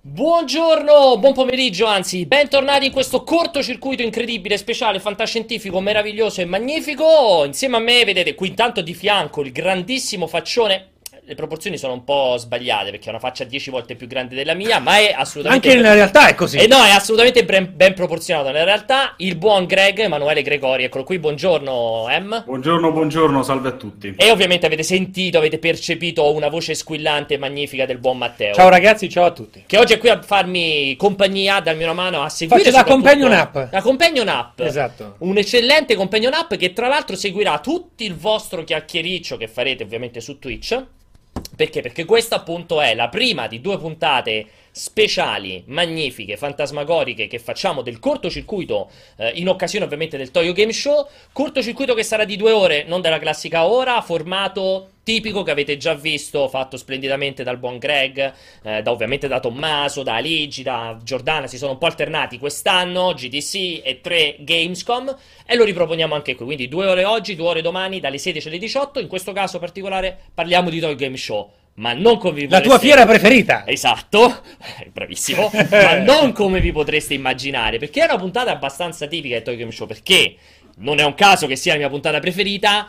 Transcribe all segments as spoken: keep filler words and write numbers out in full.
Buongiorno, buon pomeriggio, anzi, bentornati in questo cortocircuito incredibile, speciale, fantascientifico, meraviglioso e magnifico. Insieme a me vedete qui intanto di fianco il grandissimo faccione. Le proporzioni sono un po' sbagliate perché è una faccia dieci volte più grande della mia, ma è assolutamente... Anche nella realtà è così. Eh no, è assolutamente ben, ben proporzionato nella realtà. Il buon Greg, Emanuele Gregori, eccolo qui, buongiorno, Em. Buongiorno, buongiorno, salve a tutti. E ovviamente avete sentito, avete percepito una voce squillante e magnifica del buon Matteo. Ciao ragazzi, ciao a tutti. Che oggi è qui a farmi compagnia, a darmi una mano a seguire. Faccio la companion app. La companion app. Esatto. Un'eccellente companion app che tra l'altro seguirà tutto il vostro chiacchiericcio che farete ovviamente su Twitch. Perché? Perché questa appunto è la prima di due puntate speciali, magnifiche, fantasmagoriche che facciamo del cortocircuito eh, in occasione ovviamente del Toyo Game Show. Cortocircuito che sarà di due ore, non della classica ora, formato tipico che avete già visto, fatto splendidamente dal buon Greg, eh, da ovviamente da Tommaso, da Aligi, da Giordana, si sono un po' alternati quest'anno, G D C e tre Gamescom, e lo riproponiamo anche qui, quindi due ore oggi, due ore domani, dalle sedici alle diciotto, in questo caso particolare parliamo di Toy Game Show. Ma non come vi La potreste... tua fiera preferita. Esatto, bravissimo. Ma non come vi potreste immaginare, perché è una puntata abbastanza tipica del Toy Game Show, perché non è un caso che sia la mia puntata preferita.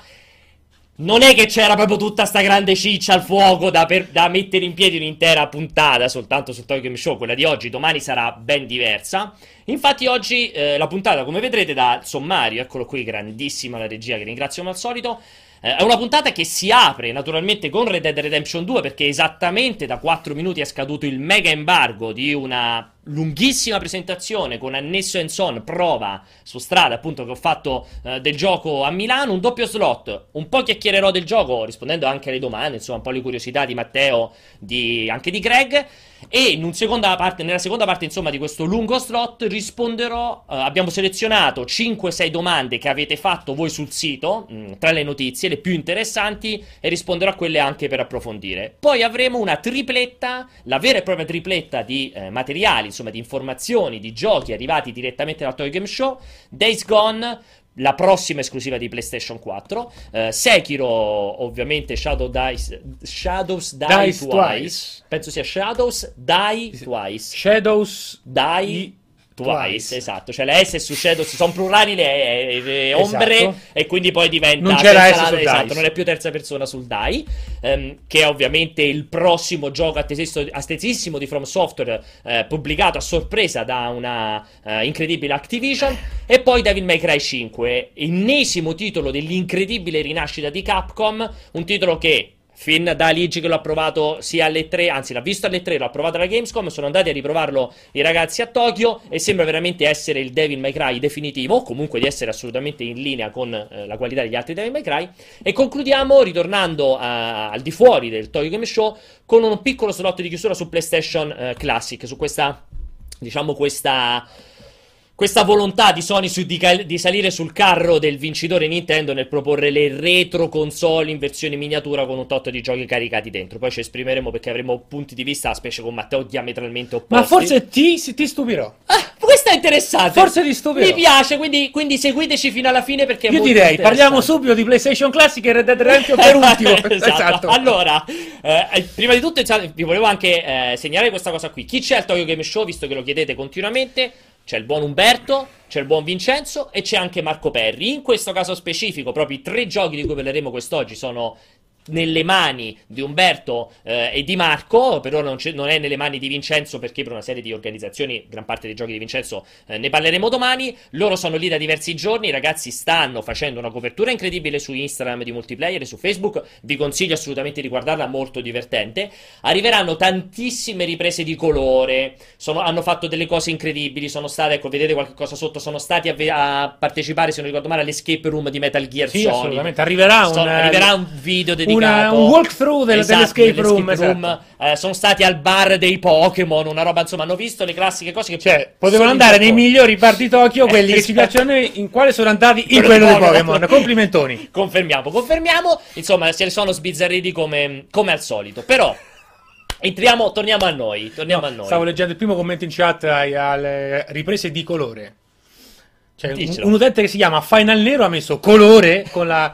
Non è che c'era proprio tutta sta grande ciccia al fuoco da, per, da mettere in piedi un'intera puntata soltanto sul Toy Game Show. Quella di oggi, domani sarà ben diversa. Infatti oggi eh, la puntata, come vedrete dal sommario, eccolo qui, grandissima la regia che ringrazio come al solito, eh, è una puntata che si apre naturalmente con Red Dead Redemption due, perché esattamente da quattro minuti è scaduto il mega embargo di una lunghissima presentazione con annesso hands-on, prova su strada appunto che ho fatto eh, del gioco a Milano, un doppio slot, un po' chiacchiererò del gioco rispondendo anche alle domande, insomma un po' le curiosità di Matteo, di, anche di Greg, e in un seconda parte, nella seconda parte insomma di questo lungo slot risponderò, eh, abbiamo selezionato cinque sei domande che avete fatto voi sul sito, mh, tra le notizie, le più interessanti, e risponderò a quelle anche per approfondire. Poi avremo una tripletta, la vera e propria tripletta di eh, materiali, insomma di informazioni, di giochi arrivati direttamente dal Toy Game Show, Days Gone, la prossima esclusiva di PlayStation quattro, uh, Sekiro, ovviamente Shadow Dice, Shadows Die, Dice Twice. Twice. Penso sia Shadows Die Twice. Shadows Die di... Twice, Twice. esatto, cioè le S su Shadows sono plurali le, le ombre, Esatto. e quindi poi diventa Non c'è la terza- S sul esatto, Dice. non è più terza persona sul Die, ehm, che è ovviamente il prossimo gioco attesissimo, attesissimo di From Software, eh, pubblicato a sorpresa da una eh, incredibile Activision. E poi Devil May Cry cinque, ennesimo titolo dell'incredibile rinascita di Capcom, un titolo che fin da Aligi che l'ho provato sia alle tre, anzi l'ha visto alle tre, l'ho provato alla Gamescom, sono andati a riprovarlo i ragazzi a Tokyo e sembra veramente essere il Devil May Cry definitivo, o comunque di essere assolutamente in linea con eh, la qualità degli altri Devil May Cry. E concludiamo ritornando a, al di fuori del Tokyo Game Show con un piccolo slot di chiusura su PlayStation eh, Classic, su questa, diciamo questa... Questa volontà di Sony su di, cal- di salire sul carro del vincitore Nintendo nel proporre le retro console in versione miniatura con un tot di giochi caricati dentro. Poi ci esprimeremo perché avremo punti di vista, specie con Matteo, diametralmente opposti. Ma forse ti, ti stupirò. Ah, questo è interessante. Forse ti stupirò. Mi piace, quindi, quindi seguiteci fino alla fine perché è Io molto direi, interessante. parliamo subito di PlayStation Classic e Red Dead Redemption per ultimo. Esatto. Allora, eh, prima di tutto vi volevo anche eh, segnalare questa cosa qui. Chi c'è al Tokyo Game Show, visto che lo chiedete continuamente? C'è il buon Umberto, c'è il buon Vincenzo e c'è anche Marco Perri. In questo caso specifico, proprio i tre giochi di cui parleremo quest'oggi sono nelle mani di Umberto eh, e di Marco. Per ora non, c'è- non è nelle mani di Vincenzo, perché per una serie di organizzazioni gran parte dei giochi di Vincenzo eh, ne parleremo domani. Loro sono lì da diversi giorni, i ragazzi stanno facendo una copertura incredibile su Instagram di multiplayer e su Facebook, vi consiglio assolutamente di guardarla, molto divertente. Arriveranno tantissime riprese di colore, sono- hanno fatto delle cose incredibili, sono state, ecco, vedete qualche cosa sotto, sono stati a, ve- a partecipare, se non ricordo male, all'escape room di Metal Gear Sì, Solid. assolutamente. Arriverà un, Sono- arriverà un video dedicato, una- un walkthrough del- esatto, dell'escape room, dell'escape esatto. Eh, sono stati al bar dei Pokémon, una roba, insomma, hanno visto le classiche cose che Cioè, potevano solo in andare nei Giappone. migliori bar di Tokyo, quelli che ci Esatto. piacciono a noi, in quale sono andati in Quello quello di dei Pokémon. Pokémon. Complimentoni. Confermiamo, confermiamo. Insomma, se ne sono sbizzarriti come, come al solito. Però, entriamo, torniamo a noi. Torniamo a noi. Stavo leggendo il primo commento in chat ai- alle riprese di colore. Cioè, un, Diccelo. un utente che si chiama Final Nero ha messo colore con la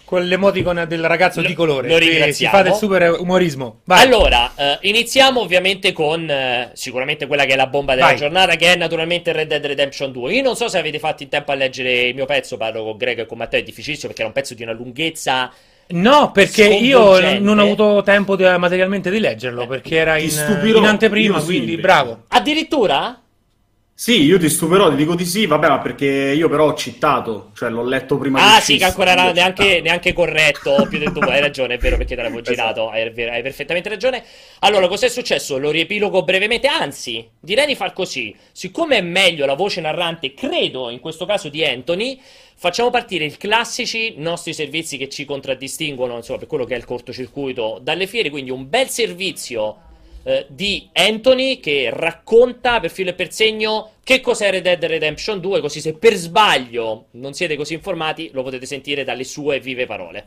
con l'emoticon del ragazzo Lo- di colore lo che si ringraziamo. fa del super umorismo. Vai. Allora, eh, iniziamo ovviamente con eh, sicuramente quella che è la bomba della Vai. giornata, che è naturalmente Red Dead Redemption due. Io non so se avete fatto in tempo a leggere il mio pezzo, parlo con Greg e con Matteo, è difficilissimo perché era un pezzo di una lunghezza. No, perché io Sconvolgente. non ho avuto tempo di- materialmente di leggerlo, perché era Ti in, stupirò, in anteprima, io sì, quindi invece. bravo. Addirittura? Sì, io ti stupirò, ti dico di sì, vabbè, ma perché io però ho cheatato, cioè l'ho letto prima Ah, che sì, che uscisse, ancora era quindi ho neanche, cheatato. neanche corretto più del tuo. Hai ragione, è vero, perché te l'avevo Esatto. girato. Hai, ver- hai perfettamente ragione. Allora, cos'è successo? Lo riepilogo brevemente. Anzi, direi di far così. Siccome è meglio la voce narrante, credo in questo caso di Anthony, facciamo partire i classici nostri servizi che ci contraddistinguono, insomma, per quello che è il cortocircuito dalle fiere. Quindi un bel servizio eh, di Anthony che racconta per filo e per segno che cos'è Red Dead Redemption due, così se per sbaglio non siete così informati lo potete sentire dalle sue vive parole.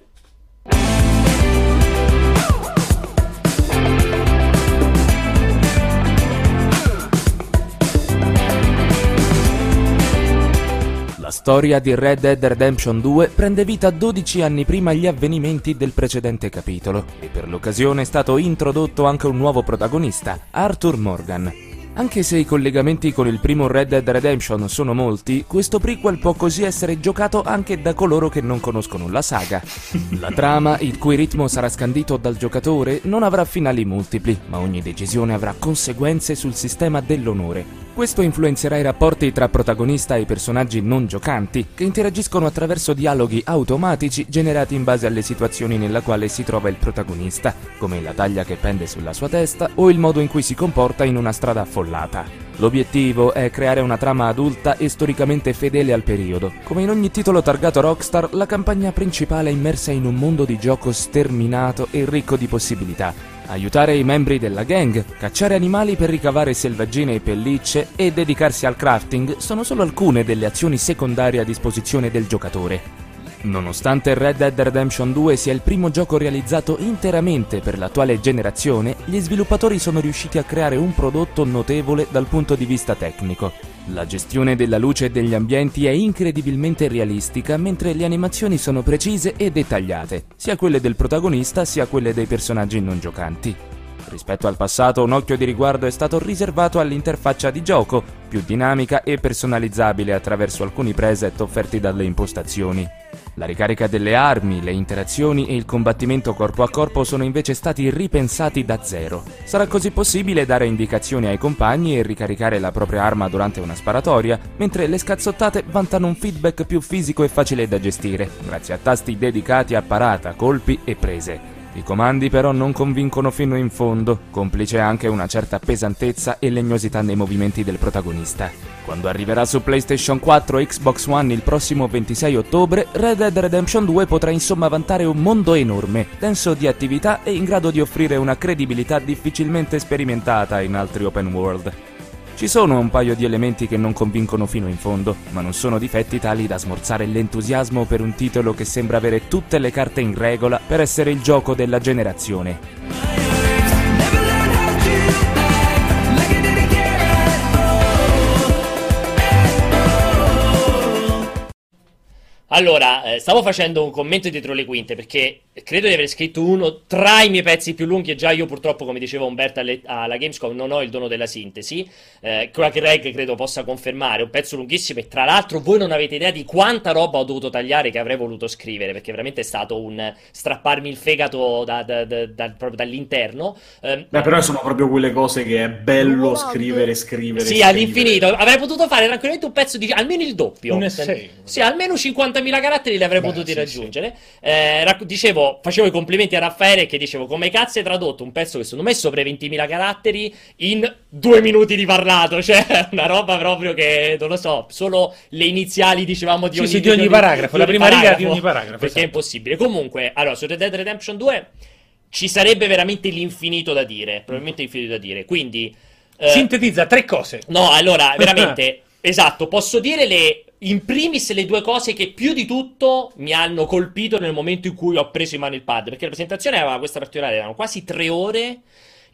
La storia di Red Dead Redemption due prende vita dodici anni prima gli avvenimenti del precedente capitolo e per l'occasione è stato introdotto anche un nuovo protagonista, Arthur Morgan. Anche se i collegamenti con il primo Red Dead Redemption sono molti, questo prequel può così essere giocato anche da coloro che non conoscono la saga. La trama, il cui ritmo sarà scandito dal giocatore, non avrà finali multipli, ma ogni decisione avrà conseguenze sul sistema dell'onore. Questo influenzerà i rapporti tra protagonista e personaggi non giocanti, che interagiscono attraverso dialoghi automatici generati in base alle situazioni nella quale si trova il protagonista, come la taglia che pende sulla sua testa o il modo in cui si comporta in una strada affollata. L'obiettivo è creare una trama adulta e storicamente fedele al periodo. Come in ogni titolo targato Rockstar, la campagna principale è immersa in un mondo di gioco sterminato e ricco di possibilità. Aiutare i membri della gang, cacciare animali per ricavare selvaggine e pellicce e dedicarsi al crafting sono solo alcune delle azioni secondarie a disposizione del giocatore. Nonostante Red Dead Redemption due sia il primo gioco realizzato interamente per l'attuale generazione, gli sviluppatori sono riusciti a creare un prodotto notevole dal punto di vista tecnico. La gestione della luce e degli ambienti è incredibilmente realistica, mentre le animazioni sono precise e dettagliate, sia quelle del protagonista sia quelle dei personaggi non giocanti. Rispetto al passato, un occhio di riguardo è stato riservato all'interfaccia di gioco, più dinamica e personalizzabile attraverso alcuni preset offerti dalle impostazioni. La ricarica delle armi, le interazioni e il combattimento corpo a corpo sono invece stati ripensati da zero. Sarà così possibile dare indicazioni ai compagni e ricaricare la propria arma durante una sparatoria, mentre le scazzottate vantano un feedback più fisico e facile da gestire, grazie a tasti dedicati a parata, colpi e prese. I comandi però non convincono fino in fondo, complice anche una certa pesantezza e legnosità nei movimenti del protagonista. Quando arriverà su PlayStation quattro e Xbox One il prossimo ventisei ottobre, Red Dead Redemption due potrà insomma vantare un mondo enorme, denso di attività e in grado di offrire una credibilità difficilmente sperimentata in altri open world. Ci sono un paio di elementi che non convincono fino in fondo, ma non sono difetti tali da smorzare l'entusiasmo per un titolo che sembra avere tutte le carte in regola per essere il gioco della generazione. Allora, eh, stavo facendo un commento dietro le quinte perché credo di aver scritto uno tra i miei pezzi più lunghi e già io purtroppo, come diceva Umberto alle- alla Gamescom, non ho il dono della sintesi, eh, quella che Greg credo possa confermare, un pezzo lunghissimo e tra l'altro voi non avete idea di quanta roba ho dovuto tagliare che avrei voluto scrivere perché veramente è stato un strapparmi il fegato da- da- da- da- proprio dall'interno. Eh, Beh, però sono proprio quelle cose che è bello scrivere, scrivere, Sì, scrivere. all'infinito. Avrei potuto fare tranquillamente un pezzo di almeno il doppio. Un essay. Sì, almeno cinquantamila caratteri li avrei Beh, potuti sì, raggiungere. Eh, racc- dicevo, facevo i complimenti a Raffaele che dicevo come cazzo hai tradotto un pezzo che secondo me è sopra i ventimila caratteri in due minuti di parlato. Cioè, una roba proprio che, non lo so, solo le iniziali dicevamo di Sì, ogni, sì, di ogni paragrafo, la prima riga di ogni paragrafo, Perché esatto. è impossibile. Comunque, allora, su Red Dead Redemption due ci sarebbe veramente l'infinito da dire. Probabilmente l'infinito da dire. Quindi... eh, Sintetizza tre cose. No, allora, veramente, esatto, posso dire le, in primis le due cose che più di tutto mi hanno colpito nel momento in cui ho preso in mano il pad, perché la presentazione aveva questa particolare, erano quasi tre ore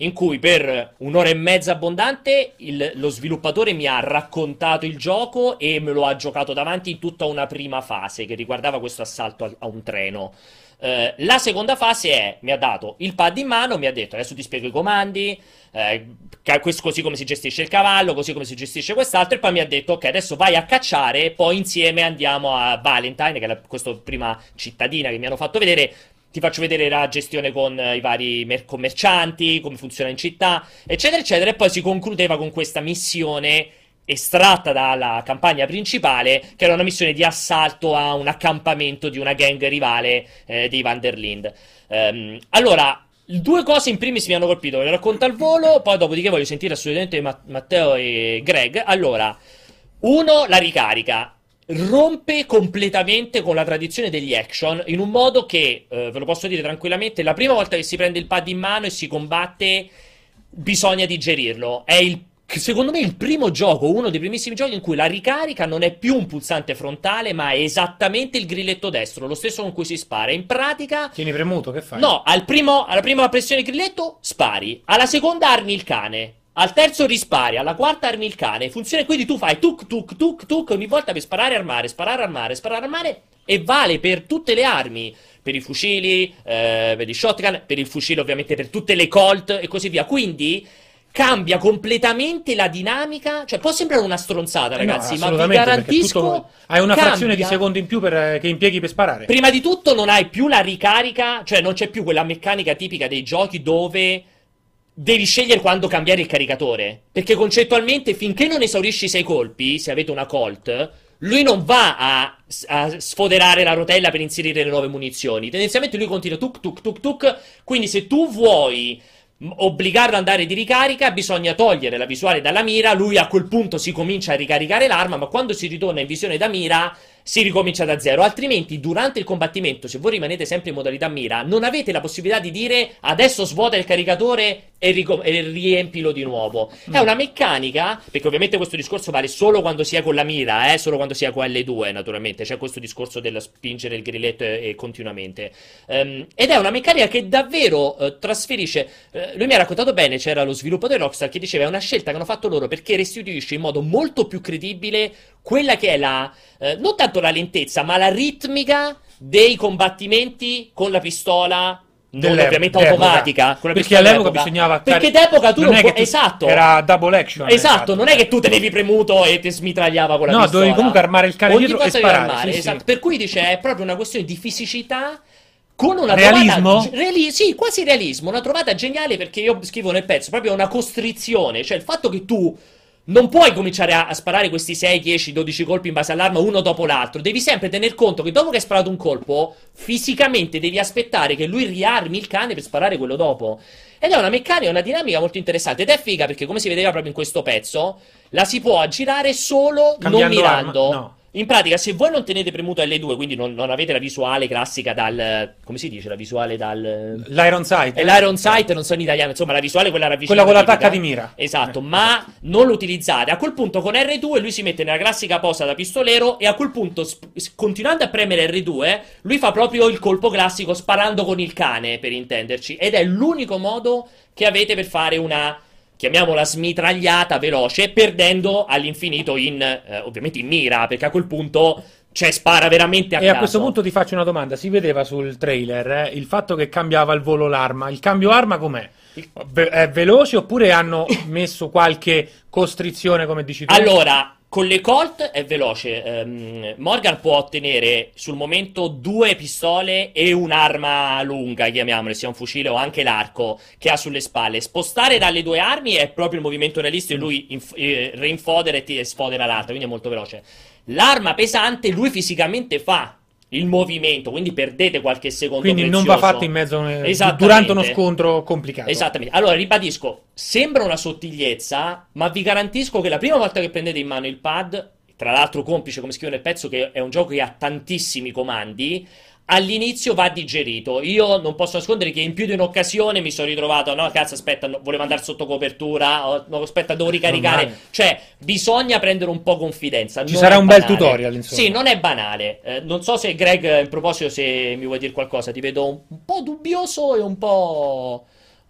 in cui per un'ora e mezza abbondante il- lo sviluppatore mi ha raccontato il gioco e me lo ha giocato davanti in tutta una prima fase che riguardava questo assalto a, a un treno. Eh, la seconda fase è, mi ha dato il pad in mano, mi ha detto adesso ti spiego i comandi, eh, ca- questo- così come si gestisce il cavallo, così come si gestisce quest'altro, e poi mi ha detto ok adesso vai a cacciare e poi insieme andiamo a Valentine, che è la, questa prima cittadina che mi hanno fatto vedere. Ti faccio vedere la gestione con eh, i vari mer- commercianti, come funziona in città, eccetera, eccetera. E poi si concludeva con questa missione estratta dalla campagna principale, che era una missione di assalto a un accampamento di una gang rivale eh, dei Van der Linde. Ehm, allora, due cose in primis mi hanno colpito, ve le racconto al volo, poi dopodiché voglio sentire assolutamente Ma- Matteo e Greg. Allora, uno, la ricarica. Rompe completamente con la tradizione degli action in un modo che, eh, ve lo posso dire tranquillamente, la prima volta che si prende il pad in mano e si combatte bisogna digerirlo. È il, secondo me il primo gioco, uno dei primissimi giochi in cui la ricarica non è più un pulsante frontale ma è esattamente il grilletto destro, lo stesso con cui si spara. In pratica... Tieni premuto, che fai? No, al primo, alla prima pressione grilletto spari, alla seconda armi il cane, al terzo rispari, alla quarta armi il cane. Funziona, quindi tu fai tuk tuk tuk tuk ogni volta per sparare, armare, sparare, armare, sparare, armare, e vale per tutte le armi, per i fucili, eh, per i shotgun, per il fucile ovviamente, per tutte le Colt e così via. Quindi cambia completamente la dinamica, cioè può sembrare una stronzata, Eh no, ragazzi, ma vi assolutamente, perché garantisco tutto- hai una cambia. frazione di secondo in più per, eh, che impieghi per sparare. Prima di tutto non hai più la ricarica, cioè non c'è più quella meccanica tipica dei giochi dove devi scegliere quando cambiare il caricatore, perché concettualmente finché non esaurisci i sei colpi, se avete una Colt, lui non va a, a sfoderare la rotella per inserire le nuove munizioni. Tendenzialmente lui continua tuk tuk tuk tuk, quindi se tu vuoi m- obbligarlo ad andare di ricarica bisogna togliere la visuale dalla mira, lui a quel punto si comincia a ricaricare l'arma, ma quando si ritorna in visione da mira si ricomincia da zero. Altrimenti durante il combattimento, se voi rimanete sempre in modalità mira, non avete la possibilità di dire adesso svuota il caricatore e, rico- e riempilo di nuovo. È una meccanica, perché ovviamente questo discorso vale solo quando si è con la mira, eh, solo quando si è con L due naturalmente, c'è questo discorso del spingere il grilletto e, e continuamente. Ehm, ed è una meccanica che davvero eh, trasferisce, eh, lui mi ha raccontato bene, c'era lo sviluppatore Rockstar che diceva è una scelta che hanno fatto loro perché restituisce in modo molto più credibile quella che è la, eh, non tanto la lentezza, ma la ritmica dei combattimenti con la pistola. Non Dell'epoca- ovviamente d'epoca. automatica, con la Perché pistola all'epoca d'epoca. bisognava Perché cari- d'epoca tu non non è puoi. che tu- Esatto. era double action. Esatto, non è che tu tenevi premuto e ti smitragliava con la No, pistola. dovevi comunque armare il cane Ogni dietro e volta devi sparare, armare, sì, esatto. sì. Per cui dice è proprio una questione di fisicità con una Realismo? trovata reali- sì, quasi realismo, una trovata geniale, perché io scrivo nel pezzo proprio una costrizione, cioè il fatto che tu non puoi cominciare a, a sparare questi sei, dieci, dodici colpi in base all'arma uno dopo l'altro. Devi sempre tener conto che dopo che hai sparato un colpo, fisicamente devi aspettare che lui riarmi il cane per sparare quello dopo. Ed è una meccanica, una dinamica molto interessante. Ed è figa perché, come si vedeva proprio in questo pezzo, la si può aggirare solo non Cambiando mirando. arma, no. In pratica, se voi non tenete premuto L due, quindi non, non avete la visuale classica dal... come si dice? La visuale dal... L'Iron Sight. È l'Iron Sight, non so in italiano, insomma la visuale quella ravvicinata Quella con l'attacca tipica. di mira. Esatto, Eh. ma non lo utilizzate. A quel punto con R due lui si mette nella classica posa da pistolero e a quel punto, sp- continuando a premere R due, lui fa proprio il colpo classico sparando con il cane, per intenderci. Ed è l'unico modo che avete per fare una, chiamiamola smitragliata veloce, perdendo all'infinito in, eh, ovviamente in mira, perché a quel punto... cioè spara veramente a E caso. a questo punto ti faccio una domanda. Si vedeva sul trailer eh, il fatto che cambiava il volo l'arma. Il cambio arma com'è? Ve- è veloce oppure hanno messo qualche costrizione, come dici tu? Allora, con le Colt è veloce. Ehm, Morgan può ottenere sul momento due pistole e un'arma lunga, chiamiamole, sia un fucile o anche l'arco che ha sulle spalle. Spostare dalle due armi è proprio il movimento realistico e lui inf- eh, reinfodera e ti sfodera l'altra, quindi è molto veloce. L'arma pesante lui fisicamente fa il movimento, quindi perdete qualche secondo Quindi non prezioso. va fatto in mezzo eh, Esattamente. durante uno scontro complicato. Esattamente. Allora, ribadisco, sembra una sottigliezza, ma vi garantisco che la prima volta che prendete in mano il pad, tra l'altro complice, come scrivo nel pezzo, che è un gioco che ha tantissimi comandi, all'inizio va digerito. Io non posso nascondere che in più di un'occasione mi sono ritrovato, no cazzo aspetta, no, volevo andare sotto copertura, oh, no aspetta, devo ricaricare. Normale. Cioè, bisogna prendere un po' confidenza. Ci non sarà è un bel banale. tutorial, insomma. Sì, non è banale. Eh, non so se Greg, in proposito, se mi vuoi dire qualcosa, ti vedo un, un po' dubbioso e un po'...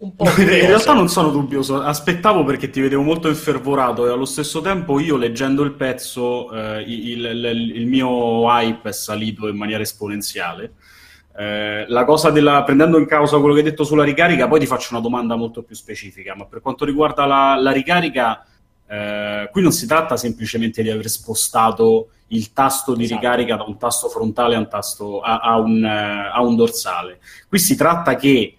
un po' No, in curioso. realtà non sono dubbioso, aspettavo perché ti vedevo molto infervorato e allo stesso tempo io leggendo il pezzo eh, il, il- il mio hype è salito in maniera esponenziale. Eh, la cosa della, prendendo in causa quello che hai detto sulla ricarica, poi ti faccio una domanda molto più specifica, ma per quanto riguarda la, la ricarica, eh, qui non si tratta semplicemente di aver spostato il tasto di Esatto. ricarica da un tasto frontale a un, tasto, a, a un, eh, a un dorsale. Qui si tratta che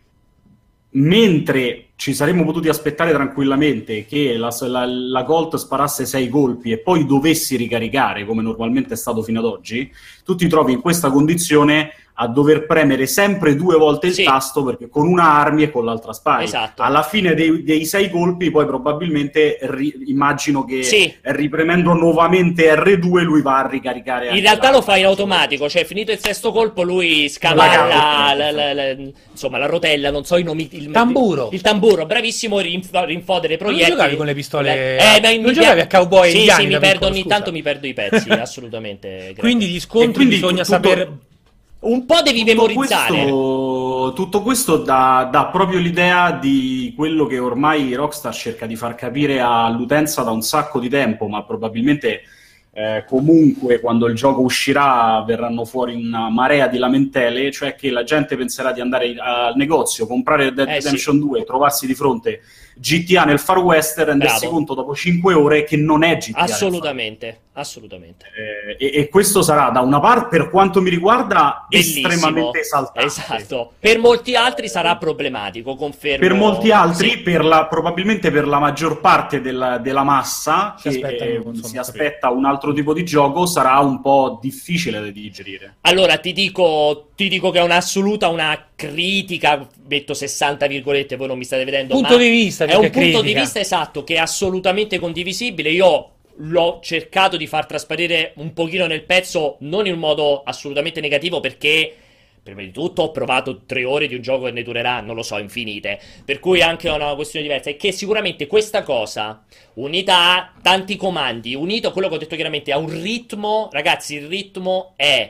mentre ci saremmo potuti aspettare tranquillamente che la, la, la Colt sparasse sei colpi e poi dovessi ricaricare, come normalmente è stato fino ad oggi, tu ti trovi in questa condizione a dover premere sempre due volte il Sì. tasto, perché con una armi e con l'altra spari. Esatto. Alla fine dei, dei sei colpi poi probabilmente ri- immagino che Sì. ripremendo nuovamente erre due lui va a ricaricare In anche realtà l'arma. lo fa in automatico, cioè finito il sesto colpo lui La scavalla cava, la, la- la- insomma la rotella, non so i nomi, il Tamburo. il tamburo, bravissimo, rinf- rinfodere Ma non proiettili. giocavi con le pistole- Eh, ma non mi giocavi a Cowboy Sì, indiani sì, mi da perdo piccolo, ogni scusa. tanto mi perdo i pezzi, assolutamente. Greg. Quindi gli E scontri quindi bisogna tutto- saper... un po' devi Tutto memorizzare. questo, tutto questo dà, dà proprio l'idea di quello che ormai Rockstar cerca di far capire all'utenza da un sacco di tempo, ma probabilmente eh, comunque quando il gioco uscirà verranno fuori una marea di lamentele, cioè che la gente penserà di andare al negozio, comprare Red Dead Eh, Redemption due, trovarsi di fronte G T A nel Far West e rendersi Bravo. conto dopo cinque ore che non è G T A nel Far West. Assolutamente, assolutamente. Eh, e, e questo sarà da una parte, per quanto mi riguarda, Bellissimo. estremamente esaltante. Esatto. Per molti altri sarà problematico, confermo. Per molti altri, Sì. per la, probabilmente per la maggior parte della, della massa Si che aspettano, eh, insomma, si aspetta un altro tipo di gioco, sarà un po' difficile da digerire. Allora, ti dico, ti dico che è un'assoluta, una critica, metto sessanta virgolette, voi non mi state vedendo, Punto ma di vista, è più un che punto di critica. vista esatto, che è assolutamente condivisibile. Io l'ho cercato di far trasparire un pochino nel pezzo, non in un modo assolutamente negativo, perché prima di tutto ho provato tre ore di un gioco che ne durerà, non lo so, infinite, per cui anche è una questione diversa, è che sicuramente questa cosa, unita a tanti comandi, unito a quello che ho detto chiaramente, a un ritmo, ragazzi, il ritmo è,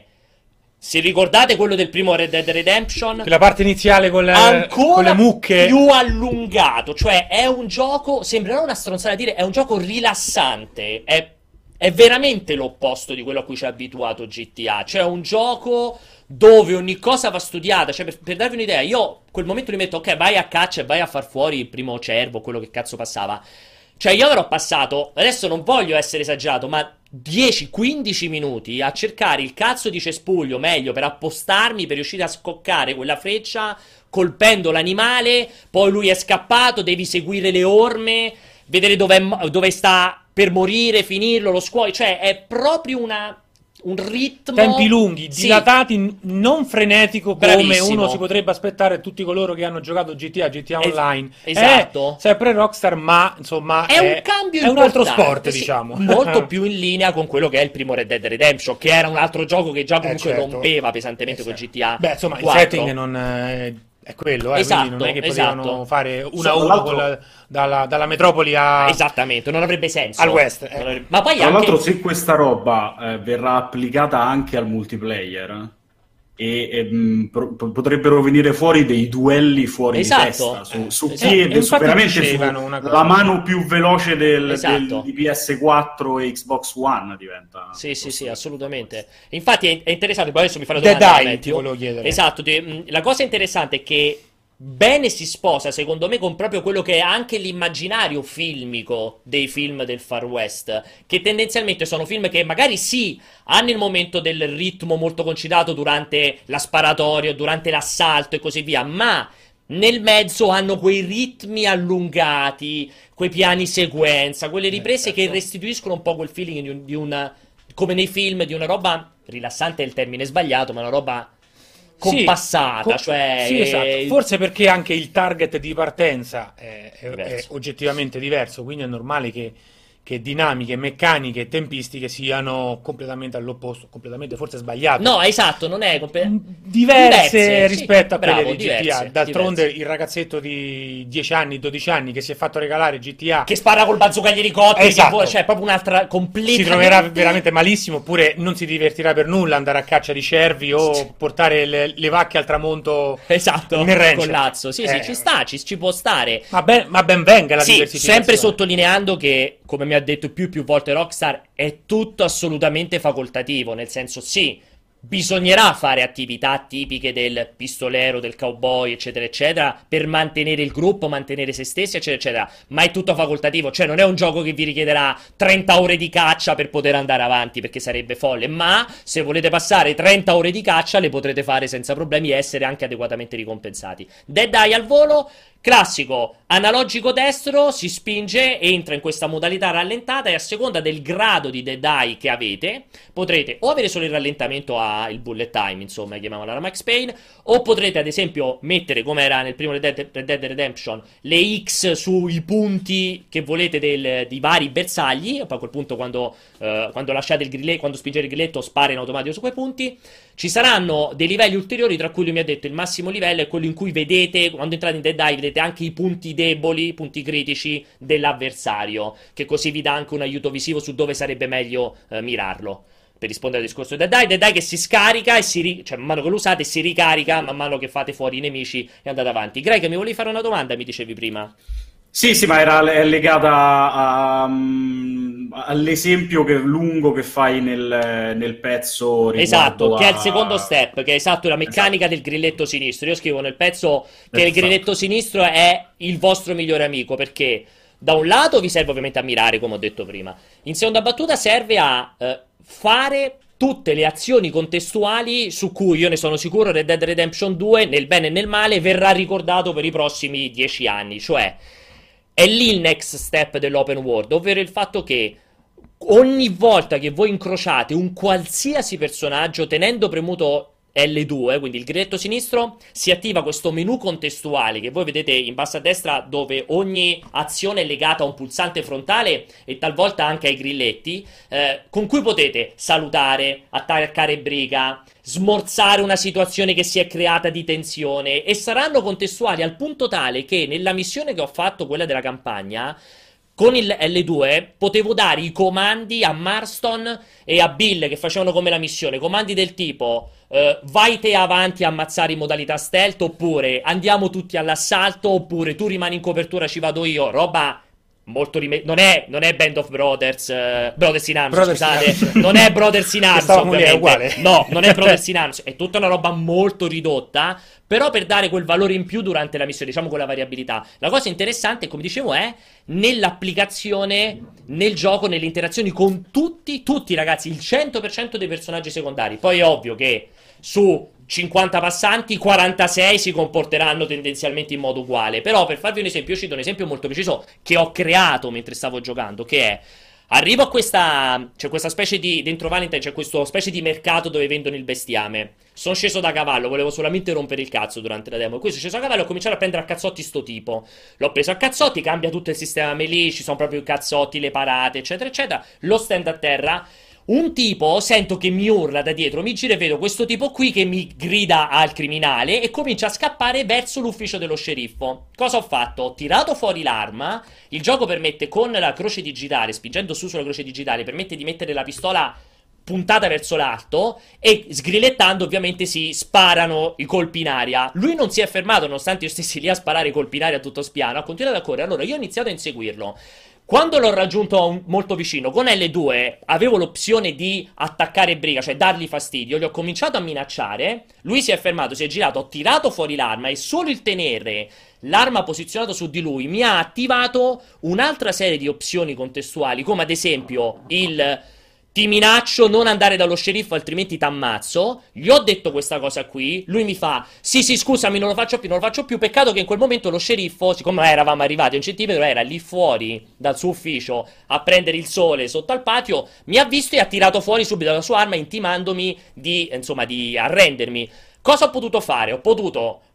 se ricordate quello del primo Red Dead Redemption, La parte iniziale con le, ancora con le mucche... più allungato, cioè è un gioco, sembrerà una stronzata a dire, è un gioco rilassante, è, è veramente l'opposto di quello a cui ci ha abituato G T A, cioè un gioco dove ogni cosa va studiata, cioè per, per darvi un'idea, io quel momento mi metto, ok, vai a caccia e vai a far fuori il primo cervo, quello che cazzo passava, cioè io avrò passato, adesso non voglio essere esagerato, ma dieci quindici minuti a cercare il cazzo di cespuglio meglio per appostarmi, per riuscire a scoccare quella freccia colpendo l'animale, poi lui è scappato, devi seguire le orme, vedere dove, dove sta per morire, finirlo, lo scuoi, cioè è proprio una... un ritmo... Tempi lunghi, Sì. dilatati, n- non frenetico come Bravissimo. uno si potrebbe aspettare tutti coloro che hanno giocato G T A, G T A Es- Online. esatto. È sempre Rockstar, ma insomma È un cambio è un altro importante, sport, sì, diciamo. molto più in linea con quello che è il primo Red Dead Redemption, che era un altro gioco che già comunque certo. rompeva pesantemente Eh, con sì. G T A Beh, insomma, il quattro. setting non è, è quello, eh, Esatto, quindi non è che potevano esatto. fare una Tra a uno l'altro- con la- dalla, dalla metropoli a... Esattamente, non avrebbe senso. Al West, eh. Non avrebbe- Ma poi Tra anche... l'altro, se questa roba eh, verrà applicata anche al multiplayer, e, e, mh, pro- potrebbero venire fuori dei duelli fuori Esatto. di testa su, su Esatto. chi E è de- infatti veramente su dicevano una cosa. la mano più veloce del, Esatto. del- di P S quattro e Xbox One diventa. Sì, sì, sì, assolutamente. Infatti è, è interessante, poi adesso mi farò Dead domanda. Eye, Matthew. ti volevo chiedere. Esatto, di- mh, la cosa interessante è che bene si sposa, secondo me, con proprio quello che è anche l'immaginario filmico dei film del Far West, che tendenzialmente sono film che magari sì, hanno il momento del ritmo molto concitato durante la sparatoria, durante l'assalto e così via, ma nel mezzo hanno quei ritmi allungati, quei piani sequenza, quelle riprese che restituiscono un po' quel feeling di un, di una, come nei film, di una roba rilassante è il termine sbagliato, ma una roba compassata, Sì, co- cioè sì, esatto. eh, Forse perché anche il target di partenza è, è- è Diverso. oggettivamente diverso, quindi è normale che, che dinamiche, meccaniche e tempistiche siano completamente all'opposto, completamente forse sbagliate. No, esatto, non è comple- diverse, diverse rispetto sì, a quelle bravo, di diverse, G T A. D'altronde diverse. il ragazzetto di dieci anni, dodici anni che si è fatto regalare G T A Che spara col bazooka agli elicotteri, Esatto. che vuole- cioè proprio un'altra completamente... si troverà veramente malissimo, oppure non si divertirà per nulla andare a caccia di cervi o portare le, le vacche al tramonto Esatto, nel ranch. con l'azzo. Sì, sì, Eh, ci sta, ci, ci può stare. Ma ben, ma ben venga la Sì, diversificazione. sempre sottolineando che, come mi ha detto più più volte Rockstar, è tutto assolutamente facoltativo, nel senso sì, bisognerà fare attività tipiche del pistolero, del cowboy, eccetera, eccetera, per mantenere il gruppo, mantenere se stessi, eccetera, eccetera, ma è tutto facoltativo, cioè non è un gioco che vi richiederà trenta ore di caccia per poter andare avanti, perché sarebbe folle, ma se volete passare trenta ore di caccia le potrete fare senza problemi e essere anche adeguatamente ricompensati. Dead Eye al volo, classico, analogico destro, si spinge, entra in questa modalità rallentata e a seconda del grado di Dead Eye che avete, potrete o avere solo il rallentamento a il bullet time, insomma, chiamiamola la Max Payne, o potrete ad esempio mettere, come era nel primo Red Dead, Red Dead Redemption, le X sui punti che volete del, di vari bersagli, a quel punto quando, uh, quando lasciate il grilletto, quando spingete il grilletto spara in automatico su quei punti. Ci saranno dei livelli ulteriori, tra cui lui mi ha detto il massimo livello è quello in cui vedete, quando entrate in Dead Eye, vedete anche i punti deboli, i punti critici dell'avversario, che così vi dà anche un aiuto visivo su dove sarebbe meglio uh, mirarlo. Per rispondere al discorso di Dead Eye, Dead Eye che si scarica e si ri- cioè man mano che lo usate si ricarica man mano che fate fuori i nemici e andate avanti. Greg, mi volevi fare una domanda, mi dicevi prima? Sì, sì, ma era è legata a, um, all'esempio che, lungo che fai nel, nel pezzo riguardo Esatto, a... che è il secondo step, che è esatto la meccanica Esatto. del grilletto sinistro. Io scrivo nel pezzo che il Esatto. grilletto sinistro è il vostro migliore amico, perché da un lato vi serve ovviamente a mirare, come ho detto prima. In seconda battuta serve a eh, fare tutte le azioni contestuali su cui io ne sono sicuro Red Dead Redemption due, nel bene e nel male, verrà ricordato per i prossimi dieci anni. Cioè, è lì il next step dell'open world, ovvero il fatto che ogni volta che voi incrociate un qualsiasi personaggio tenendo premuto L due, quindi il grilletto sinistro, si attiva questo menu contestuale che voi vedete in basso a destra, dove ogni azione è legata a un pulsante frontale e talvolta anche ai grilletti, eh, con cui potete salutare, attaccare briga, smorzare una situazione che si è creata di tensione, e saranno contestuali al punto tale che nella missione che ho fatto, quella della campagna, con il L due potevo dare i comandi a Marston e a Bill che facevano come la missione, comandi del tipo uh, vai te avanti a ammazzare in modalità stealth, oppure andiamo tutti all'assalto, oppure tu rimani in copertura, ci vado io, roba molto rime- non è non è Band of Brothers uh, Brothers in Arms, Brothers scusate, in Arms. non è Brothers in Arms Stavamo lì, è ovviamente, uguale. no, non è Brothers in Arms, è tutta una roba molto ridotta, però per dare quel valore in più durante la missione, diciamo, con la variabilità. La cosa interessante, come dicevo, è nell'applicazione nel gioco, nelle interazioni con tutti, tutti ragazzi, il cento per cento dei personaggi secondari. Poi è ovvio che su cinquanta passanti, quarantasei si comporteranno tendenzialmente in modo uguale, però per farvi un esempio, io cito un esempio molto preciso che ho creato mentre stavo giocando, che è: arrivo a questa, c'è questa specie di, dentro Valentine c'è questo specie di mercato dove vendono il bestiame. Sono sceso da cavallo, volevo solamente rompere il cazzo durante la demo, e qui sono sceso da cavallo e ho cominciato a prendere a cazzotti sto tipo. L'ho preso a cazzotti, cambia tutto il sistema melee, ci sono proprio i cazzotti, le parate, eccetera, eccetera. Lo stand a terra. Un tipo, sento che mi urla da dietro, mi giro e vedo questo tipo qui che mi grida al criminale e comincia a scappare verso l'ufficio dello sceriffo. Cosa ho fatto? Ho tirato fuori l'arma. Il gioco permette, con la croce digitale, spingendo su sulla croce digitale, permette di mettere la pistola puntata verso l'alto, e sgrillettando ovviamente si sparano i colpi in aria. Lui non si è fermato, nonostante io stessi lì a sparare i colpi in aria a tutto spiano, ha continuato a correre. Allora io ho iniziato a inseguirlo. Quando l'ho raggiunto molto vicino, con L due avevo l'opzione di attaccare briga, cioè dargli fastidio. Gli ho cominciato a minacciare, lui si è fermato, si è girato, ho tirato fuori l'arma, e solo il tenere l'arma posizionata su di lui mi ha attivato un'altra serie di opzioni contestuali, come ad esempio il ti minaccio, non andare dallo sceriffo altrimenti t'ammazzo. Gli ho detto questa cosa qui, lui mi fa sì sì scusami, non lo faccio più, non lo faccio più. Peccato che in quel momento lo sceriffo, siccome eravamo arrivati a un centimetro, era lì fuori dal suo ufficio a prendere il sole sotto al patio, mi ha visto e ha tirato fuori subito la sua arma intimandomi di, insomma, di arrendermi. Cosa ho potuto fare? Ho potuto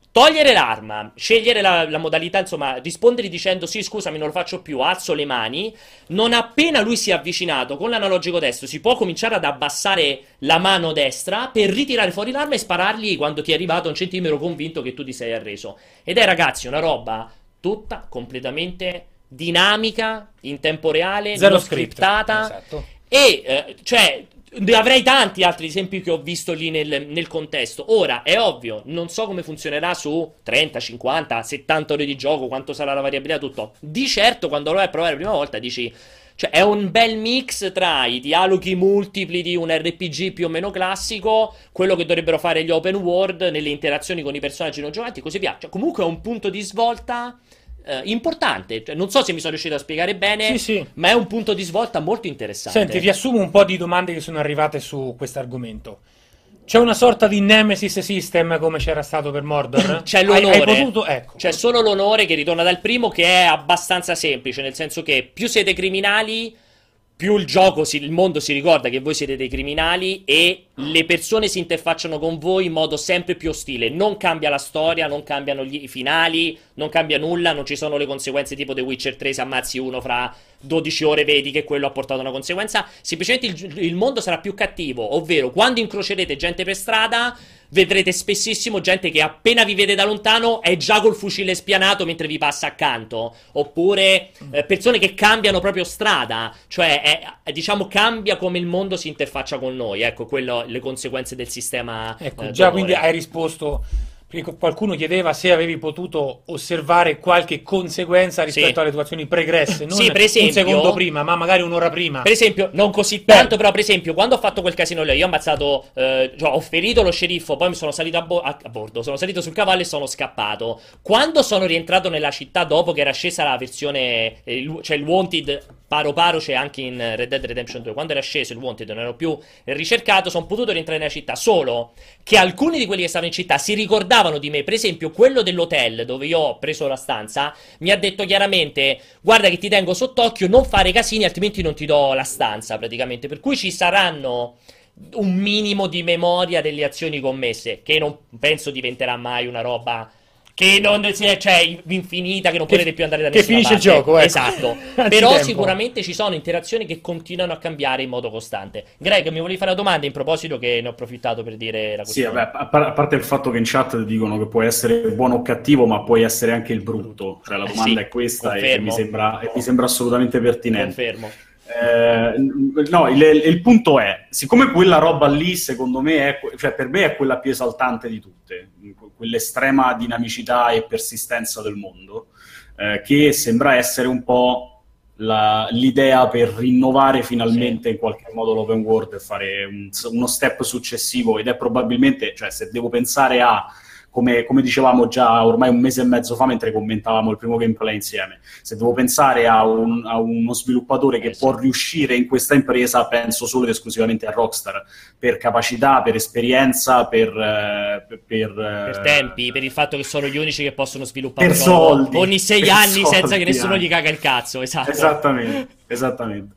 Togliere l'arma, scegliere la, la modalità, insomma, rispondere dicendo sì, scusami, non lo faccio più, alzo le mani. Non appena lui si è avvicinato con l'analogico destro, si può cominciare ad abbassare la mano destra per ritirare fuori l'arma e sparargli quando ti è arrivato a un centimetro convinto che tu ti sei arreso. Ed è, ragazzi, una roba tutta completamente dinamica, in tempo reale, Zero non script. scriptata. Esatto. E, eh, cioè... ne avrei tanti altri esempi che ho visto lì nel, nel contesto. Ora, è ovvio, non so come funzionerà su trenta, cinquanta, settanta ore di gioco, quanto sarà la variabilità, tutto. Di certo, quando lo vai a provare la prima volta, dici... Cioè, è un bel mix tra i dialoghi multipli di un R P G più o meno classico, quello che dovrebbero fare gli open world, nelle interazioni con i personaggi non giocanti e così via. Cioè, comunque è un punto di svolta... Uh, importante, cioè, non so se mi sono riuscito a spiegare bene, Sì, sì. ma è un punto di svolta molto interessante. Senti, riassumo un po' di domande che sono arrivate su questo argomento. C'è una sorta di Nemesis System come c'era stato per Mordor? C'è Hai- l'onore, Hai, potuto... Ecco. c'è solo l'onore che ritorna dal primo, che è abbastanza semplice, nel senso che più siete criminali, più il gioco, si- il mondo si ricorda che voi siete dei criminali e le persone si interfacciano con voi in modo sempre più ostile. Non cambia la storia, non cambiano gli- i finali, non cambia nulla, non ci sono le conseguenze tipo The Witcher tre, se ammazzi uno fra dodici ore vedi che quello ha portato una conseguenza. Semplicemente il, il mondo sarà più cattivo, ovvero quando incrocerete gente per strada vedrete spessissimo gente che appena vi vede da lontano è già col fucile spianato mentre vi passa accanto, oppure eh, persone che cambiano proprio strada, cioè è- è, diciamo cambia come il mondo si interfaccia con noi, ecco quello, le conseguenze del sistema. Ecco, eh, già d'onore. quindi hai risposto, perché qualcuno chiedeva se avevi potuto osservare qualche conseguenza rispetto Sì. alle tue azioni pregresse, non Sì, per esempio- un secondo prima, ma magari un'ora prima. Per esempio, non così tanto, però per esempio, quando ho fatto quel casino lì, io ho ammazzato, eh, cioè, ho ferito lo sceriffo, poi mi sono salito a, bo- a- a bordo, sono salito sul cavallo e sono scappato. Quando sono rientrato nella città dopo che era scesa la versione, eh, il- cioè il Wanted, paro paro c'è anche in Red Dead Redemption due, quando era sceso il Wanted non ero più ricercato, sono potuto rientrare nella città, solo che alcuni di quelli che stavano in città si ricordavano di me. Per esempio quello dell'hotel dove io ho preso la stanza mi ha detto chiaramente: guarda che ti tengo sott'occhio, non fare casini altrimenti non ti do la stanza, praticamente. Per cui ci saranno un minimo di memoria delle azioni commesse, che non penso diventerà mai una roba che non sia, cioè, infinita, che non Che- potete più andare da che nessuna finisce il parte. gioco, ecco. Esatto. Anzi Però tempo. sicuramente ci sono interazioni che continuano a cambiare in modo costante. Greg, mi volevi fare una domanda in proposito, che ne ho approfittato per dire la Sì, questione. vabbè, a par- a parte il fatto che in chat dicono che puoi essere buono o cattivo, ma puoi essere anche il brutto. Cioè, la Eh, domanda sì, è questa e confermo. mi sembra, e mi sembra assolutamente pertinente. Confermo. Eh, no, il, il punto è, siccome quella roba lì, secondo me, è, que- cioè per me è quella più esaltante di tutte, quell'estrema dinamicità e persistenza del mondo, eh, che sembra essere un po' la- l'idea per rinnovare finalmente in qualche modo l'open world e fare un- uno step successivo, ed è probabilmente, cioè se devo pensare a, come, come dicevamo già ormai un mese e mezzo fa mentre commentavamo il primo gameplay insieme, se devo pensare a, un- a uno sviluppatore che Eh sì. può riuscire in questa impresa, penso solo ed esclusivamente a Rockstar, per capacità, per esperienza, per... eh, per, per, Per eh, tempi, per il fatto che sono gli unici che possono sviluppare per un gioco soldi, ogni sei per anni senza soldi che nessuno anche. gli caga il cazzo. Esatto. Esattamente, esattamente.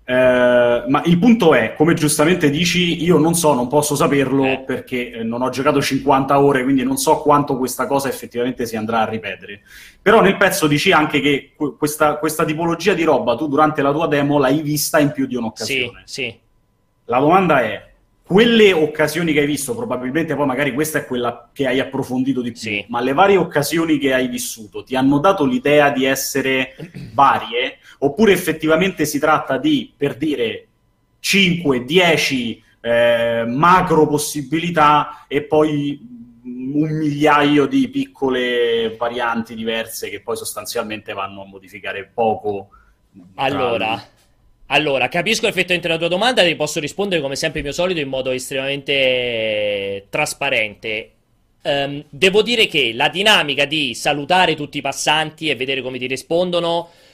Eh, ma il punto è, come giustamente dici, io non so, non posso saperlo Eh. perché eh, non ho giocato cinquanta ore, quindi non so quanto questa cosa effettivamente si andrà a ripetere. Però nel pezzo dici anche che que- questa, questa tipologia di roba tu durante la tua demo l'hai vista in più di Sì, un'occasione. sì. La domanda è, quelle occasioni che hai visto, probabilmente poi magari questa è quella che hai approfondito di più, Sì. ma le varie occasioni che hai vissuto ti hanno dato l'idea di essere varie? Oppure effettivamente si tratta di, per dire, cinque, dieci eh, macro possibilità e poi un migliaio di piccole varianti diverse che poi sostanzialmente vanno a modificare poco. tra- Allora, allora, capisco effettivamente la tua domanda, ti posso rispondere come sempre il mio solito in modo estremamente trasparente. Ehm, devo dire che la dinamica di salutare tutti i passanti e vedere come ti rispondono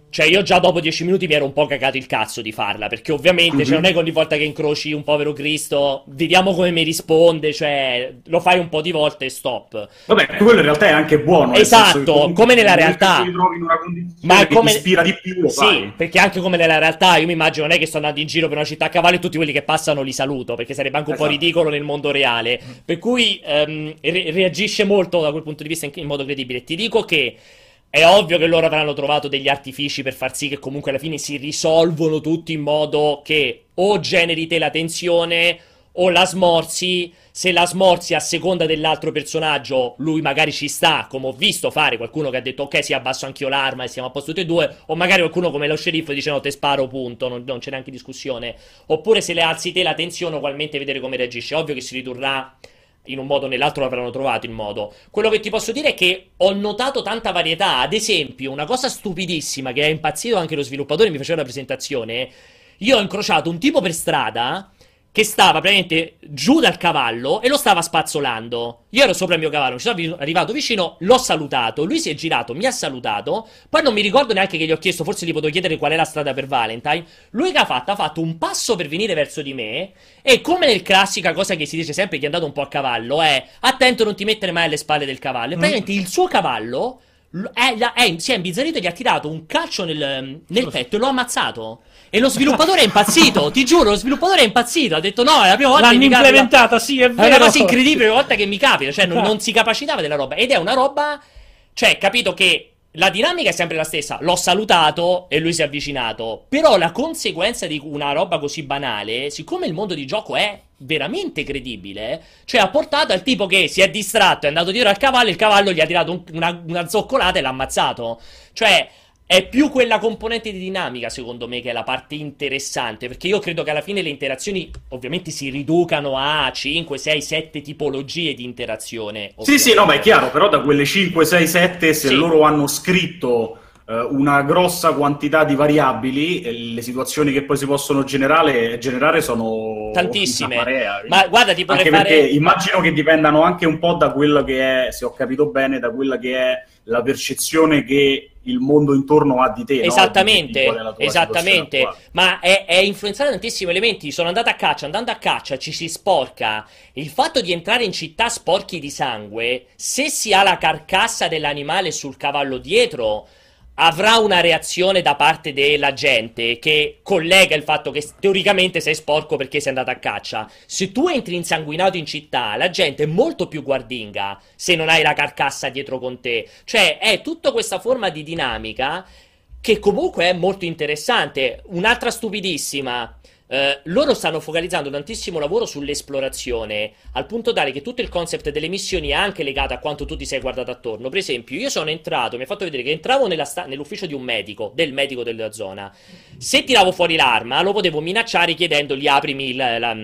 Cioè, io già dopo dieci minuti mi ero un po' cagato il cazzo di farla, perché ovviamente, mm-hmm. cioè, non è che ogni volta che incroci un povero Cristo, vediamo come mi risponde, cioè, lo fai un po' di volte e stop. Vabbè, quello in realtà è anche buono. Esatto, come nella realtà. Ti trovi in una condizione ma che come... ti ispira di più, lo sì, fai. perché anche come nella realtà, io mi immagino, non è che sto andando in giro per una città a cavallo e tutti quelli che passano li saluto, perché sarebbe anche un esatto. po' ridicolo nel mondo reale. Per cui um, re- reagisce molto da quel punto di vista in, in modo credibile. Ti dico che è ovvio che loro avranno trovato degli artifici per far sì che comunque alla fine si risolvono tutti in modo che o generi te la tensione o la smorzi. Se la smorzi a seconda dell'altro personaggio, lui magari ci sta, come ho visto fare qualcuno che ha detto ok, sì, abbasso anch'io l'arma e siamo a posto tutti e due, o magari qualcuno come lo sceriffo dice no, te sparo, punto, non, non c'è neanche discussione. Oppure se le alzi te la tensione, ugualmente vedere come reagisce. Ovvio che si ridurrà in un modo o nell'altro, l'avranno trovato il modo. Quello che ti posso dire è che ho notato tanta varietà. Ad esempio, una cosa stupidissima che è impazzito anche lo sviluppatore, mi faceva la presentazione, io ho incrociato un tipo per strada che stava praticamente giù dal cavallo e lo stava spazzolando. Io ero sopra il mio cavallo, ci sono arrivato vicino, l'ho salutato, lui si è girato, mi ha salutato, poi non mi ricordo neanche che gli ho chiesto, forse gli potevo chiedere qual è la strada per Valentine. Lui che ha fatto? Ha fatto un passo per venire verso di me e, come nel classica cosa che si dice sempre chi è andato un po' a cavallo, è attento non ti mettere mai alle spalle del cavallo. E praticamente mm. il suo cavallo è, è, si è imbizzarrito e gli ha tirato un calcio nel, nel petto e l'ho ammazzato. E lo sviluppatore è impazzito, ti giuro, lo sviluppatore è impazzito, ha detto no, è la prima volta l'hanno che mi implementata, capita. sì, è vero. È una cosa incredibile, la volta che mi capita, cioè non, non si capacitava della roba. Ed è una roba, cioè, capito che la dinamica è sempre la stessa. L'ho salutato e lui si è avvicinato. Però la conseguenza di una roba così banale, siccome il mondo di gioco è veramente credibile, cioè ha portato al tipo che si è distratto, è andato dietro al cavallo, il cavallo gli ha tirato un, una, una zoccolata e l'ha ammazzato. Cioè è più quella componente di dinamica, secondo me, che è la parte interessante, perché io credo che alla fine le interazioni ovviamente si riducano a cinque, sei, sette tipologie di interazione. Sì, sì, no, ma è chiaro, però da quelle cinque, sei, sette, se sì. loro hanno scritto eh, una grossa quantità di variabili, eh, le situazioni che poi si possono generare, generare sono tantissime. Una marea. Ma guarda, ti potrei anche fare... perché immagino che dipendano anche un po' da quello che è, se ho capito bene, da quella che è la percezione che il mondo intorno ha di te. Esattamente, no? esattamente. Ma è, è influenzato da tantissimi elementi. Sono andato a caccia, andando a caccia ci si sporca. Il fatto di entrare in città sporchi di sangue, se si ha la carcassa dell'animale sul cavallo dietro, avrà una reazione da parte della gente che collega il fatto che teoricamente sei sporco perché sei andato a caccia. Se tu entri insanguinato in città, la gente è molto più guardinga se non hai la carcassa dietro con te. Cioè, è tutta questa forma di dinamica che comunque è molto interessante. Un'altra stupidissima... Uh, loro stanno focalizzando tantissimo lavoro sull'esplorazione, al punto tale che tutto il concept delle missioni è anche legato a quanto tu ti sei guardato attorno. Per esempio, io sono entrato, mi ha fatto vedere che entravo nella sta- nell'ufficio di un medico, del medico della zona. Se tiravo fuori l'arma, lo potevo minacciare chiedendogli aprimi la, la,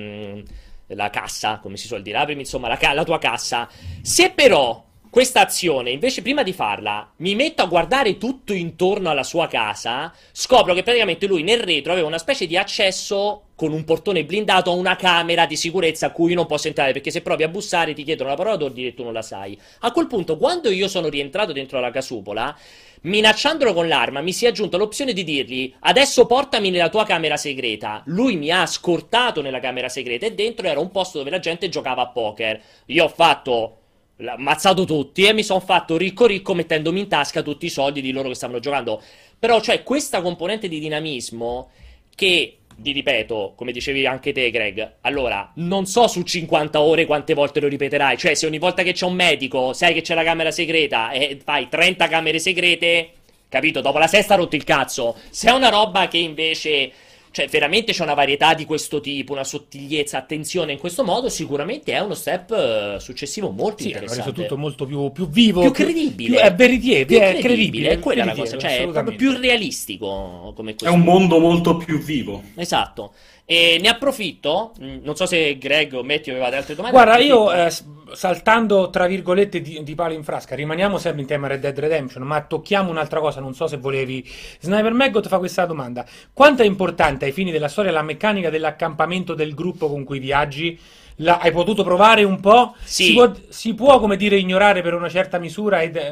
la cassa, come si suol dire, aprimi insomma la, ca- la tua cassa. Se però questa azione, invece, prima di farla, mi metto a guardare tutto intorno alla sua casa, scopro che praticamente lui nel retro aveva una specie di accesso con un portone blindato a una camera di sicurezza a cui io non posso entrare, perché se provi a bussare ti chiedono la parola d'ordine e tu non la sai. A quel punto, quando io sono rientrato dentro la casupola, minacciandolo con l'arma, mi si è aggiunta l'opzione di dirgli adesso portami nella tua camera segreta. Lui mi ha scortato nella camera segreta e dentro era un posto dove la gente giocava a poker. Io ho fatto... l'ho ammazzato tutti e mi sono fatto ricco ricco mettendomi in tasca tutti i soldi di loro che stavano giocando. Però c'è questa componente di dinamismo che, ti ripeto, come dicevi anche te, Greg, allora, non so su cinquanta ore quante volte lo ripeterai. Cioè, se ogni volta che c'è un medico sai che c'è la camera segreta e fai trenta camere segrete, capito? Dopo la sesta ha rotto il cazzo. Se è una roba che invece... cioè, veramente c'è una varietà di questo tipo, una sottigliezza, attenzione in questo modo, sicuramente è uno step uh, successivo molto sì, interessante. Ha reso tutto molto più, più vivo, più credibile. Più, è veritiero, più è credibile, credibile. È quella la credibile, cosa, cioè è proprio più realistico come questo. È un mondo molto più vivo. Esatto. E ne approfitto, non so se Greg o Matthew avevate altre domande. Guarda, io eh, saltando tra virgolette di, di palo in frasca, rimaniamo sempre in tema Red Dead Redemption, ma tocchiamo un'altra cosa, non so se volevi. Sniper Maggot fa questa domanda: quanto è importante ai fini della storia la meccanica dell'accampamento del gruppo con cui viaggi? La, hai potuto provare un po'? Sì. Si può, si può, come dire, ignorare per una certa misura ed...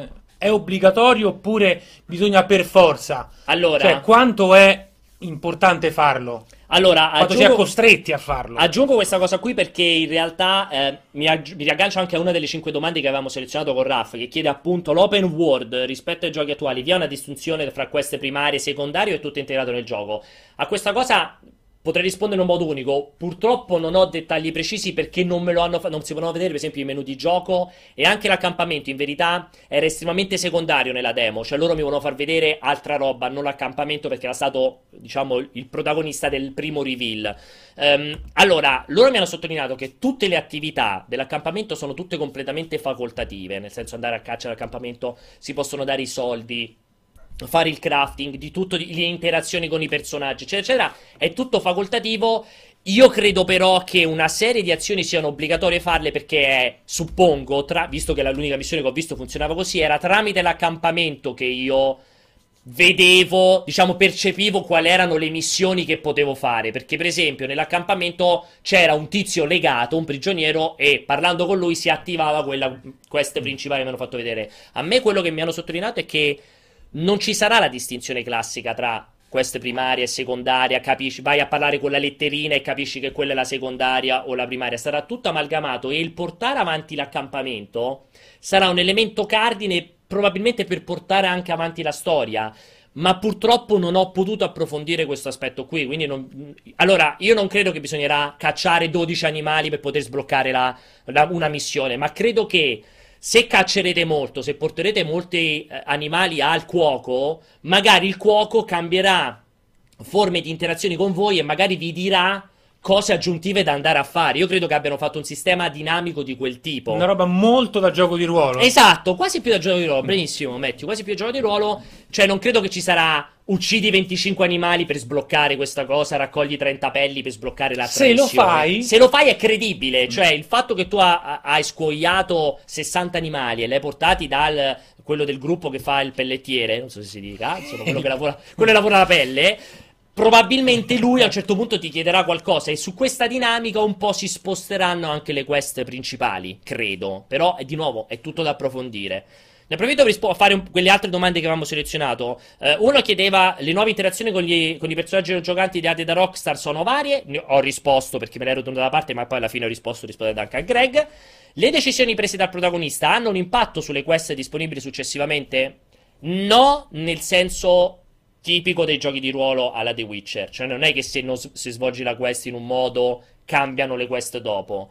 è obbligatorio oppure bisogna per forza? Allora, Cioè, quanto è importante farlo? allora Quanto si è aggiungo, costretti a farlo? aggiungo questa cosa qui perché in realtà eh, mi, aggi- mi riaggancio anche a una delle cinque domande che avevamo selezionato con Raff, che chiede appunto l'open world rispetto ai giochi attuali. Vi è una distinzione fra queste primarie e secondarie o è tutto integrato nel gioco? A questa cosa potrei rispondere in un modo unico. Purtroppo non ho dettagli precisi perché non me lo hanno fa- non si potevano vedere per esempio i menu di gioco, e anche l'accampamento in verità era estremamente secondario nella demo, cioè loro mi volevano far vedere altra roba, non l'accampamento, perché era stato, diciamo, il protagonista del primo reveal. Ehm, allora, loro mi hanno sottolineato che tutte le attività dell'accampamento sono tutte completamente facoltative, nel senso andare a caccia all'accampamento, si possono dare i soldi, fare il crafting, di tutto, di- le interazioni con i personaggi, eccetera, eccetera, è tutto facoltativo. Io credo però che una serie di azioni siano obbligatorie farle perché è, suppongo, tra, visto che la- l'unica missione che ho visto funzionava così, era tramite l'accampamento che io vedevo, diciamo, percepivo quali erano le missioni che potevo fare. Perché, per esempio, nell'accampamento c'era un tizio legato, un prigioniero, e parlando con lui si attivava quella quest principale che mi hanno fatto vedere. A me quello che mi hanno sottolineato è che non ci sarà la distinzione classica tra queste primaria e secondaria, capisci, vai a parlare con la letterina e capisci che quella è la secondaria o la primaria, sarà tutto amalgamato, e il portare avanti l'accampamento sarà un elemento cardine probabilmente per portare anche avanti la storia. Ma purtroppo non ho potuto approfondire questo aspetto qui, quindi non... Allora, io non credo che bisognerà cacciare dodici animali per poter sbloccare la- la- una missione, ma credo che se caccerete molto, se porterete molti eh, animali al cuoco, magari il cuoco cambierà forme di interazioni con voi e magari vi dirà cose aggiuntive da andare a fare. Io credo che abbiano fatto un sistema dinamico di quel tipo. Una roba molto da gioco di ruolo. Esatto, quasi più da gioco di ruolo, benissimo Matthew, quasi più da gioco di ruolo, cioè non credo che ci sarà uccidi venticinque animali per sbloccare questa cosa, raccogli trenta pelli per sbloccare l'altra Se lo missione. fai- Se lo fai è credibile, cioè il fatto che tu ha- ha- hai scuoiato sessanta animali e li hai portati dal quello del gruppo che fa il pellettiere, non so se si dica, insomma, quello che lavora, quello che lavora la pelle. Probabilmente lui a un certo punto ti chiederà qualcosa e su questa dinamica un po' si sposteranno anche le quest principali, credo. Però, eh, di nuovo, è tutto da approfondire. Ne approfitto per rispo- fare un- quelle altre domande che avevamo selezionato. Eh, uno chiedeva le nuove interazioni con, gli- con i personaggi giocanti ideate da Rockstar sono varie. Ne ho risposto perché me l'ero tenuto da parte, ma poi alla fine ho risposto rispondendo anche a Greg. Le decisioni prese dal protagonista hanno un impatto sulle quest disponibili successivamente? No, nel senso tipico dei giochi di ruolo alla The Witcher. Cioè non è che se, non s- se svolgi la quest in un modo cambiano le quest dopo.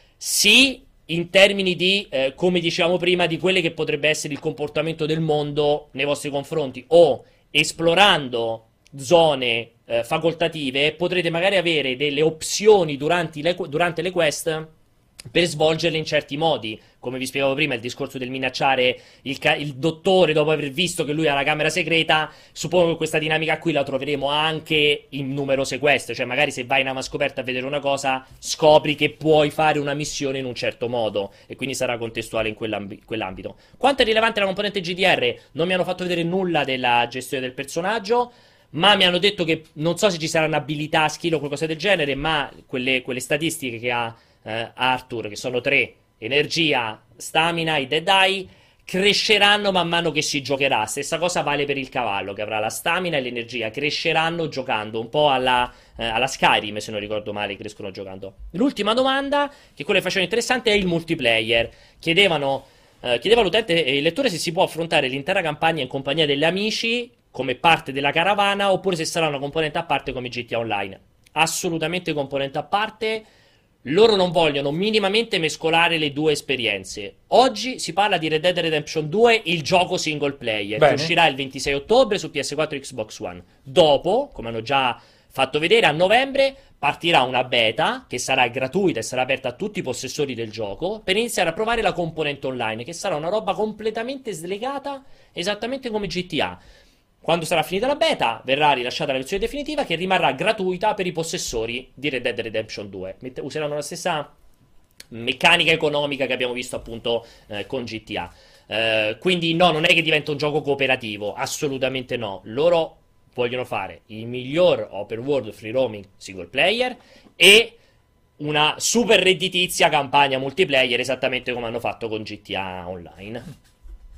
Sì, in termini di, eh, come dicevamo prima, di quelle che potrebbe essere il comportamento del mondo nei vostri confronti, o esplorando zone eh, facoltative potrete magari avere delle opzioni durante le, durante le quest per svolgerle in certi modi. Come vi spiegavo prima, il discorso del minacciare il, ca- il dottore dopo aver visto che lui ha la camera segreta, suppongo che questa dinamica qui la troveremo anche in numerose quest, cioè magari se vai in ama scoperta a vedere una cosa scopri che puoi fare una missione in un certo modo e quindi sarà contestuale in quell'ambi- quell'ambito. Quanto è rilevante la componente G D R? Non mi hanno fatto vedere nulla della gestione del personaggio, ma mi hanno detto che non so se ci saranno abilità, skill o qualcosa del genere, ma quelle, quelle statistiche che ha eh, Arthur, che sono tre, energia, stamina e dead eye, cresceranno man mano che si giocherà. Stessa cosa vale per il cavallo, che avrà la stamina e l'energia, cresceranno giocando, un po' alla, eh, alla Skyrim, se non ricordo male, crescono giocando. L'ultima domanda, che quella che faceva interessante, è il multiplayer. Chiedevano, eh, chiedeva l'utente e il lettore se si può affrontare l'intera campagna in compagnia degli amici, come parte della caravana, oppure se sarà una componente a parte come G T A Online. Assolutamente componente a parte. Loro non vogliono minimamente mescolare le due esperienze. Oggi si parla di Red Dead Redemption due, il gioco single player, Bene. che uscirà il ventisei ottobre su P S quattro e Xbox One. Dopo, come hanno già fatto vedere, a novembre partirà una beta che sarà gratuita e sarà aperta a tutti i possessori del gioco per iniziare a provare la componente online, che sarà una roba completamente slegata, esattamente come G T A. Quando sarà finita la beta, verrà rilasciata la versione definitiva che rimarrà gratuita per i possessori di Red Dead Redemption due. Mette- useranno la stessa meccanica economica che abbiamo visto appunto eh, con G T A. Eh, quindi no, non è che diventa un gioco cooperativo, assolutamente no. Loro vogliono fare il miglior open world free roaming single player e una super redditizia campagna multiplayer, esattamente come hanno fatto con G T A Online.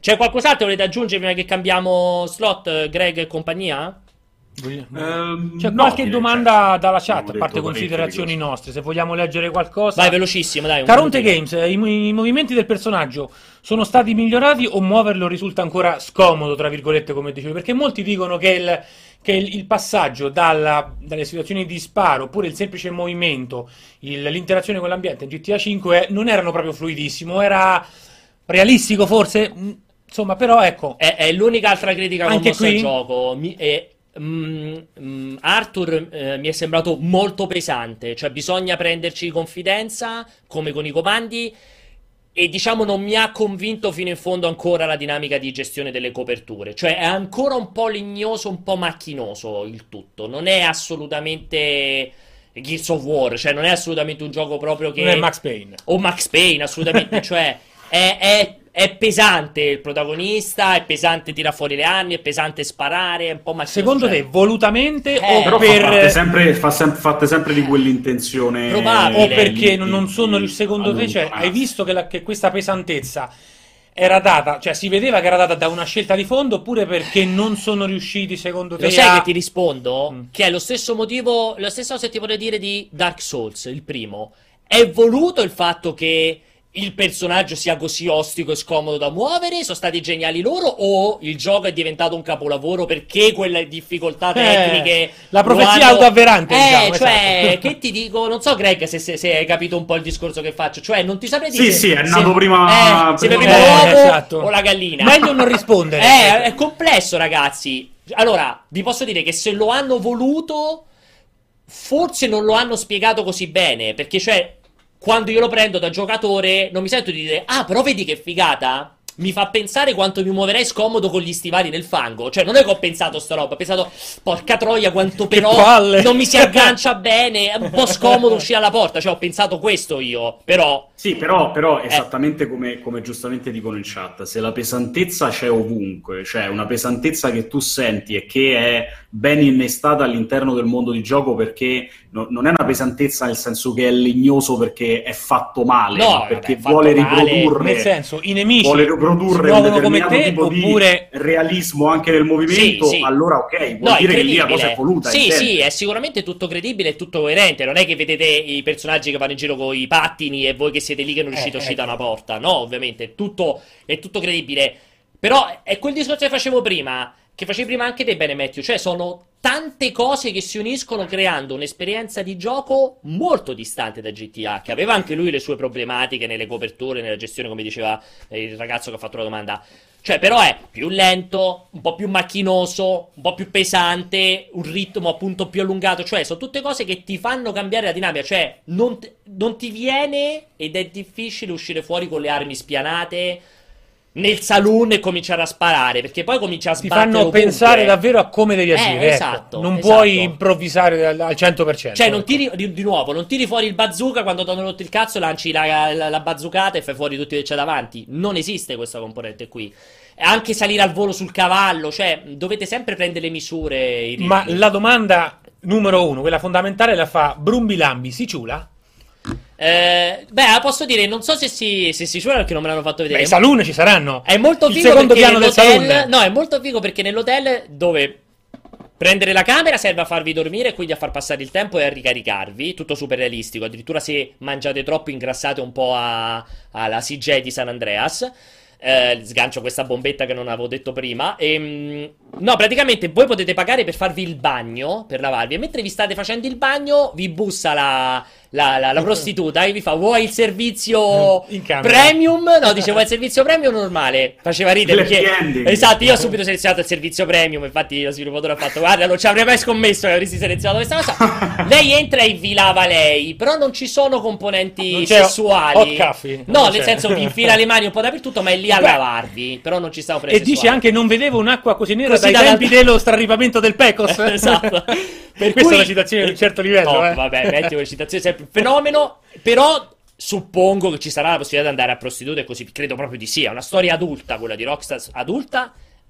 C'è qualcos'altro che volete aggiungere prima che cambiamo slot, Greg e compagnia? Ehm, C'è no, qualche direi, domanda cioè, dalla abbiamo chat, a detto parte parecchie considerazioni cose. nostre, se vogliamo leggere qualcosa. Vai, velocissimo, dai. un Caronte minutino. Games, eh, i, i movimenti del personaggio sono stati migliorati o muoverlo risulta ancora scomodo, tra virgolette, come dicevo? Perché molti dicono che il, che il, il passaggio dalla- dalle situazioni di sparo, oppure il semplice movimento, il- l'interazione con l'ambiente in G T A cinque non erano proprio fluidissimo, era realistico forse? Mm, Insomma, però ecco, È, è l'unica altra critica che ho Anche mosso al qui? gioco. Mi- è- mm, mm, Arthur eh, mi è sembrato molto pesante, cioè bisogna prenderci confidenza, come con i comandi, e diciamo non mi ha convinto fino in fondo ancora la dinamica di gestione delle coperture, cioè è ancora un po' legnoso, un po' macchinoso il tutto, non è assolutamente Gears of War, cioè non è assolutamente un gioco proprio che... non è Max Payne. o Max Payne, assolutamente, cioè è, è- è pesante il protagonista, è pesante tirare fuori le armi, è pesante sparare, è un po' macchinoso, Secondo cioè- te, volutamente Eh, o Però fa- per... fatte sempre, fa sem- fatte sempre di quell'intenzione. Probabile. O perché di- non non sono, di secondo te, cioè, allontanarsi. hai visto che, la- che questa pesantezza era data, cioè si vedeva che era data da una scelta di fondo oppure perché non sono riusciti, secondo te, Lo sai a... che ti rispondo? Mm. Che è lo stesso motivo, la stessa cosa che ti vorrei dire di Dark Souls, il primo. È voluto il fatto che il personaggio sia così ostico e scomodo da muovere? Sono stati geniali loro? O il gioco è diventato un capolavoro perché quelle difficoltà tecniche... la lo profezia hanno- autoavverante, Eh, diciamo, cioè, esatto. che ti dico? Non so, Greg, se, se- se hai capito un po' il discorso che faccio. Cioè, non ti saprei Sì, dire... sì, è se- nato prima- Eh, se prima- prima Eh, l'uovo esatto. o la gallina. Meglio non rispondere. Eh, è complesso, ragazzi. Allora, vi posso dire che se lo hanno voluto, forse non lo hanno spiegato così bene. Perché, cioè, quando io lo prendo da giocatore, non mi sento di dire, ah, però vedi che figata. Mi fa pensare quanto mi muoverei scomodo con gli stivali nel fango. Cioè, non è che ho pensato sta roba, ho pensato, porca troia, quanto però palle. non mi si aggancia bene, è un po' scomodo uscire alla porta. Cioè, ho pensato questo io, però... Sì, però, però Eh. esattamente come, come giustamente dicono in chat, se la pesantezza c'è ovunque, cioè una pesantezza che tu senti e che è ben innestata all'interno del mondo di gioco, perché no- non è una pesantezza nel senso che è legnoso perché è fatto male, No, ma vabbè, perché fatto vuole male, riprodurre, Nel senso, i nemici vuole si riprodurre un muovono come determinato te tipo oppure... di realismo anche nel movimento, Sì, sì. allora ok, vuol No, è dire che lì la credibile. cosa è voluta. Sì, intende. sì, è sicuramente tutto credibile e tutto coerente. Non è che vedete i personaggi che vanno in giro con i pattini e voi che siete lì che non riuscite Eh, a uscire da eh. una porta. No, ovviamente, è tutto, è tutto credibile. Però è quel discorso che facevo prima, che facevi prima anche te, bene, Matthew. Cioè, sono tante cose che si uniscono creando un'esperienza di gioco molto distante da G T A, che aveva anche lui le sue problematiche nelle coperture, nella gestione, come diceva eh, il ragazzo che ha fatto la domanda. Cioè, però è più lento, un po' più macchinoso, un po' più pesante, un ritmo appunto più allungato. Cioè, sono tutte cose che ti fanno cambiare la dinamica. Cioè, non, t- non ti viene ed è difficile uscire fuori con le armi spianate nel saloon e cominciare a sparare, perché poi cominci a ti sbattere fanno ovunque. pensare davvero a come devi Eh, agire. ecco. esatto, Non esatto. puoi improvvisare al, al cento per cento. Cioè, non ecco. tiri di, di nuovo, non tiri fuori il bazooka quando ti hanno rotto il cazzo, lanci la, la, la bazzoocata e fai fuori tutti che c'è davanti. Non esiste questa componente qui. E anche salire al volo sul cavallo, cioè, dovete sempre prendere le misure. I ritmi. Ma la domanda numero uno, quella fondamentale, la fa Brumbilambi, si ciula? Eh, beh, posso dire, non so se si, se si suona perché non me l'hanno fatto vedere. Beh, i saloon ci saranno. È molto Il figo secondo perché piano del nell'hotel- saloon. No, è molto figo perché nell'hotel dove prendere la camera serve a farvi dormire e quindi a far passare il tempo e a ricaricarvi. Tutto super realistico. Addirittura se mangiate troppo ingrassate un po' a- alla C J di San Andreas. Eh, sgancio questa bombetta che non avevo detto prima. Ehm, no, praticamente voi potete pagare per farvi il bagno, per lavarvi. E mentre vi state facendo il bagno, vi bussa la, la, la, la prostituta e vi fa: vuoi il servizio In camera. premium? No, dice: vuoi il servizio premium o normale? Faceva ridere Happy perché. ending. Esatto, io ho subito selezionato il servizio premium. Infatti, lo sviluppatore ha fatto: guarda, non ci avrei mai scommesso che avresti selezionato questa cosa. Lei entra e vi lava lei, però non ci sono componenti Non c'è sessuali. hot coffee, No, non nel c'è. senso vi infila le mani un po' dappertutto, ma è lì a Beh. lavarvi. Però non ci sta un E dice anche non vedevo un'acqua così nera Così dai dalla- tempi dello straripamento del Pecos. Esatto. Per Questa cui- è una citazione di un certo livello, Top, eh. vabbè, metti quelle citazioni sempre un fenomeno. Però suppongo che ci sarà la possibilità di andare a prostitute e così. Credo proprio di sì. È una storia adulta, quella di Rockstar, adulta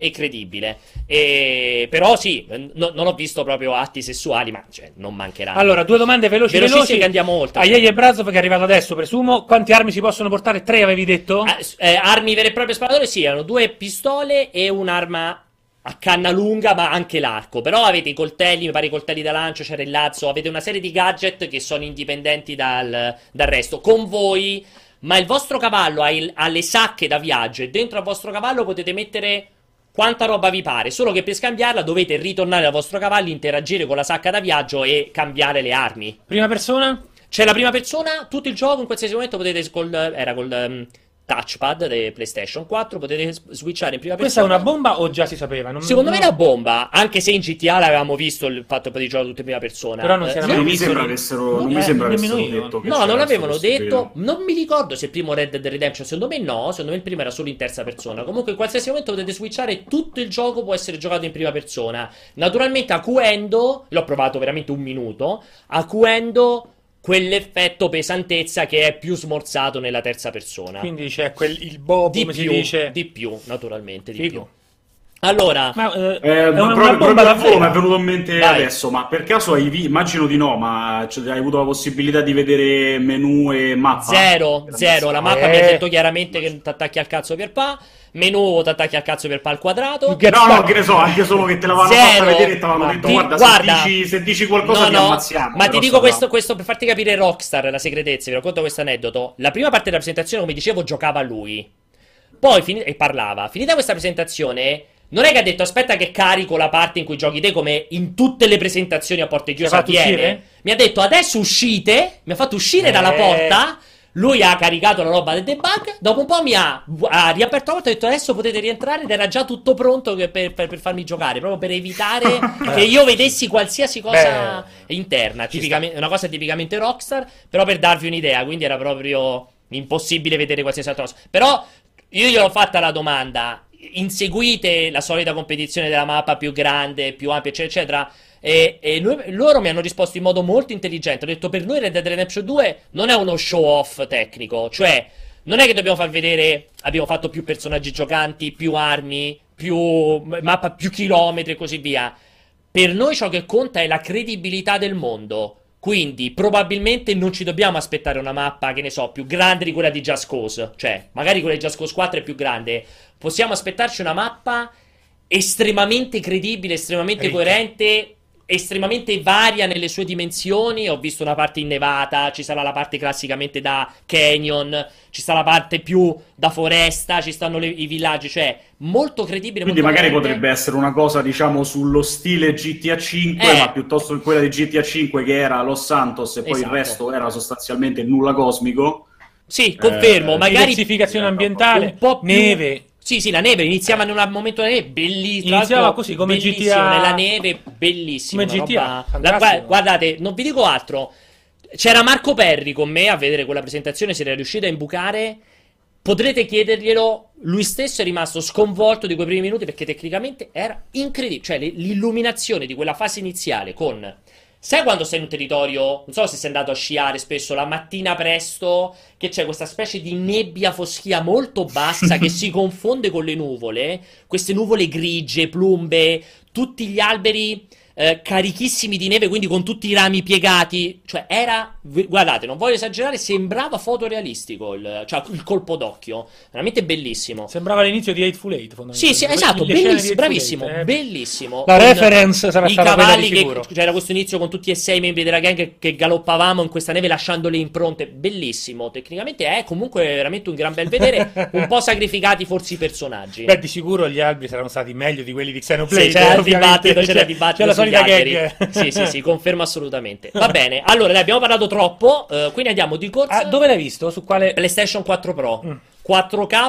e credibile. E... Però sì, no, non ho visto proprio atti sessuali, ma cioè, non mancheranno. Allora, due domande veloci Velocissime veloci. che andiamo oltre. A Yei e Brazov che è arrivato adesso, presumo. Quante armi si possono portare? Tre avevi detto? Ah, eh, armi vere e proprie sparatore, sì, erano due pistole e un'arma a canna lunga, ma anche l'arco. Però avete i coltelli, mi pare i coltelli da lancio, c'era il lazzo, avete una serie di gadget che sono indipendenti dal, dal resto. Con voi, ma il vostro cavallo ha, il, ha le sacche da viaggio e dentro al vostro cavallo potete mettere quanta roba vi pare, solo che per scambiarla dovete ritornare al vostro cavallo, interagire con la sacca da viaggio e cambiare le armi. Prima persona? C'è la prima persona, tutto il gioco in qualsiasi momento potete col, era col um, touchpad dei PlayStation quattro, potete switchare in prima Questa è persona. una bomba o già si sapeva? Non- Secondo me è non- una bomba, anche se in G T A l'avevamo visto il fatto poi di gioco tutto in prima persona. Però non si Eh, era Sì, mai non mi visto sembra lì. avessero, non Eh, mi sembra nemmeno avessero io. detto che No, c'era non questa l'avevano possibilità. detto. Non mi ricordo se il primo Red Dead Redemption, secondo me no. Secondo me il primo era solo in terza persona. Comunque, in qualsiasi momento potete switchare. Tutto il gioco può essere giocato in prima persona. Naturalmente, acuendo, l'ho provato veramente un minuto. Acuendo quell'effetto pesantezza che è più smorzato nella terza persona. Quindi c'è quel, il bobo, di come più, si dice. di più, naturalmente, di Figo. più. Allora, Ma eh, Eh, è una, proprio, una proprio bomba al volo mi è davvero. venuto in mente Vai. adesso, ma per caso hai vi- immagino di no, ma cioè, hai avuto la possibilità di vedere menu e mappa? zero, zero. La mappa mi ha Eh. detto chiaramente che ti attacchi al cazzo per pa. Menu ti attacchi al cazzo per pa al quadrato. Get No, no, stuck. che ne so, anche solo che te l'avevano Zero. fatta vedere e ti avevano Ma detto ti- guarda, guarda. se, dici, se dici qualcosa No, ti no, ammazziamo. ma ti Però dico sta- questo, questo per farti capire Rockstar, la segretezza, vi racconto questo aneddoto. La prima parte della presentazione, come dicevo, giocava lui. Poi, fini- e parlava. Finita questa presentazione, non è che ha detto aspetta che carico la parte in cui giochi te, come in tutte le presentazioni a porte chiuse Ti ha fatto avviene. uscire? Mi ha detto adesso uscite, mi ha fatto uscire Eh. dalla porta. Lui ha caricato la roba del debug. Dopo un po' mi ha, ha riaperto la porta e ha detto adesso potete rientrare. Ed era già tutto pronto che per, per- per farmi giocare, proprio per evitare che io vedessi qualsiasi cosa interna. Tipicamente, una cosa tipicamente Rockstar. Però per darvi un'idea, quindi era proprio impossibile vedere qualsiasi altra cosa. Però io gli ho fatta la domanda: inseguite la solita competizione della mappa più grande, più ampia, eccetera, eccetera. E, e noi- loro mi hanno risposto in modo molto intelligente. Ho detto per noi Red Dead Redemption due non è uno show off tecnico, cioè non è che dobbiamo far vedere abbiamo fatto più personaggi giocanti, più armi, più mappa, più chilometri e così via. Per noi ciò che conta è la credibilità del mondo. Quindi probabilmente non ci dobbiamo aspettare una mappa, che ne so, più grande di quella di Just Cause. Cioè, magari quella di Just Cause quattro è più grande. Possiamo aspettarci una mappa estremamente credibile, estremamente Ricca. coerente, estremamente varia nelle sue dimensioni. Ho visto una parte innevata, ci sarà la parte classicamente da canyon, ci sta la parte più da foresta, ci stanno le- i villaggi, cioè molto credibile. Quindi molto magari coerente. potrebbe essere una cosa, diciamo, sullo stile G T A cinque, Eh. ma piuttosto che quella di G T A cinque che era Los Santos e poi Esatto. il resto era sostanzialmente il nulla cosmico. Sì, confermo, Eh, magari Diversificazione eh, ambientale, un po' più- neve. Sì, sì, la neve iniziava in un momento della neve, bellissimo. Iniziava così, come G T A. Nella neve, bellissimo. Come una G T A, roba- fantastico. La- gua- guardate, non vi dico altro. C'era Marco Perri con me a vedere quella presentazione, se era riuscito a imbucare. Potrete chiederglielo, lui stesso è rimasto sconvolto di quei primi minuti perché tecnicamente era incredibile. Cioè, le- l'illuminazione di quella fase iniziale con... Sai quando sei in un territorio, non so se sei andato a sciare spesso, la mattina presto, che c'è questa specie di nebbia foschia molto bassa che si confonde con le nuvole, queste nuvole grigie, plumbe, tutti gli alberi eh, carichissimi di neve, quindi con tutti i rami piegati, cioè era, v- guardate, non voglio esagerare, sembrava fotorealistico il, cioè, il colpo d'occhio, veramente bellissimo. Sembrava l'inizio di Hateful Eight, Sì, sì, fondamentalmente. esatto, Le scene di bellissimo, Hateful bravissimo, Eight, eh. bellissimo. La Con reference sarà i stata quella cavalli di che sicuro. c'era questo inizio con tutti e sei membri della gang che, che galoppavamo in questa neve lasciando le impronte, bellissimo. Tecnicamente è comunque veramente un gran bel vedere, un po' sacrificati forse i personaggi. Beh, di sicuro gli alberi saranno stati meglio di quelli di Xenoblade. Sì, c'era il ovviamente. dibattito, c'era il C'è- dibattito c'è la sugli solita alberi. gag. Sì, sì, sì, confermo assolutamente. Va bene, allora dai, abbiamo parlato troppo, eh, quindi andiamo di corsa. Ah, dove l'hai visto? Su quale? PlayStation quattro Pro, Mm. quattro K.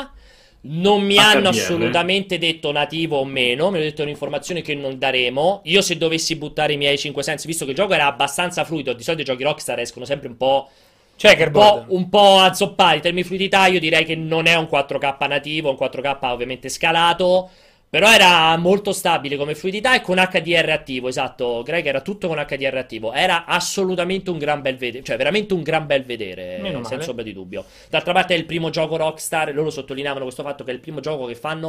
Non mi H D R. hanno assolutamente detto nativo o meno, mi hanno detto un'informazione che non daremo. Io se dovessi buttare i miei cinque sensi, visto che il gioco era abbastanza fluido, di solito i giochi Rockstar escono sempre un po', un po', Checkerboard. un po' azzoppati in termini di fluidità, io direi che non è un quattro K nativo, un quattro K ovviamente scalato, però era molto stabile come fluidità e con H D R attivo, esatto, Greg, era tutto con H D R attivo, era assolutamente un gran bel vedere, cioè veramente un gran bel vedere, Meno male. senza ombra di dubbio. D'altra parte è il primo gioco Rockstar, loro sottolineavano questo fatto che è il primo gioco che fanno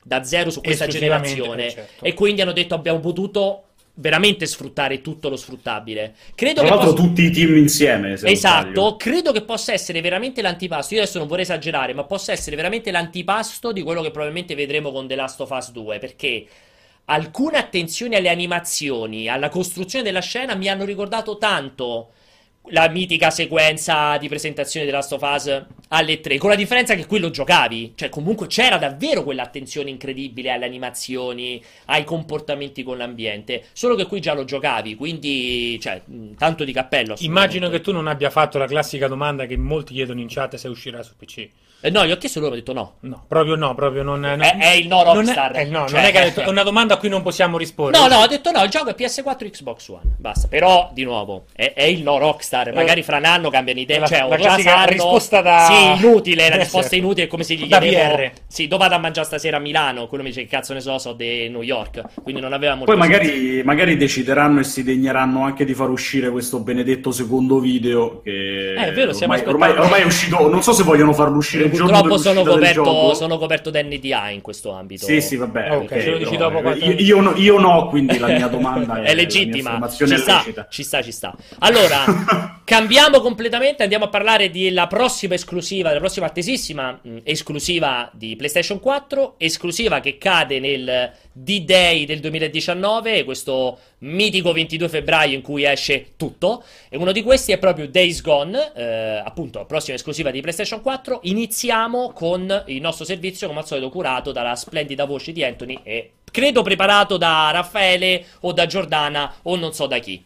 da zero su questa Esclusivamente, generazione, eh, certo. e quindi hanno detto abbiamo potuto veramente sfruttare tutto lo sfruttabile. Credo Tra che l'altro possa... tutti i team insieme, se non Esatto, sbaglio. credo che possa essere veramente l'antipasto. Io adesso non vorrei esagerare, ma possa essere veramente l'antipasto di quello che probabilmente vedremo con The Last of Us due, perché alcune attenzioni alle animazioni, alla costruzione della scena mi hanno ricordato tanto la mitica sequenza di presentazione di Last of Us alle tre, con la differenza che qui lo giocavi, cioè comunque c'era davvero quell'attenzione incredibile alle animazioni, ai comportamenti con l'ambiente, solo che qui già lo giocavi, quindi cioè mh, tanto di cappello. Immagino assolutamente. che tu non abbia fatto la classica domanda che molti chiedono in chat se uscirà su P C. Eh, no, gli ho chiesto loro, ho detto no. No, proprio no, proprio non non- È- è il no non Rockstar. è, eh, no, Cioè- non è che ha detto- è una domanda a cui non possiamo rispondere. No, no, ho detto no, il gioco è P S quattro Xbox One, basta. Però, di nuovo, è, è il no Rockstar. Magari fra un anno cambiano idea. la- Cioè, la o già classica sanno... risposta da- Sì, inutile, la Eh, risposta certo. inutile è come se gli Da chiedevo... P R. Sì, dove vado a mangiare stasera a Milano? Quello mi dice che cazzo ne so, so di New York. Quindi non aveva molto Poi senso. magari, magari decideranno e si degneranno anche di far uscire questo benedetto secondo video che Eh, è vero, stiamo ormai, ormai, aspettando. ormai è uscito, non so se vogliono farlo uscire il giorno Purtroppo sono dell'uscita del coperto, gioco. sono coperto da N D A in questo ambito. Sì, sì, vabbè. Ok, ce lo dici però, dopo eh, quattro io, anni. io no, io no, quindi la mia domanda è, È legittima, la mia affermazione ci è sta, lecita. ci sta, ci sta. Allora, cambiamo completamente, andiamo a parlare della prossima esclusiva, della prossima attesissima mh, esclusiva di PlayStation quattro, esclusiva che cade nel D-Day del duemiladiciannove, questo mitico ventidue febbraio in cui esce tutto, e uno di questi è proprio Days Gone, eh, appunto, la prossima esclusiva di PlayStation quattro. Iniziamo con il nostro servizio, come al solito, curato dalla splendida voce di Anthony e credo preparato da Raffaele o da Giordana o non so da chi.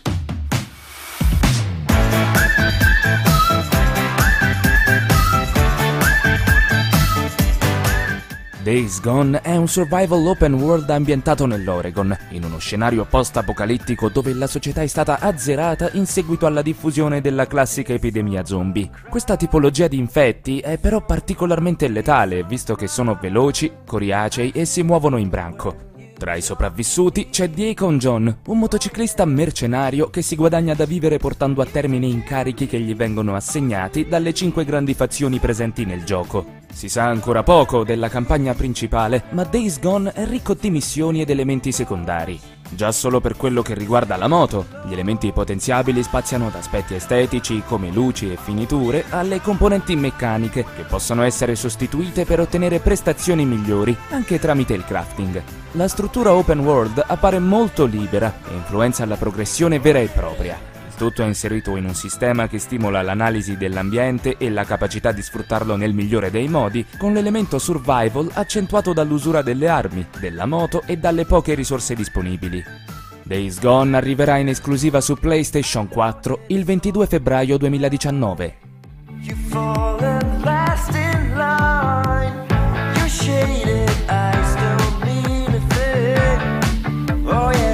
Days Gone è un survival open world ambientato nell'Oregon, in uno scenario post-apocalittico dove la società è stata azzerata in seguito alla diffusione della classica epidemia zombie. Questa tipologia di infetti è però particolarmente letale, visto che sono veloci, coriacei e si muovono in branco. Tra i sopravvissuti c'è Deacon John, un motociclista mercenario che si guadagna da vivere portando a termine incarichi che gli vengono assegnati dalle cinque grandi fazioni presenti nel gioco. Si sa ancora poco della campagna principale, ma Days Gone è ricco di missioni ed elementi secondari. Già solo per quello che riguarda la moto, gli elementi potenziabili spaziano da aspetti estetici come luci e finiture alle componenti meccaniche che possono essere sostituite per ottenere prestazioni migliori anche tramite il crafting. La struttura open world appare molto libera e influenza la progressione vera e propria. Il tutto è inserito in un sistema che stimola l'analisi dell'ambiente e la capacità di sfruttarlo nel migliore dei modi, con l'elemento survival accentuato dall'usura delle armi, della moto e dalle poche risorse disponibili. Days Gone arriverà in esclusiva su PlayStation quattro il ventidue febbraio duemiladiciannove. You fall at last in line. Your shaded eyes don't mean a thing. Oh yeah.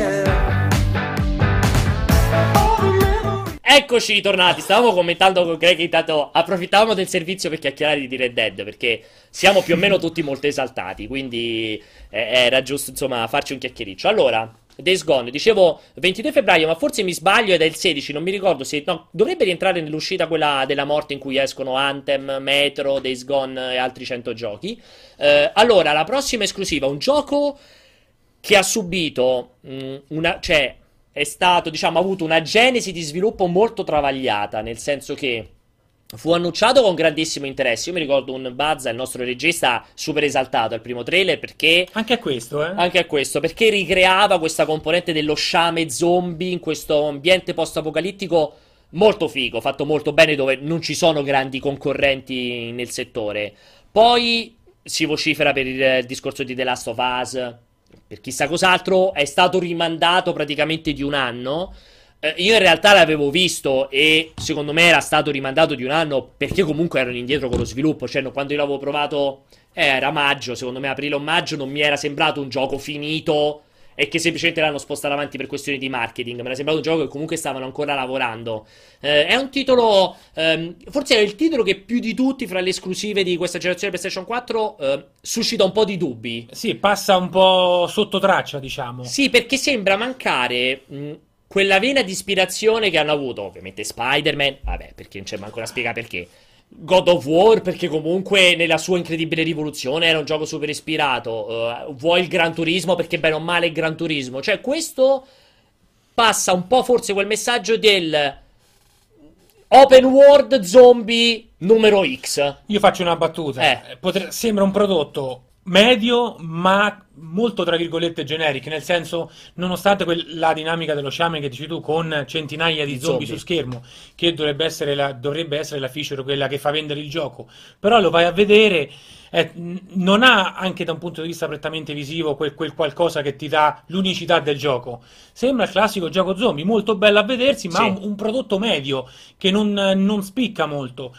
All the memories. Eccoci ritornati, stavamo commentando con Greg, intanto approfittavamo del servizio per chiacchierare di Red Dead, perché siamo più o meno tutti molto esaltati, quindi eh, era giusto insomma farci un chiacchiericcio. Allora, Days Gone, dicevo ventidue febbraio, ma forse mi sbaglio ed è il sedici, non mi ricordo se... No, dovrebbe rientrare nell'uscita quella della morte in cui escono Anthem, Metro, Days Gone e altri cento giochi. Eh, allora, la prossima esclusiva, un gioco che ha subito mh, una... cioè... è stato, diciamo, ha avuto una genesi di sviluppo molto travagliata, nel senso che fu annunciato con grandissimo interesse. Io mi ricordo un Bazza, il nostro regista, super esaltato al primo trailer perché... Anche a questo, eh? Anche a questo, perché ricreava questa componente dello sciame zombie in questo ambiente post-apocalittico molto figo, fatto molto bene, dove non ci sono grandi concorrenti nel settore. Poi si vocifera per il discorso di The Last of Us, per chissà cos'altro, è stato rimandato praticamente di un anno. Eh, io in realtà l'avevo visto e secondo me era stato rimandato di un anno perché comunque erano indietro con lo sviluppo. Cioè, no, quando io l'avevo provato, eh, era maggio, secondo me aprile o maggio, non mi era sembrato un gioco finito e che semplicemente l'hanno spostato avanti per questioni di marketing. Mi era sembrato un gioco che comunque stavano ancora lavorando. Eh, è un titolo, ehm, forse è il titolo che più di tutti fra le esclusive di questa generazione PlayStation quattro eh, suscita un po' di dubbi. Sì, passa un po' sotto traccia, diciamo. Sì, perché sembra mancare mh, quella vena di ispirazione che hanno avuto, ovviamente Spider-Man, vabbè, perché non c'è manco da spiegare perché. God of War, perché comunque nella sua incredibile rivoluzione era un gioco super ispirato. Uh, vuoi il Gran Turismo, perché bene o male è Gran Turismo. Cioè, questo passa un po' forse quel messaggio del open world zombie numero X. Io faccio una battuta. Eh. Potre- sembra un prodotto medio, ma molto tra virgolette generic, nel senso, nonostante quel- la dinamica dello sciame che dici tu, con centinaia di Di zombie, zombie. su schermo, che dovrebbe essere la, dovrebbe essere la feature quella che fa vendere il gioco, però lo vai a vedere, eh, n- non ha, anche da un punto di vista prettamente visivo, quel, quel qualcosa che ti dà l'unicità del gioco. Sembra il classico gioco zombie, molto bello a vedersi, ma Sì. un, un prodotto medio che non, non spicca molto.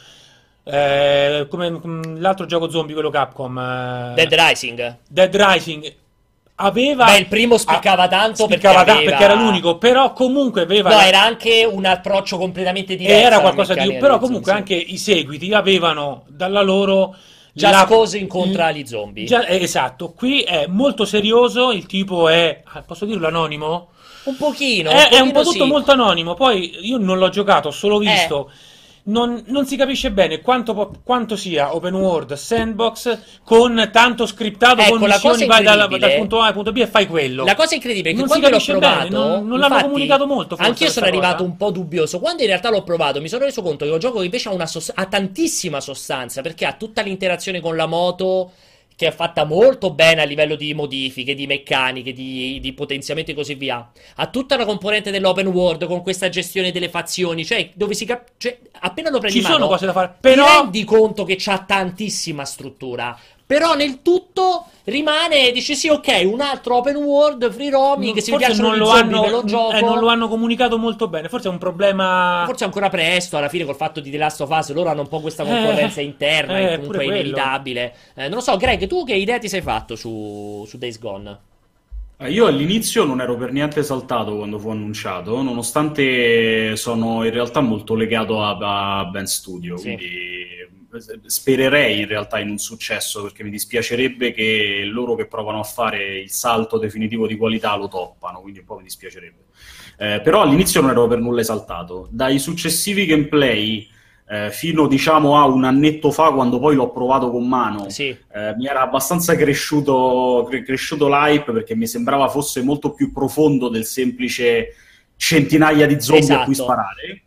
Eh, come mm, l'altro gioco zombie, quello Capcom, eh, Dead Rising. Dead Rising aveva, Beh, il primo spiccava ah, tanto perché spiccava ta- aveva- perché era l'unico, però comunque aveva No, la- era anche un approccio completamente e diverso. era alla qualcosa di meccanica però dei comunque zombie, anche i seguiti avevano dalla loro Just la- Cause incontra gli zombie. già- eh, esatto, qui è molto serioso, il tipo è, ah, posso dirlo anonimo? sì. Un pochino. È, è un po' pochino tutto sì. molto anonimo. Poi io non l'ho giocato, ho solo Eh. visto. Non, non si capisce bene quanto, po- quanto sia open world sandbox con tanto scriptato, Ecco, con la missioni, cosa vai dal, incredibile- dal punto A al punto B e fai quello. La cosa incredibile è che Non si quando l'ho capisce bene, provato, non- non l'hanno infatti, comunicato molto, forse, anch'io sono questa arrivato cosa. un po' dubbioso. Quando in realtà l'ho provato, mi sono reso conto che è un gioco che invece ha, una sos- ha tantissima sostanza, perché ha tutta l'interazione con la moto, che è fatta molto bene a livello di modifiche, di meccaniche, di, di potenziamento e così via. Ha tutta la componente dell'open world con questa gestione delle fazioni, cioè dove si cap- cioè, appena lo prendi Ci in mano, sono cose da fare, ti però rendi conto che c'ha tantissima struttura. Però nel tutto rimane, dici sì, ok, un altro open world, free roaming, se mi forse piacciono non gli lo, zombie hanno, me lo gioco. eh, non lo hanno comunicato molto bene. Forse è un problema. Forse è ancora presto, alla fine col fatto di The Last of Us loro hanno un po' questa concorrenza Eh, interna, eh, che pure comunque è quello. inevitabile. Eh, non lo so, Greg, tu che idea ti sei fatto su, su Days Gone? Eh, Io all'inizio non ero per niente esaltato quando fu annunciato, nonostante sono in realtà molto legato a, a Ben Studio, Sì. quindi spererei in realtà in un successo, perché mi dispiacerebbe che loro che provano a fare il salto definitivo di qualità lo toppano, quindi un po' mi dispiacerebbe. Eh, però all'inizio non ero per nulla esaltato. Dai successivi gameplay, eh, fino diciamo a un annetto fa, quando poi l'ho provato con mano, Sì. eh, mi era abbastanza cresciuto, cre- cresciuto l'hype, perché mi sembrava fosse molto più profondo del semplice centinaia di zombie a cui Esatto. sparare.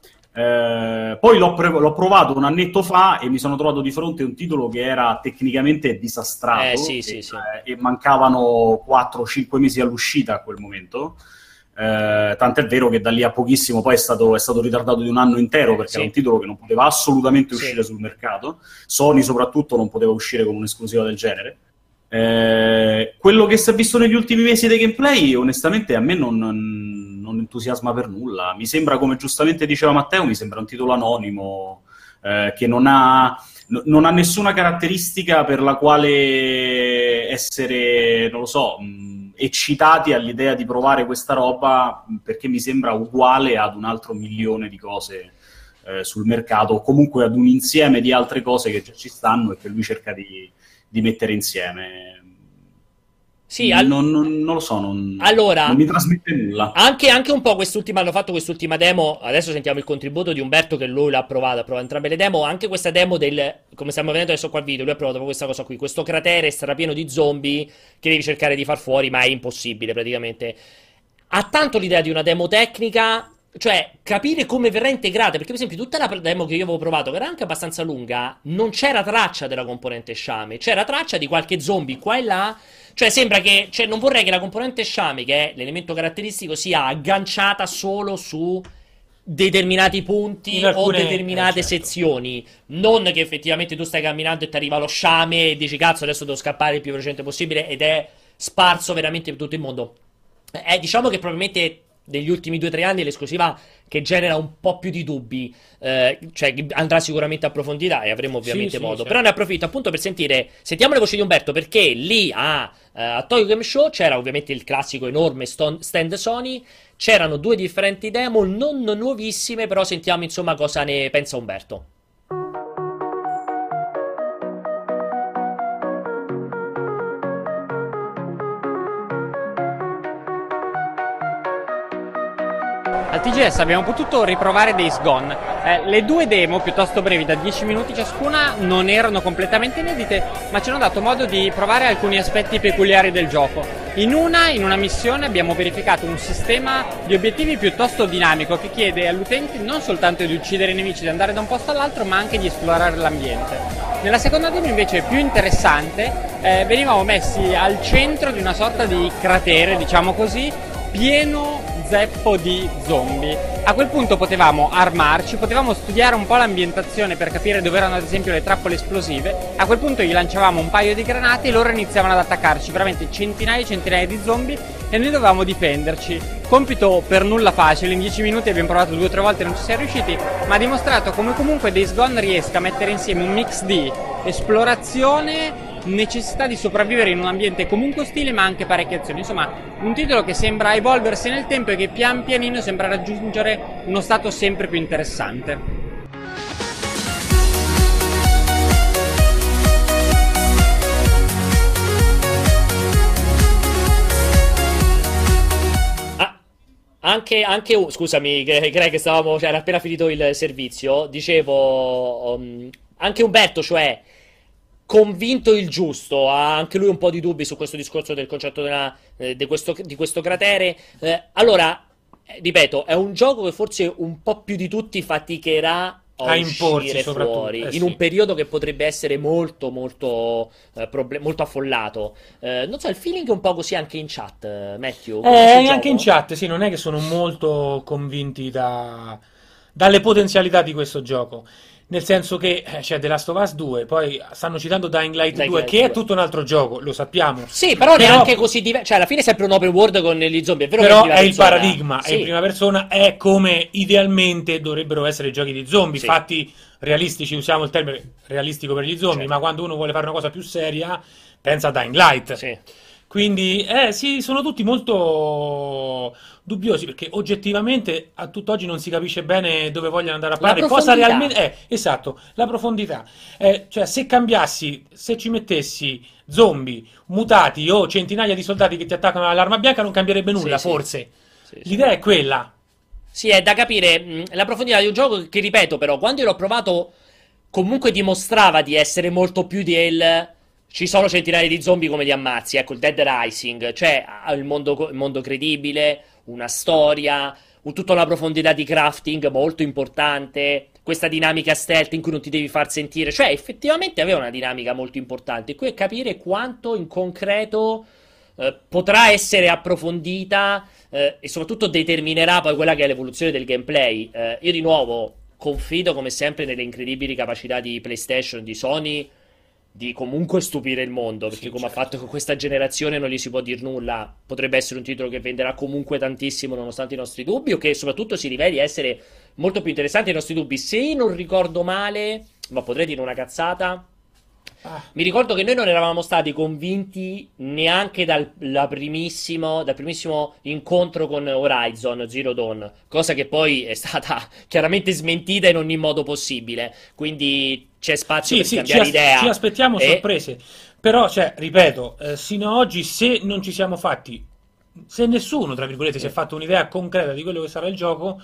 Eh, poi l'ho, pre- l'ho provato un annetto fa e mi sono trovato di fronte a un titolo che era tecnicamente disastrato, Eh, sì, e, sì, sì. eh, e mancavano quattro cinque mesi all'uscita a quel momento. Eh, tant'è vero che da lì a pochissimo poi è stato, è stato ritardato di un anno intero, perché Sì. era un titolo che non poteva assolutamente Sì. uscire sul mercato. Sony soprattutto non poteva uscire con un'esclusiva del genere. Eh, quello che si è visto negli ultimi mesi dei gameplay onestamente a me non, non entusiasma per nulla. Mi sembra, come giustamente diceva Matteo, mi sembra un titolo anonimo, eh, che non ha, n- non ha nessuna caratteristica per la quale essere, non lo so, mh, eccitati all'idea di provare questa roba, mh, perché mi sembra uguale ad un altro milione di cose eh, sul mercato, o comunque ad un insieme di altre cose che già ci stanno e che lui cerca di, di mettere insieme. Sì, al- non, non- non lo so, non, Allora- non mi trasmette nulla. Anche, anche un po' quest'ultima, hanno fatto quest'ultima demo. Adesso sentiamo il contributo di Umberto, che lui l'ha provato, ha provato entrambe le demo. Anche questa demo del, come stiamo vedendo adesso qua al video, lui ha provato proprio questa cosa qui, questo cratere strapieno di zombie che devi cercare di far fuori, ma è impossibile praticamente. Ha tanto l'idea di una demo tecnica, cioè capire come verrà integrata, perché per esempio tutta la demo che io avevo provato, che era anche abbastanza lunga, non c'era traccia della componente sciame, c'era traccia di qualche zombie qua e là. Cioè sembra che, cioè non vorrei che la componente sciame, che è l'elemento caratteristico, sia agganciata solo su determinati punti In o alcune- determinate eh, certo. sezioni. Non che effettivamente tu stai camminando e ti arriva lo sciame e dici cazzo adesso devo scappare il più velocemente possibile, ed è sparso veramente per tutto il mondo. È, diciamo che probabilmente negli ultimi due o tre anni l'esclusiva che genera un po' più di dubbi, eh, cioè che andrà sicuramente approfondita e avremo ovviamente Sì, sì, modo. certo. Però ne approfitto appunto per sentire, sentiamo le voci di Umberto, perché lì a, eh, a Tokyo Game Show c'era ovviamente il classico enorme ston- stand Sony, c'erano due differenti demo non nuovissime, però sentiamo insomma cosa ne pensa Umberto. Al T G S abbiamo potuto riprovare Days Gone. Eh, le due demo, piuttosto brevi, da dieci minuti ciascuna, non erano completamente inedite, ma ci hanno dato modo di provare alcuni aspetti peculiari del gioco. In una, in una missione abbiamo verificato un sistema di obiettivi piuttosto dinamico che chiede all'utente non soltanto di uccidere i nemici, di andare da un posto all'altro, ma anche di esplorare l'ambiente. Nella seconda demo invece, più interessante, eh, venivamo messi al centro di una sorta di cratere, diciamo così, pieno zeppo di zombie. A quel punto potevamo armarci, potevamo studiare un po' l'ambientazione per capire dove erano ad esempio le trappole esplosive. A quel punto gli lanciavamo un paio di granate e loro iniziavano ad attaccarci, veramente centinaia e centinaia di zombie, e noi dovevamo difenderci. Compito per nulla facile, in dieci minuti abbiamo provato due o tre volte e non ci siamo riusciti, ma ha dimostrato come comunque Days Gone riesca a mettere insieme un mix di esplorazione, necessità di sopravvivere in un ambiente comunque ostile, ma anche parecchie azioni. Insomma, un titolo che sembra evolversi nel tempo e che pian pianino sembra raggiungere uno stato sempre più interessante. Anche, anche scusami Greg, stavamo, cioè, era appena finito il servizio. Dicevo, um, anche Umberto, cioè, convinto il giusto, ha anche lui un po' di dubbi su questo discorso del concetto della, eh, di, questo, di questo cratere. Eh, allora, eh, ripeto, è un gioco che forse un po' più di tutti faticherà a uscire fuori, eh, in un sì. periodo che potrebbe essere molto molto eh, proble- molto affollato. Eh, non so, il feeling è un po' così anche in chat, eh, Matthew. Eh, anche in chat, sì, non è che sono molto convinti da, dalle potenzialità di questo gioco. Nel senso che eh, c'è The Last of Us due, poi stanno citando Dying Light Dying due, Light che due. è tutto un altro gioco, lo sappiamo. Sì, però, Però- neanche così diverso. Cioè, alla fine è sempre un open world con gli zombie. È vero Però che in è prima il persona. paradigma, è Sì. in prima persona, è come idealmente dovrebbero essere i giochi di zombie, Sì. fatti realistici, usiamo il termine realistico per gli zombie, Certo. ma quando uno vuole fare una cosa più seria, pensa a Dying Light. Sì. Quindi, eh, sì, sono tutti molto dubbiosi, perché oggettivamente a tutt'oggi non si capisce bene dove vogliono andare a La parare, cosa profondità. realmente è, esatto, la profondità. Eh, cioè, se cambiassi, se ci mettessi zombie, mutati o centinaia di soldati che ti attaccano all'arma bianca, non cambierebbe nulla, Sì, sì. forse. Sì, sì. L'idea è quella. Sì, è da capire mh, la profondità di un gioco che, ripeto, però, quando io l'ho provato, comunque dimostrava di essere molto più del ci sono centinaia di zombie come li ammazzi. Ecco, il Dead Rising, cioè ha il mondo, il mondo credibile, una storia, un- tutta una profondità di crafting molto importante, questa dinamica stealth in cui non ti devi far sentire, cioè effettivamente aveva una dinamica molto importante. Qui è capire quanto in concreto eh, potrà essere approfondita eh, e soprattutto determinerà poi quella che è l'evoluzione del gameplay. Eh, io di nuovo confido come sempre nelle incredibili capacità di PlayStation, di Sony, di comunque stupire il mondo, perché Sì, come certo. ha fatto con questa generazione non gli si può dire nulla. Potrebbe essere un titolo che venderà comunque tantissimo nonostante i nostri dubbi, o che soprattutto si riveli essere molto più interessante dei nostri dubbi. Se non ricordo male, ma potrei dire una cazzata, Ah, mi ricordo che noi non eravamo stati convinti neanche dal, la primissimo, dal primissimo incontro con Horizon Zero Dawn, cosa che poi è stata chiaramente smentita in ogni modo possibile, quindi c'è spazio sì, per sì, ci, cambiare as- idea. ci aspettiamo E- sorprese. Però, cioè, ripeto, eh, sino ad oggi, se non ci siamo fatti, se nessuno, tra virgolette, si è fatto un'idea concreta di quello che sarà il gioco,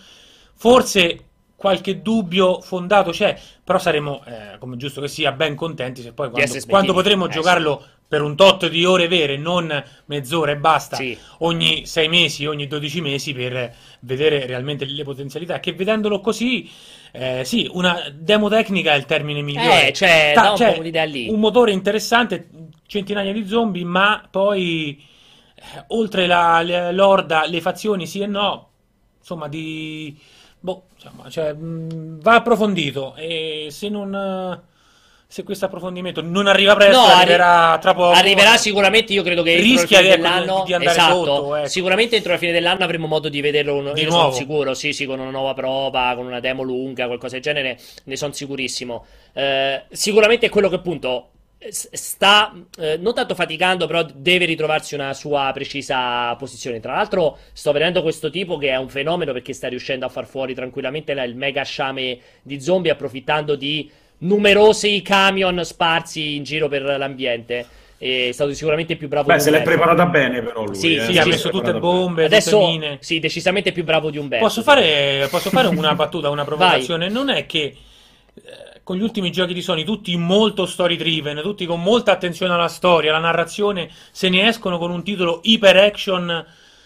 forse qualche dubbio fondato c'è, però saremo, eh, come giusto che sia, ben contenti se poi quando, essere smentiti. quando potremo Eh, giocarlo per un tot di ore vere, non mezz'ora e basta, Sì. ogni sei mesi, ogni dodici mesi, per vedere realmente le potenzialità, che vedendolo così, eh, sì, una demo tecnica è il termine migliore. Eh, cioè, Ta- dà un cioè, po' un'idea lì. un motore interessante, centinaia di zombie, ma poi eh, oltre la, le- l'orda, le fazioni sì e no, insomma, di boh, insomma, cioè, mh, va approfondito, e se non eh, se questo approfondimento non arriva presto, No, arri- arriverà tra poco. Arriverà sicuramente, io credo che entro la Rischia fine che, dell'anno, di andare esatto, sotto, ecco. sicuramente entro la fine dell'anno avremo modo di vederlo, un- Di io nuovo. sono sicuro, sì sì, con una nuova prova, con una demo lunga, qualcosa del genere, ne sono sicurissimo. Eh, sicuramente è quello che appunto s- sta eh, non tanto faticando, però deve ritrovarsi una sua precisa posizione. Tra l'altro sto vedendo questo tipo che è un fenomeno, perché sta riuscendo a far fuori tranquillamente la- il mega sciame di zombie, approfittando di numerosi camion sparsi in giro per l'ambiente. è stato sicuramente più bravo Beh, di se l'è Umberto. preparata bene però lui. Sì, eh, sì, Sì, ha se l'è messo tutte preparata bombe, Adesso, tutte mine. sì, decisamente più bravo di Umberto. Posso fare, posso fare una battuta, una Vai. provocazione? Non è che eh, con gli ultimi giochi di Sony, tutti molto story driven, tutti con molta attenzione alla storia, alla narrazione, se ne escono con un titolo hyper action.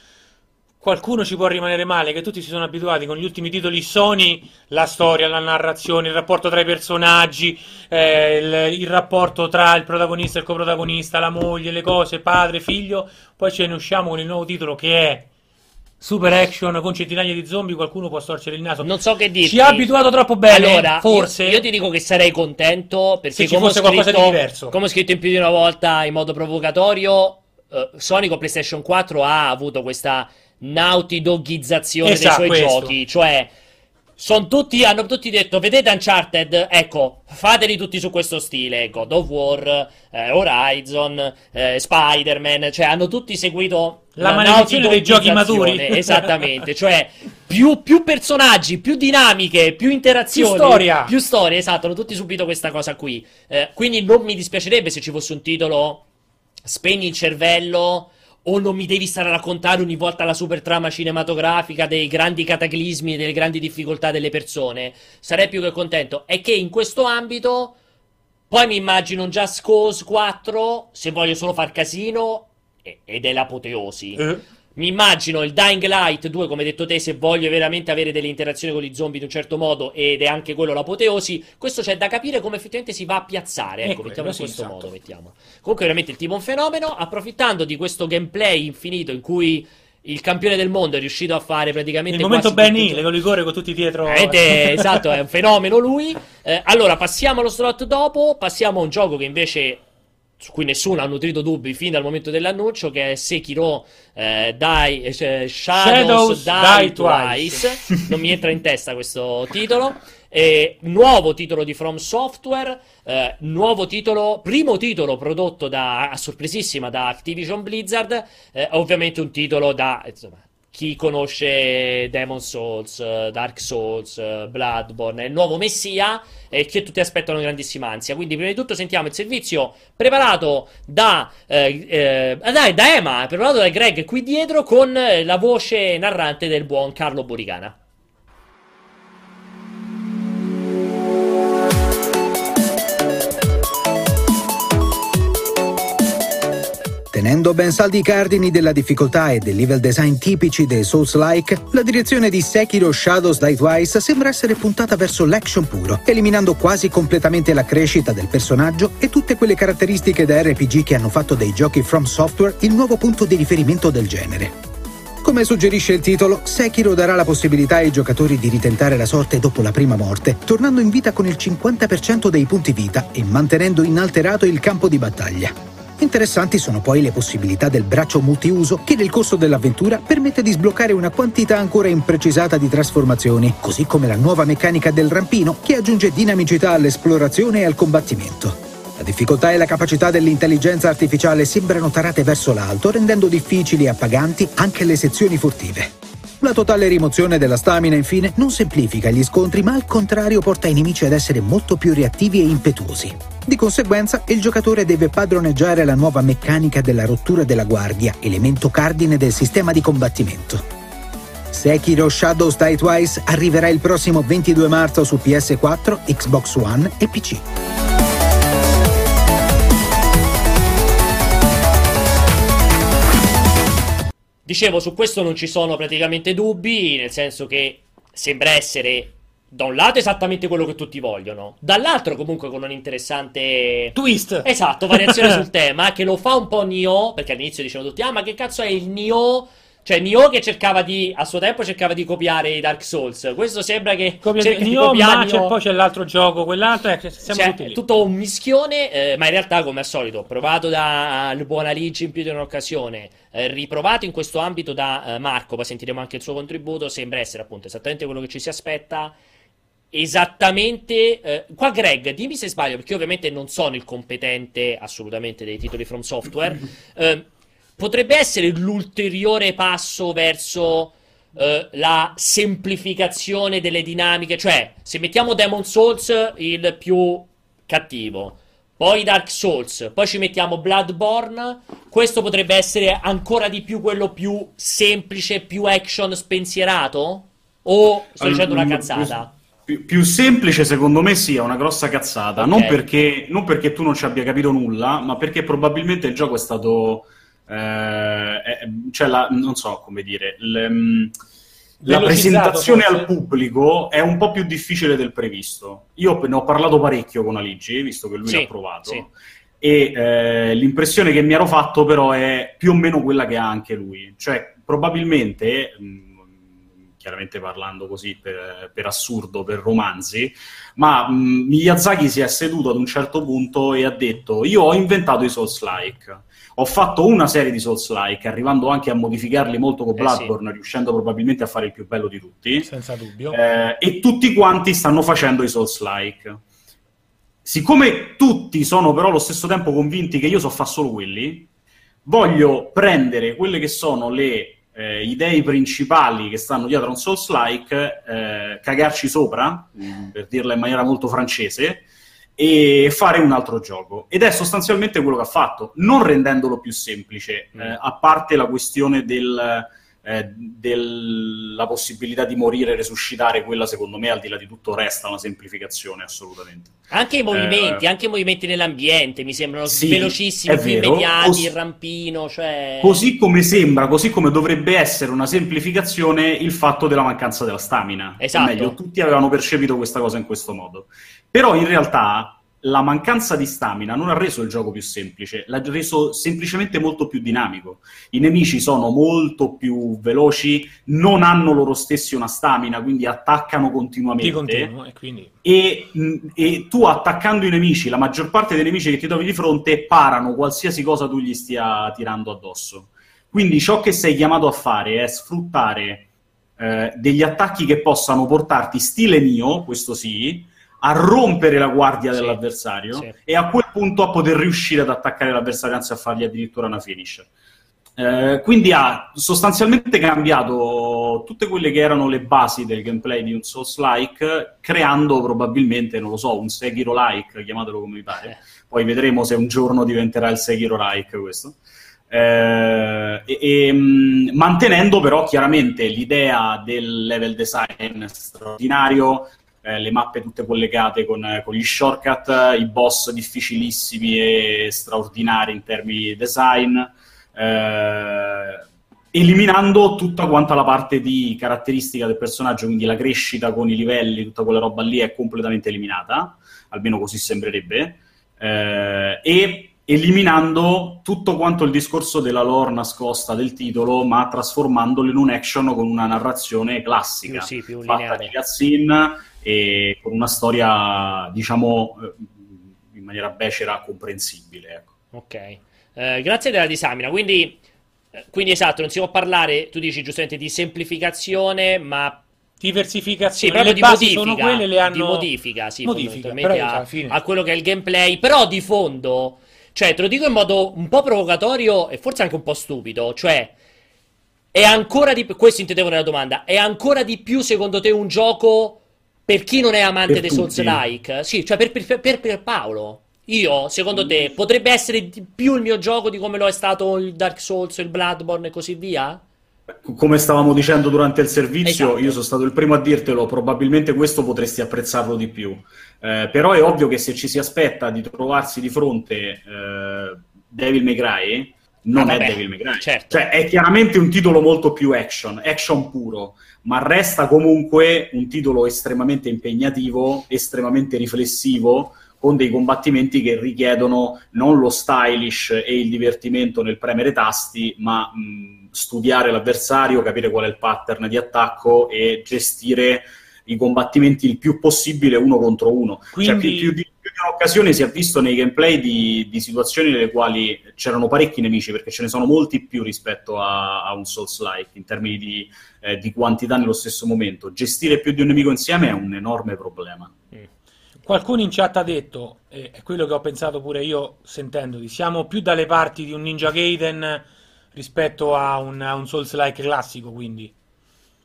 Qualcuno ci può rimanere male, che tutti si sono abituati con gli ultimi titoli Sony, la storia, la narrazione, il rapporto tra i personaggi, eh, il, il rapporto tra il protagonista e il coprotagonista, la moglie, le cose, padre, figlio. Poi ce ne usciamo con il nuovo titolo che è super action con centinaia di zombie. Qualcuno può storcere il naso. Non so che dirti. Ci ha abituato troppo bene, Allora, forse. Io, io ti dico che sarei contento perché Se ci come ho fosse qualcosa scritto- di diverso. Come ho scritto in più di una volta in modo provocatorio, eh, Sony con PlayStation quattro ha avuto questa Naughty Dogizzazione Esatto, dei suoi questo. giochi, cioè son tutti, hanno tutti detto, vedete Uncharted, ecco, fateli tutti su questo stile, God of War, eh, Horizon, eh, Spider-Man, cioè hanno tutti seguito La Naughty maledizione dei giochi Dogizzazione, maturi. esattamente, cioè più, più personaggi, più dinamiche, più interazioni, Più storia. più storia, esatto, hanno tutti subito questa cosa qui. Eh, quindi non mi dispiacerebbe se ci fosse un titolo spegni il cervello o non mi devi stare a raccontare ogni volta la super trama cinematografica dei grandi cataclismi e delle grandi difficoltà delle persone. Sarei più che contento. È che in questo ambito poi mi immagino un Just Cause quattro se voglio solo far casino e- ed è l'apoteosi. Eh. Mi immagino il Dying Light due, come hai detto te, se voglio veramente avere delle interazioni con gli zombie in un certo modo, ed è anche quello l'apoteosi. Questo c'è da capire come effettivamente si va a piazzare. Ecco, Ecco, mettiamo in sì, questo esatto. modo, mettiamo. Comunque veramente il tipo è un fenomeno, approfittando di questo gameplay infinito in cui il campione del mondo è riuscito a fare praticamente Il momento quasi Ben tutti i Hill, con rigore con tutti dietro. Veramente, esatto, è un fenomeno lui. Eh, allora, passiamo allo slot dopo, passiamo a un gioco che invece su cui nessuno ha nutrito dubbi fin dal momento dell'annuncio, che è Sekiro eh, Die, eh, cioè, Shadows, Shadows Die, Die Twice. Twice. Non mi entra in testa questo titolo. Eh, nuovo titolo di From Software, eh, nuovo titolo, primo titolo prodotto da, a sorpresissima, da Activision Blizzard, eh, ovviamente un titolo da, insomma, chi conosce Demon Souls, eh, Dark Souls, eh, Bloodborne, è il nuovo messia e che tutti aspettano con grandissima ansia. Quindi prima di tutto sentiamo il servizio preparato da, eh, eh, ah, dai, da Emma, preparato da Greg qui dietro con eh, la voce narrante del buon Carlo Boricana. Tenendo ben saldi i cardini della difficoltà e del level design tipici dei Souls-like, la direzione di Sekiro Shadows Die Twice sembra essere puntata verso l'action puro, eliminando quasi completamente la crescita del personaggio e tutte quelle caratteristiche da R P G che hanno fatto dei giochi From Software il nuovo punto di riferimento del genere. Come suggerisce il titolo, Sekiro darà la possibilità ai giocatori di ritentare la sorte dopo la prima morte, tornando in vita con il cinquanta per cento dei punti vita e mantenendo inalterato il campo di battaglia. Interessanti sono poi le possibilità del braccio multiuso che nel corso dell'avventura permette di sbloccare una quantità ancora imprecisata di trasformazioni, così come la nuova meccanica del rampino che aggiunge dinamicità all'esplorazione e al combattimento. La difficoltà e la capacità dell'intelligenza artificiale sembrano tarate verso l'alto, rendendo difficili e appaganti anche le sezioni furtive. La totale rimozione della stamina, infine, non semplifica gli scontri, ma al contrario porta i nemici ad essere molto più reattivi e impetuosi. Di conseguenza, il giocatore deve padroneggiare la nuova meccanica della rottura della guardia, elemento cardine del sistema di combattimento. Sekiro Shadows Die Twice arriverà il prossimo ventidue marzo su P S quattro, Xbox One e P C. Dicevo, su questo non ci sono praticamente dubbi, nel senso che sembra essere da un lato esattamente quello che tutti vogliono, dall'altro comunque con un interessante Twist. esatto, variazione sul tema, che lo fa un po' Nioh, perché all'inizio dicevano tutti, ah ma che cazzo è il Nioh? Cioè Nioh che cercava di, a suo tempo cercava di copiare i Dark Souls, questo sembra che Copia cerca di di Nioh, copiare ma c'è- Nioh. poi c'è l'altro gioco, quell'altro, eh, siamo Cioè, tutti è lì. tutto un mischione, eh, ma in realtà, come al solito, provato dal buon Aligi in più di un'occasione, eh, riprovato in questo ambito da eh, Marco, poi sentiremo anche il suo contributo, sembra essere appunto esattamente quello che ci si aspetta. Esattamente, eh, qua Greg, dimmi se sbaglio, perché io ovviamente non sono il competente assolutamente dei titoli From Software. eh, potrebbe essere l'ulteriore passo verso eh, la semplificazione delle dinamiche, cioè se mettiamo Demon Souls il più cattivo, poi Dark Souls, poi ci mettiamo Bloodborne, questo potrebbe essere ancora di più quello più semplice, più action spensierato? O sto dicendo una cazzata? Più, più semplice, secondo me, sì, è una grossa cazzata. Ok. Non perché, non perché tu non ci abbia capito nulla, ma perché probabilmente il gioco è stato. Eh, è- cioè, la, non so come dire. l- mm, la Velocizzato, presentazione forse? al pubblico è un po' più difficile del previsto. Io ne ho parlato parecchio con Aligi, visto che lui Sì, l'ha provato. sì. E eh, l'impressione che mi ero fatto, però, è più o meno quella che ha anche lui. Cioè, probabilmente. mh, Chiaramente parlando così per, per assurdo, per romanzi, ma mh, Miyazaki si è seduto ad un certo punto e ha detto: io ho inventato i Souls-like, ho fatto una serie di Souls-like, arrivando anche a modificarli molto con Eh, Bloodborne, riuscendo probabilmente a fare il più bello di tutti, Senza dubbio. eh, e tutti quanti stanno facendo i Souls-like. Siccome tutti sono però allo stesso tempo convinti che io so fare solo quelli, voglio prendere quelle che sono le eh, idee principali che stanno dietro a un Souls-like, eh, cagarci sopra, mh, per dirla in maniera molto francese, e fare un altro gioco. Ed è sostanzialmente quello che ha fatto, non rendendolo più semplice, Mm. eh, a parte la questione del, eh, della possibilità di morire e resuscitare, quella secondo me al di là di tutto resta una semplificazione assolutamente. Anche i movimenti, Eh, anche i movimenti nell'ambiente mi sembrano sì, velocissimi, è più vero. immediati, Cos- il rampino, cioè... Così come sembra, così come dovrebbe essere una semplificazione il fatto della mancanza della stamina. Esatto. O meglio, tutti avevano percepito questa cosa in questo modo. Però in realtà la mancanza di stamina non ha reso il gioco più semplice, l'ha reso semplicemente molto più dinamico. I nemici sono molto più veloci, non hanno loro stessi una stamina, quindi attaccano Di continuamente. continuo, e quindi E, mh, e tu attaccando i nemici, la maggior parte dei nemici che ti trovi di fronte parano qualsiasi cosa tu gli stia tirando addosso. Quindi ciò che sei chiamato a fare è sfruttare eh, degli attacchi che possano portarti, stile mio, questo sì, a rompere la guardia Sì, dell'avversario sì. e a quel punto a poter riuscire ad attaccare l'avversario, anzi a fargli addirittura una finisher. Eh, quindi ha sostanzialmente cambiato tutte quelle che erano le basi del gameplay di un Souls-like, creando probabilmente, non lo so, un Sekiro-like, chiamatelo come vi pare. Poi vedremo se un giorno diventerà il Sekiro-like questo. Eh, e, e, mh, mantenendo però chiaramente l'idea del level design straordinario, eh, le mappe tutte collegate con, con gli shortcut, i boss difficilissimi e straordinari in termini di design, eh, eliminando tutta quanta la parte di caratteristica del personaggio, quindi la crescita con i livelli, tutta quella roba lì è completamente eliminata, almeno così sembrerebbe, eh, e eliminando tutto quanto il discorso della lore nascosta del titolo, ma trasformandolo in un action con una narrazione classica, Più, sì, più fatta lineare. di cutscene e con una storia, diciamo, eh, in maniera becera comprensibile, ecco. Ok. Eh, grazie della disamina. Quindi, eh, quindi esatto, non si può parlare, tu dici giustamente, di semplificazione, ma diversificazione. sì, proprio le di basi modifica, sono quelle, le hanno di modifica, sì, modifica, fondamentalmente però a, alla fine a quello che è il gameplay, però di fondo, cioè te lo dico in modo un po' provocatorio e forse anche un po' stupido, cioè è ancora di questo intendevo nella domanda, è ancora di più secondo te un gioco per chi non è amante Per dei tutti. Souls-like? Sì, cioè per, per, per, per Paolo. Io, secondo te, potrebbe essere di più il mio gioco di come lo è stato il Dark Souls, il Bloodborne e così via? Come stavamo dicendo durante il servizio, Esatto. io sono stato il primo a dirtelo, probabilmente questo potresti apprezzarlo di più. Eh, però è ovvio che se ci si aspetta di trovarsi di fronte eh, Devil May Cry, non Ah, è vabbè, Devil May Cry. certo. Cioè, è chiaramente un titolo molto più action, action puro, ma resta comunque un titolo estremamente impegnativo, estremamente riflessivo, con dei combattimenti che richiedono non lo stylish e il divertimento nel premere tasti, ma mh, studiare l'avversario, capire qual è il pattern di attacco e gestire i combattimenti il più possibile uno contro uno. Quindi- Cioè, più, più di, più di un'occasione si è visto nei gameplay di, di situazioni nelle quali c'erano parecchi nemici, perché ce ne sono molti più rispetto a, a un Souls-like, in termini di, eh, di quantità nello stesso momento. Gestire più di un nemico insieme è un enorme problema. qualcuno in chat ha detto, e è quello che ho pensato pure io sentendoti, siamo più dalle parti di un Ninja Gaiden rispetto a un, a un Souls-like classico, quindi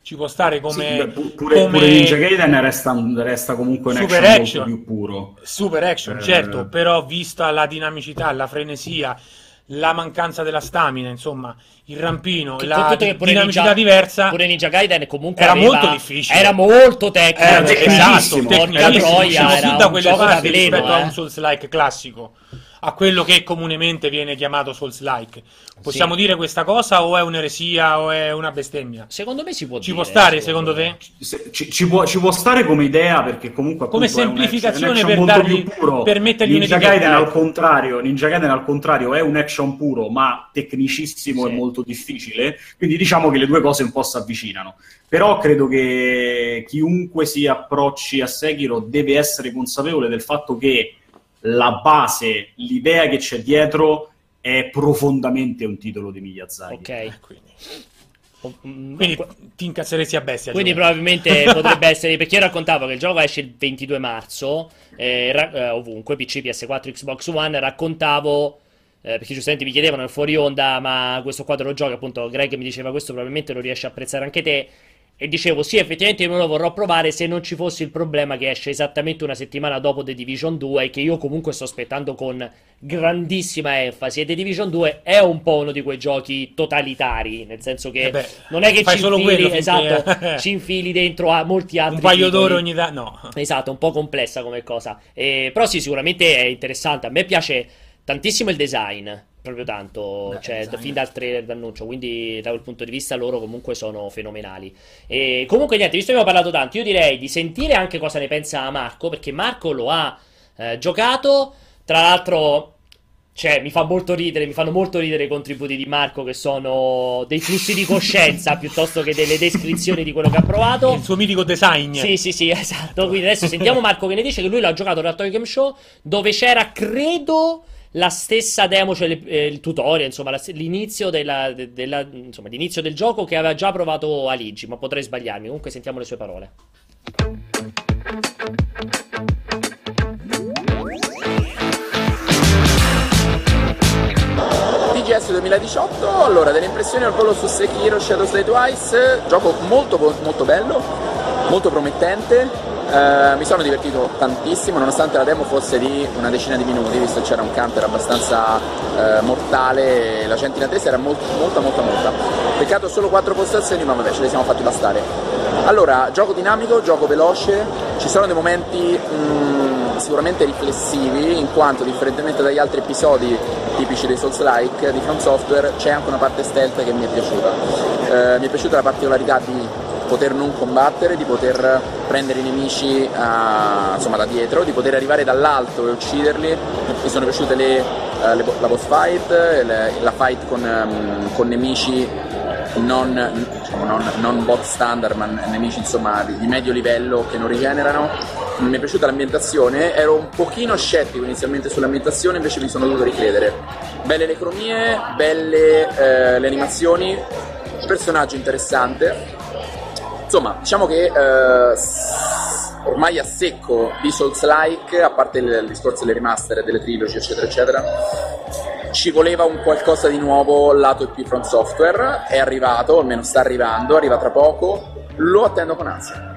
ci può stare come, Sì, beh, pu- pure, come pure Ninja Gaiden resta, resta comunque un super action, action. molto più puro. super action, Eh. certo, però vista la dinamicità, la frenesia, la mancanza della stamina, insomma, il rampino, Che la con tutto che pure dinamicità Ninja, diversa, pure Ninja Gaiden comunque era aveva- molto difficile. era molto tecnico, era cioè, tecnicissimo, esatto, porca tecnicissimo, troia, uscivo era più da un quelle gioco da parti veleno, rispetto a eh. un Souls-like classico, a quello che comunemente viene chiamato Souls-like. Possiamo Sì. dire questa cosa o è un'eresia o è una bestemmia? Secondo me si può Ci dire, può stare, secondo secondo me. te? Se- Ci, ci può, ci può stare come idea perché comunque Come appunto, è un semplificazione action- è un per action molto dargli- più puro. per mettergli Ninja un'etichetta, Gaiden al ecco. contrario Ninja Gaiden al contrario è un action puro ma tecnicissimo Sì. e molto difficile, quindi diciamo che le due cose un po' si avvicinano, però credo che chiunque si approcci a Sekiro deve essere consapevole del fatto che la base, l'idea che c'è dietro è profondamente un titolo di Miyazaki. Ok. Quindi, Mm, quindi ti incazzeresti a bestia. Quindi Giovanni. probabilmente potrebbe essere, perché io raccontavo che il gioco esce il ventidue marzo, eh, ra- eh, ovunque, P C, P S quattro, Xbox One, raccontavo, eh, perché giustamente mi chiedevano nel fuori onda, ma questo qua te lo giochi, appunto Greg mi diceva questo probabilmente lo riesci a apprezzare anche te, e dicevo sì, effettivamente io me lo vorrò provare se non ci fosse il problema che esce esattamente una settimana dopo The Division due, e che io comunque sto aspettando con grandissima enfasi, e The Division due è un po' uno di quei giochi totalitari, nel senso che Eh beh, non è che fai ci solo infili, quello finché- esatto, ci infili dentro a molti altri un paio titoli. d'ore ogni da... no. Esatto, un po' complessa come cosa. Eh, però sì, sicuramente è interessante. A me piace tantissimo il design, proprio tanto, Beh, cioè, design. fin dal trailer d'annuncio, quindi da quel punto di vista loro comunque sono fenomenali. E comunque niente, visto che abbiamo parlato tanto, io direi di sentire anche cosa ne pensa Marco, perché Marco lo ha eh, giocato, tra l'altro... Cioè, mi fa molto ridere, mi fanno molto ridere i contributi di Marco, che sono dei flussi di coscienza piuttosto che delle descrizioni di quello che ha provato. Il suo mitico design. Sì, sì, sì, esatto. Quindi adesso sentiamo Marco che ne dice, che lui l'ha giocato da Toy Game Show, dove c'era, credo, la stessa demo, cioè le- eh, il tutorial, insomma, la- l'inizio della, de- della- insomma, l'inizio del gioco che aveva già provato Aligi, ma potrei sbagliarmi. Comunque sentiamo le sue parole. T G S duemiladiciotto, allora delle impressioni al volo su Sekiro Shadows Die Twice, gioco molto molto bello, molto promettente, eh, mi sono divertito tantissimo nonostante la demo fosse di una decina di minuti, visto che c'era un counter abbastanza eh, mortale e la gente in attesa era molto, molta molta molta. Peccato solo quattro postazioni, ma vabbè, ce le siamo fatti bastare. Allora, gioco dinamico, gioco veloce, ci sono dei momenti mh, sicuramente riflessivi, in quanto differentemente dagli altri episodi tipici dei Souls-like di From Software c'è anche una parte stealth che mi è piaciuta. Eh, mi è piaciuta la particolarità di poter non combattere, di poter prendere i nemici eh, insomma da dietro, di poter arrivare dall'alto e ucciderli. Mi sono piaciute le, eh, le bo- la boss fight, le- la fight con, ehm, con nemici non, diciamo, non, non bot standard, ma nemici insomma di, di medio livello che non rigenerano. Mi è piaciuta l'ambientazione, ero un pochino scettico inizialmente sull'ambientazione, invece mi sono dovuto ricredere. Belle le cromie, belle eh, le animazioni, personaggio interessante. Insomma, diciamo che eh, s- ormai a secco di Souls-like, a parte il, il discorso delle remaster, delle trilogy, eccetera, eccetera, ci voleva un qualcosa di nuovo lato E P From Software. È arrivato, o almeno sta arrivando, arriva tra poco, lo attendo con ansia.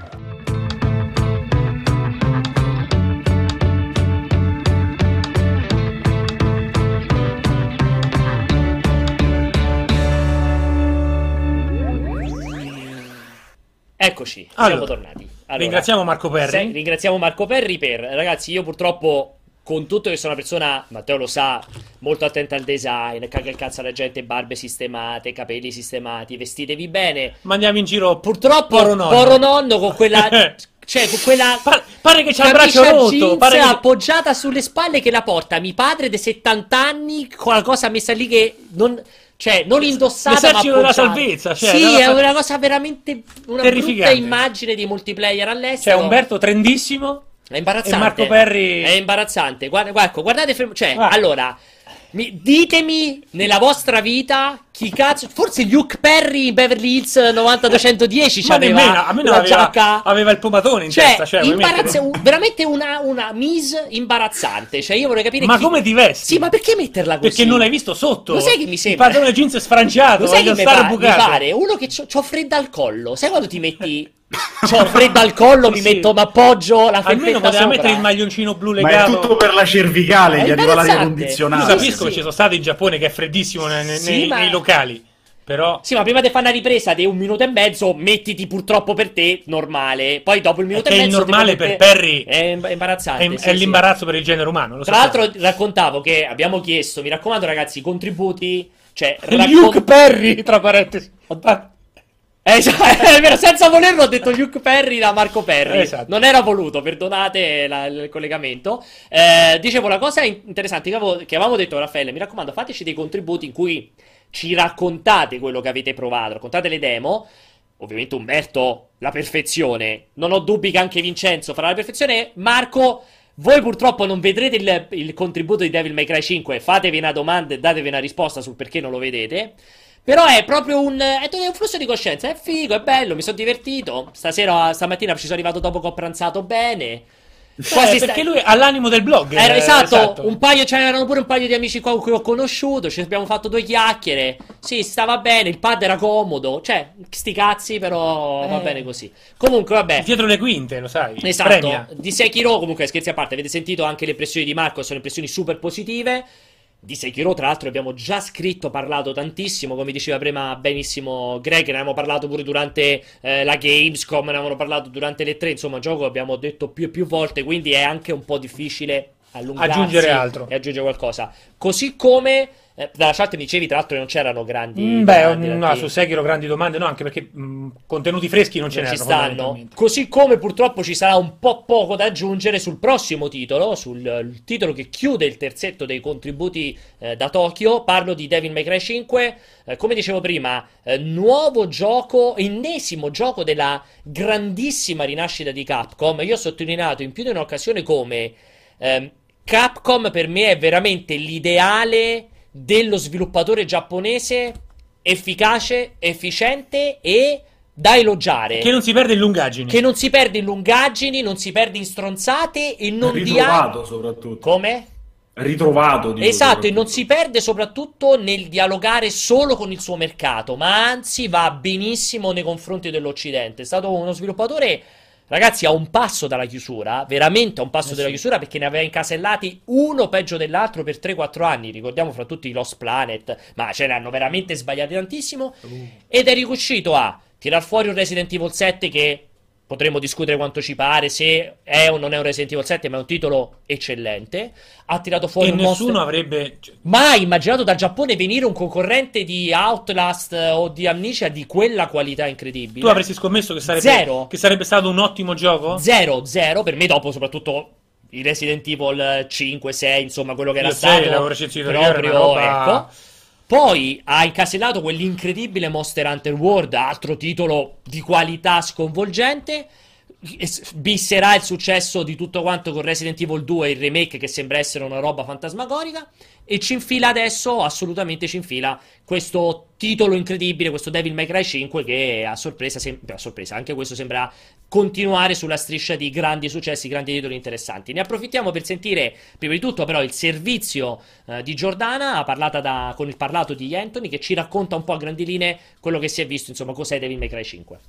Eccoci, Allora, siamo tornati. Allora, ringraziamo Marco Perri. se- ringraziamo Marco Perri per... Ragazzi, io purtroppo, con tutto che sono una persona, Matteo lo sa, molto attenta al design, caga il cazzo alla gente, barbe sistemate, capelli sistemati, vestitevi bene. Mandiamo in giro Purtroppo, Poro nonno. Poro nonno con quella... Cioè, con quella... Pa- pare che c'ha il braccio camicia rotto, jeans pare che- appoggiata sulle spalle che la porta mi padre dei settanta anni, con la cosa messa lì che non... Cioè, non indossata, ma L'esercito della appoggiata. salvezza, cioè, sì, una è cosa- una cosa veramente... Una brutta Terrificante. immagine di multiplayer C'è all'estero. Umberto trendissimo È imbarazzante. e Marco Perri. È imbarazzante. Guarda, guarda, ecco, guardate, fermo- cioè, Guarda. allora, Mi, ditemi nella vostra vita chi cazzo. Forse Luke Perry in Beverly Hills novanta duecentodieci Ma c'aveva nemmeno, a me non la aveva, giacca. aveva il pomatone in Cioè, testa. Cioè, vuoi imbarazza- mettere- un- veramente una, una mise imbarazzante. Cioè, io vorrei capire. Ma chi- come ti vesti? Sì, ma perché metterla così? Perché non l'hai visto sotto. Lo sai che mi Il sembra? pantalone jeans è sfrangiato, Lo sai che voglio mi, stare pa- mi bucato. pare? Uno che c'ho, c'ho freddo al collo. Sai quando ti metti. C'ho freddo al collo, mi Sì. metto, mi appoggio la Almeno felpetta poteva sopra. mettere il maglioncino blu Ma è legato. tutto per la cervicale, È gli arriva l'aria imbarazzante. Io condizionata. Sì, capisco sì, che ci sono stato in Giappone che è freddissimo nei, nei- Sì, nei- ma- nei locali. Però Sì, ma prima di fare una ripresa di un minuto e mezzo, mettiti purtroppo per te normale. Poi dopo il minuto È e che il mezzo. normale devo- per Perry è imb- imbarazzante. è, sì, è sì. l'imbarazzo per il genere umano. Lo Tra sappiamo. l'altro, raccontavo che abbiamo chiesto, mi raccomando, ragazzi, i contributi. Cioè, Luke raccon- Perry, tra parentesi. Eh, esatto, è vero, senza volerlo ho detto Luke Perry da Marco Perry. Esatto. Non era voluto, perdonate la- il collegamento. Eh, dicevo, la cosa in- interessante che avevo, che avevamo detto, Raffaele, mi raccomando, fateci dei contributi in cui ci raccontate quello che avete provato, raccontate le demo. Ovviamente Umberto, la perfezione. Non ho dubbi che anche Vincenzo farà la perfezione. Marco, voi purtroppo non vedrete il, il contributo di Devil May Cry cinque. Fatevi una domanda e datevi una risposta sul perché non lo vedete. Però è proprio un, è un flusso di coscienza. È figo, è bello, mi sono divertito. Stasera, stamattina ci sono arrivato dopo che ho pranzato bene. Quasi sta- perché lui ha l'animo del blog. Era eh, esatto, un paio, c'erano pure un paio di amici qua che ho conosciuto, ci abbiamo fatto due chiacchiere. Sì, stava bene, il pad era comodo. Cioè, sti cazzi, però va Eh. bene così. Comunque, vabbè. Dietro le quinte, lo sai. Esatto, Premia. di Sekiro, comunque scherzi a parte, avete sentito anche le impressioni di Marco, sono impressioni super positive. Di Sekiro, tra l'altro, abbiamo già scritto, parlato tantissimo, come diceva prima benissimo Greg, ne avevamo parlato pure durante eh, la Gamescom, ne avevamo parlato durante le tre, insomma, gioco abbiamo detto più e più volte, quindi è anche un po' difficile allungarsi Aggiungere altro. e aggiungere qualcosa. Così come, eh, dalla chat mi dicevi, tra l'altro, che non c'erano grandi... Mm, beh, grandi no, grandi- su Sekiro grandi domande, no, anche perché mh, contenuti freschi non ce non ci n'erano. stanno. fondamentalmente. Così come purtroppo ci sarà un po' poco da aggiungere sul prossimo titolo, sul il titolo che chiude il terzetto dei contributi eh, da Tokyo. Parlo di Devil May Cry cinque. Eh, come dicevo prima, eh, nuovo gioco, ennesimo gioco della grandissima rinascita di Capcom. Io ho sottolineato in più di un'occasione come ehm, Capcom per me è veramente l'ideale dello sviluppatore giapponese efficace, efficiente e da elogiare. Che non si perde in lungaggini. Che non si perde in lungaggini, non si perde in stronzate e non dia... Ritrovato soprattutto. Come? Ritrovato. dico, Esatto, e soprattutto. non si perde soprattutto nel dialogare solo con il suo mercato, ma anzi va benissimo nei confronti dell'Occidente. È stato uno sviluppatore, ragazzi, a un passo dalla chiusura, veramente a un passo Eh dalla sì. chiusura, perché ne aveva incasellati uno peggio dell'altro per tre quattro anni. Ricordiamo fra tutti i Lost Planet, ma ce ne hanno veramente sbagliati tantissimo. Ed è riuscito a tirar fuori un Resident Evil sette che potremmo discutere quanto ci pare, se è o non è un Resident Evil sette, ma è un titolo eccellente. Ha tirato fuori E un nessuno Monster... avrebbe. cioè, mai immaginato dal Giappone venire un concorrente di Outlast eh, o di Amnesia di quella qualità incredibile. Tu avresti scommesso che sarebbe, Zero. che sarebbe stato un ottimo gioco? Zero, zero, per me dopo soprattutto i Resident Evil cinque, sei, insomma quello che era Io sei, stato l'avevo recensito io, era proprio, una roba- ecco. Poi ha incasellato quell'incredibile Monster Hunter World, altro titolo di qualità sconvolgente. Es- Bisserà il successo di tutto quanto con Resident Evil due, il remake, che sembra essere una roba fantasmagorica. E ci infila adesso, assolutamente ci infila, questo titolo incredibile, questo Devil May Cry cinque, che a sorpresa, sem- a sorpresa, anche questo sembra continuare sulla striscia di grandi successi, grandi titoli interessanti. Ne approfittiamo per sentire, prima di tutto però, il servizio eh, di Giordana, parlata da, con il parlato di Anthony, che ci racconta un po' a grandi linee quello che si è visto, insomma, cos'è Devil May Cry cinque.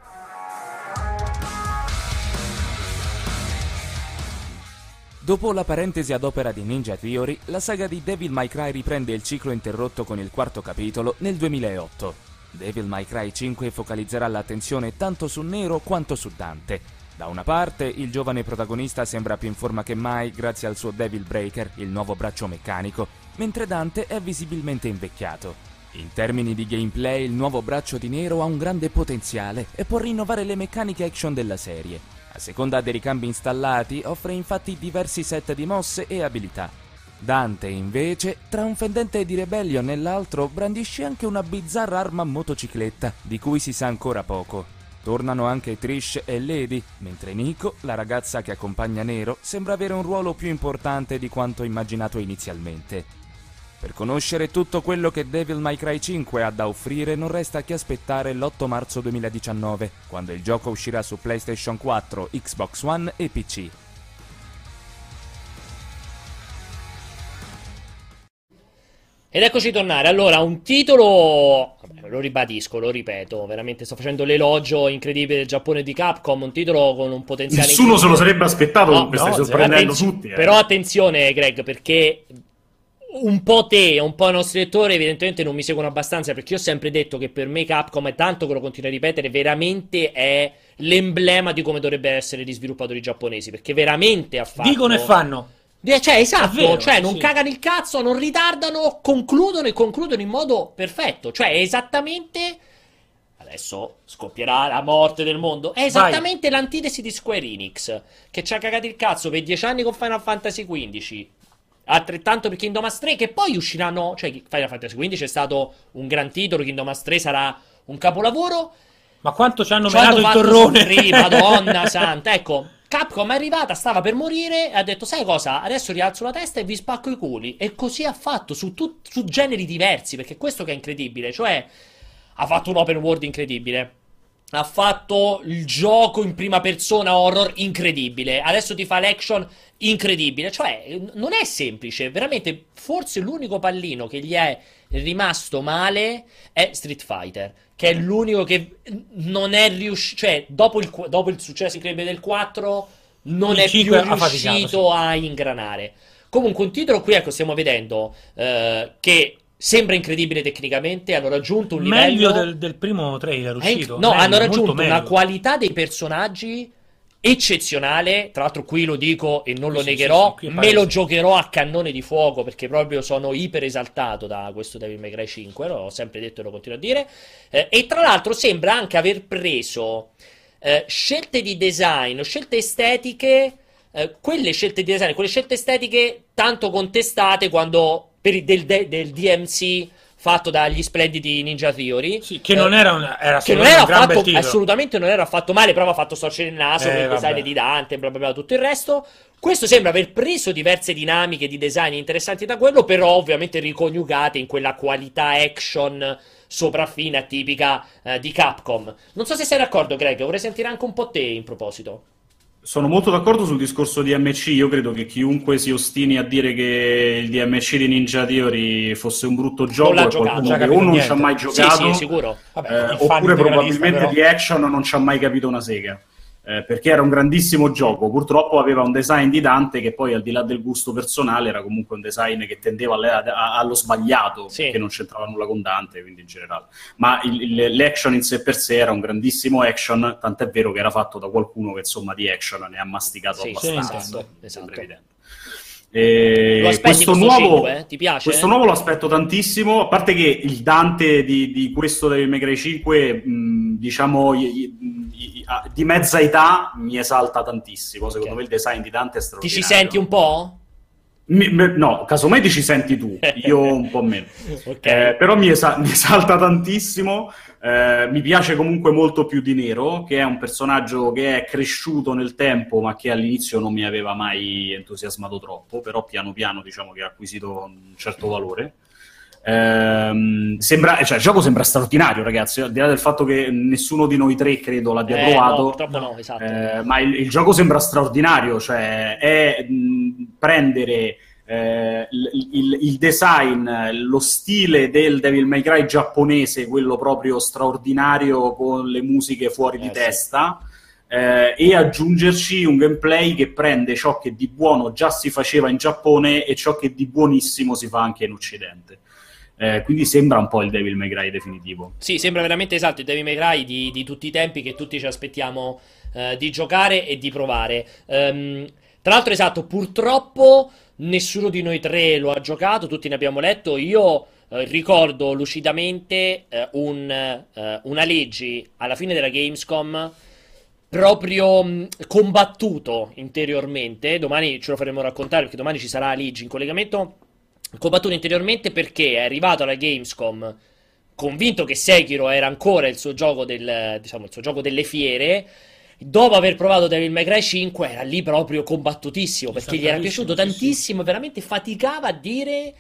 Dopo la parentesi ad opera di Ninja Theory, la saga di Devil May Cry riprende il ciclo interrotto con il quarto capitolo nel duemilaotto. Devil May Cry cinque focalizzerà l'attenzione tanto su Nero quanto su Dante. Da una parte, il giovane protagonista sembra più in forma che mai grazie al suo Devil Breaker, il nuovo braccio meccanico, mentre Dante è visibilmente invecchiato. In termini di gameplay, il nuovo braccio di Nero ha un grande potenziale e può rinnovare le meccaniche action della serie. A seconda dei ricambi installati, offre infatti diversi set di mosse e abilità. Dante, invece, tra un fendente di Rebellion e l'altro, brandisce anche una bizzarra arma a motocicletta, di cui si sa ancora poco. Tornano anche Trish e Lady, mentre Nico, la ragazza che accompagna Nero, sembra avere un ruolo più importante di quanto immaginato inizialmente. Per conoscere tutto quello che Devil May Cry cinque ha da offrire non resta che aspettare l'otto marzo duemiladiciannove, quando il gioco uscirà su PlayStation quattro, Xbox One e P C. Ed eccoci tornare. Allora, un titolo, vabbè, lo ribadisco, lo ripeto, veramente sto facendo l'elogio incredibile del Giappone di Capcom, un titolo con un potenziale Nessuno se lo incredibile. sarebbe aspettato, No, comunque stai no, sorprendendo Attenzi- tutti. eh. Però attenzione, Greg, perché un po' te e un po' i nostri lettori evidentemente non mi seguono abbastanza, perché io ho sempre detto che per me Capcom, è tanto che lo continuo a ripetere, veramente è l'emblema di come dovrebbero essere gli sviluppatori giapponesi, perché veramente ha fatto... Dicono e fanno. Eh, Cioè, esatto, È vero, cioè non sì. cagano il cazzo, non ritardano, concludono e concludono in modo perfetto. Cioè, è esattamente... Adesso scoppierà la morte del mondo. È esattamente l'antitesi di Square Enix, che ci ha cagato il cazzo per dieci anni con Final Fantasy quindici. Altrettanto per Kingdom Hearts tre, che poi usciranno... Cioè, Final Fantasy quindici è stato un gran titolo, Kingdom Hearts tre sarà un capolavoro. Ma quanto ci hanno Ci hanno menato il fatto torrone? soffrire, Madonna santa. Ecco, Capcom è arrivata, stava per morire e ha detto: sai cosa? Adesso rialzo la testa e vi spacco i culi. E così ha fatto su, tut- su generi diversi, perché questo che è incredibile. Cioè, ha fatto un open world incredibile. Ha fatto il gioco in prima persona horror incredibile. Adesso ti fa l'action incredibile. Cioè, non è semplice. Veramente, forse l'unico pallino che gli è rimasto male è Street Fighter, che è l'unico che non è riuscito. Cioè, dopo il, qu- dopo il successo incredibile del quattro, non Il è più cinque ha riuscito faticato, sì. a ingranare. Comunque, un titolo qui, ecco, stiamo vedendo eh, che sembra incredibile tecnicamente. Hanno raggiunto un Meglio livello. del, del primo trailer È inc- uscito. no, Meglio, hanno molto raggiunto una meglio. qualità dei personaggi eccezionale. Tra l'altro, qui lo dico e non lo Sì, sì, negherò. sì, qui è me palese. lo giocherò a cannone di fuoco perché proprio sono iper esaltato da questo Devil May Cry cinque. L'ho sempre detto e lo continuo a dire. Eh, e tra l'altro, sembra anche aver preso eh, scelte di design, scelte estetiche. Eh, quelle scelte di design, quelle scelte estetiche tanto contestate quando per il, del, del D M C fatto dagli splendidi Ninja Theory, Sì, che non eh, era, un, era che non secondo me era un gran bel affatto, titolo. assolutamente non era affatto male, però aveva fatto storcere il naso Eh, per il design vabbè. di Dante, bla bla bla, tutto il resto. Questo sembra aver preso diverse dinamiche di design interessanti da quello, però ovviamente riconiugate in quella qualità action sopraffina tipica eh, di Capcom. Non so se sei d'accordo, Greg, vorrei sentire anche un po' te in proposito. Sono molto d'accordo sul discorso D M C. Io credo che chiunque si ostini a dire che il D M C di Ninja Theory fosse un brutto gioco l'ha è giocato. qualcuno Non ci ha che o capito non ci niente. ha mai Sì, giocato, sì, sicuro. Vabbè, eh, il fan oppure integralista, probabilmente però. di action non ci ha mai capito una sega. Eh, perché era un grandissimo gioco. Purtroppo aveva un design di Dante che poi, al di là del gusto personale, era comunque un design che tendeva alle- a- allo sbagliato, Sì. perché non c'entrava nulla con Dante, quindi in generale. Ma il- il- l'action in sé per sé era un grandissimo action, tant'è vero che era fatto da qualcuno che insomma di action ne ha masticato Sì, abbastanza. esatto, mi esatto. sembra evidente. E Lo aspetti questo questo nuovo, cinque, eh? Ti piace? questo nuovo lo aspetto tantissimo, a parte che il Dante di, di questo Devil May Cry cinque, mh, diciamo, i- i- i- a- di mezza età mi esalta tantissimo. Secondo Ok. me il design di Dante è Ti straordinario. ci senti un po'? Mi- me- no, casomai ti ci senti tu, io un po' meno. Ok. Eh, però mi, esa- mi esalta tantissimo. Eh, mi piace comunque molto più di Nero, che è un personaggio che è cresciuto nel tempo, ma che all'inizio non mi aveva mai entusiasmato troppo, però piano piano diciamo che ha acquisito un certo valore. Ehm, sembra, cioè, il gioco sembra straordinario, ragazzi, al di là del fatto che nessuno di noi tre credo l'abbia Eh, no, provato. purtroppo no, esatto. Eh, ma il, il gioco sembra straordinario, cioè è mh, prendere eh, il, il- il design, lo stile del Devil May Cry giapponese, quello proprio straordinario con le musiche fuori di Eh, sì. testa, eh, e aggiungerci un gameplay che prende ciò che di buono già si faceva in Giappone e ciò che di buonissimo si fa anche in Occidente. Eh, quindi sembra un po' il Devil May Cry definitivo. Sì, sembra veramente esatto il Devil May Cry di, di tutti i tempi che tutti ci aspettiamo eh, di giocare e di provare. Ehm, tra l'altro, esatto, purtroppo nessuno di noi tre lo ha giocato, tutti ne abbiamo letto. Io eh, ricordo lucidamente eh, un, eh, una legge alla fine della Gamescom proprio mh, combattuto interiormente. Domani ce lo faremo raccontare perché domani ci sarà Ligi in collegamento. Combattuto interiormente perché è arrivato alla Gamescom convinto che Sekiro era ancora il suo gioco del, diciamo, il suo gioco delle fiere. Dopo aver provato Devil May Cry cinque era lì proprio combattutissimo perché gli era piaciuto Esaltatissimo, sì, tantissimo, veramente faticava a dire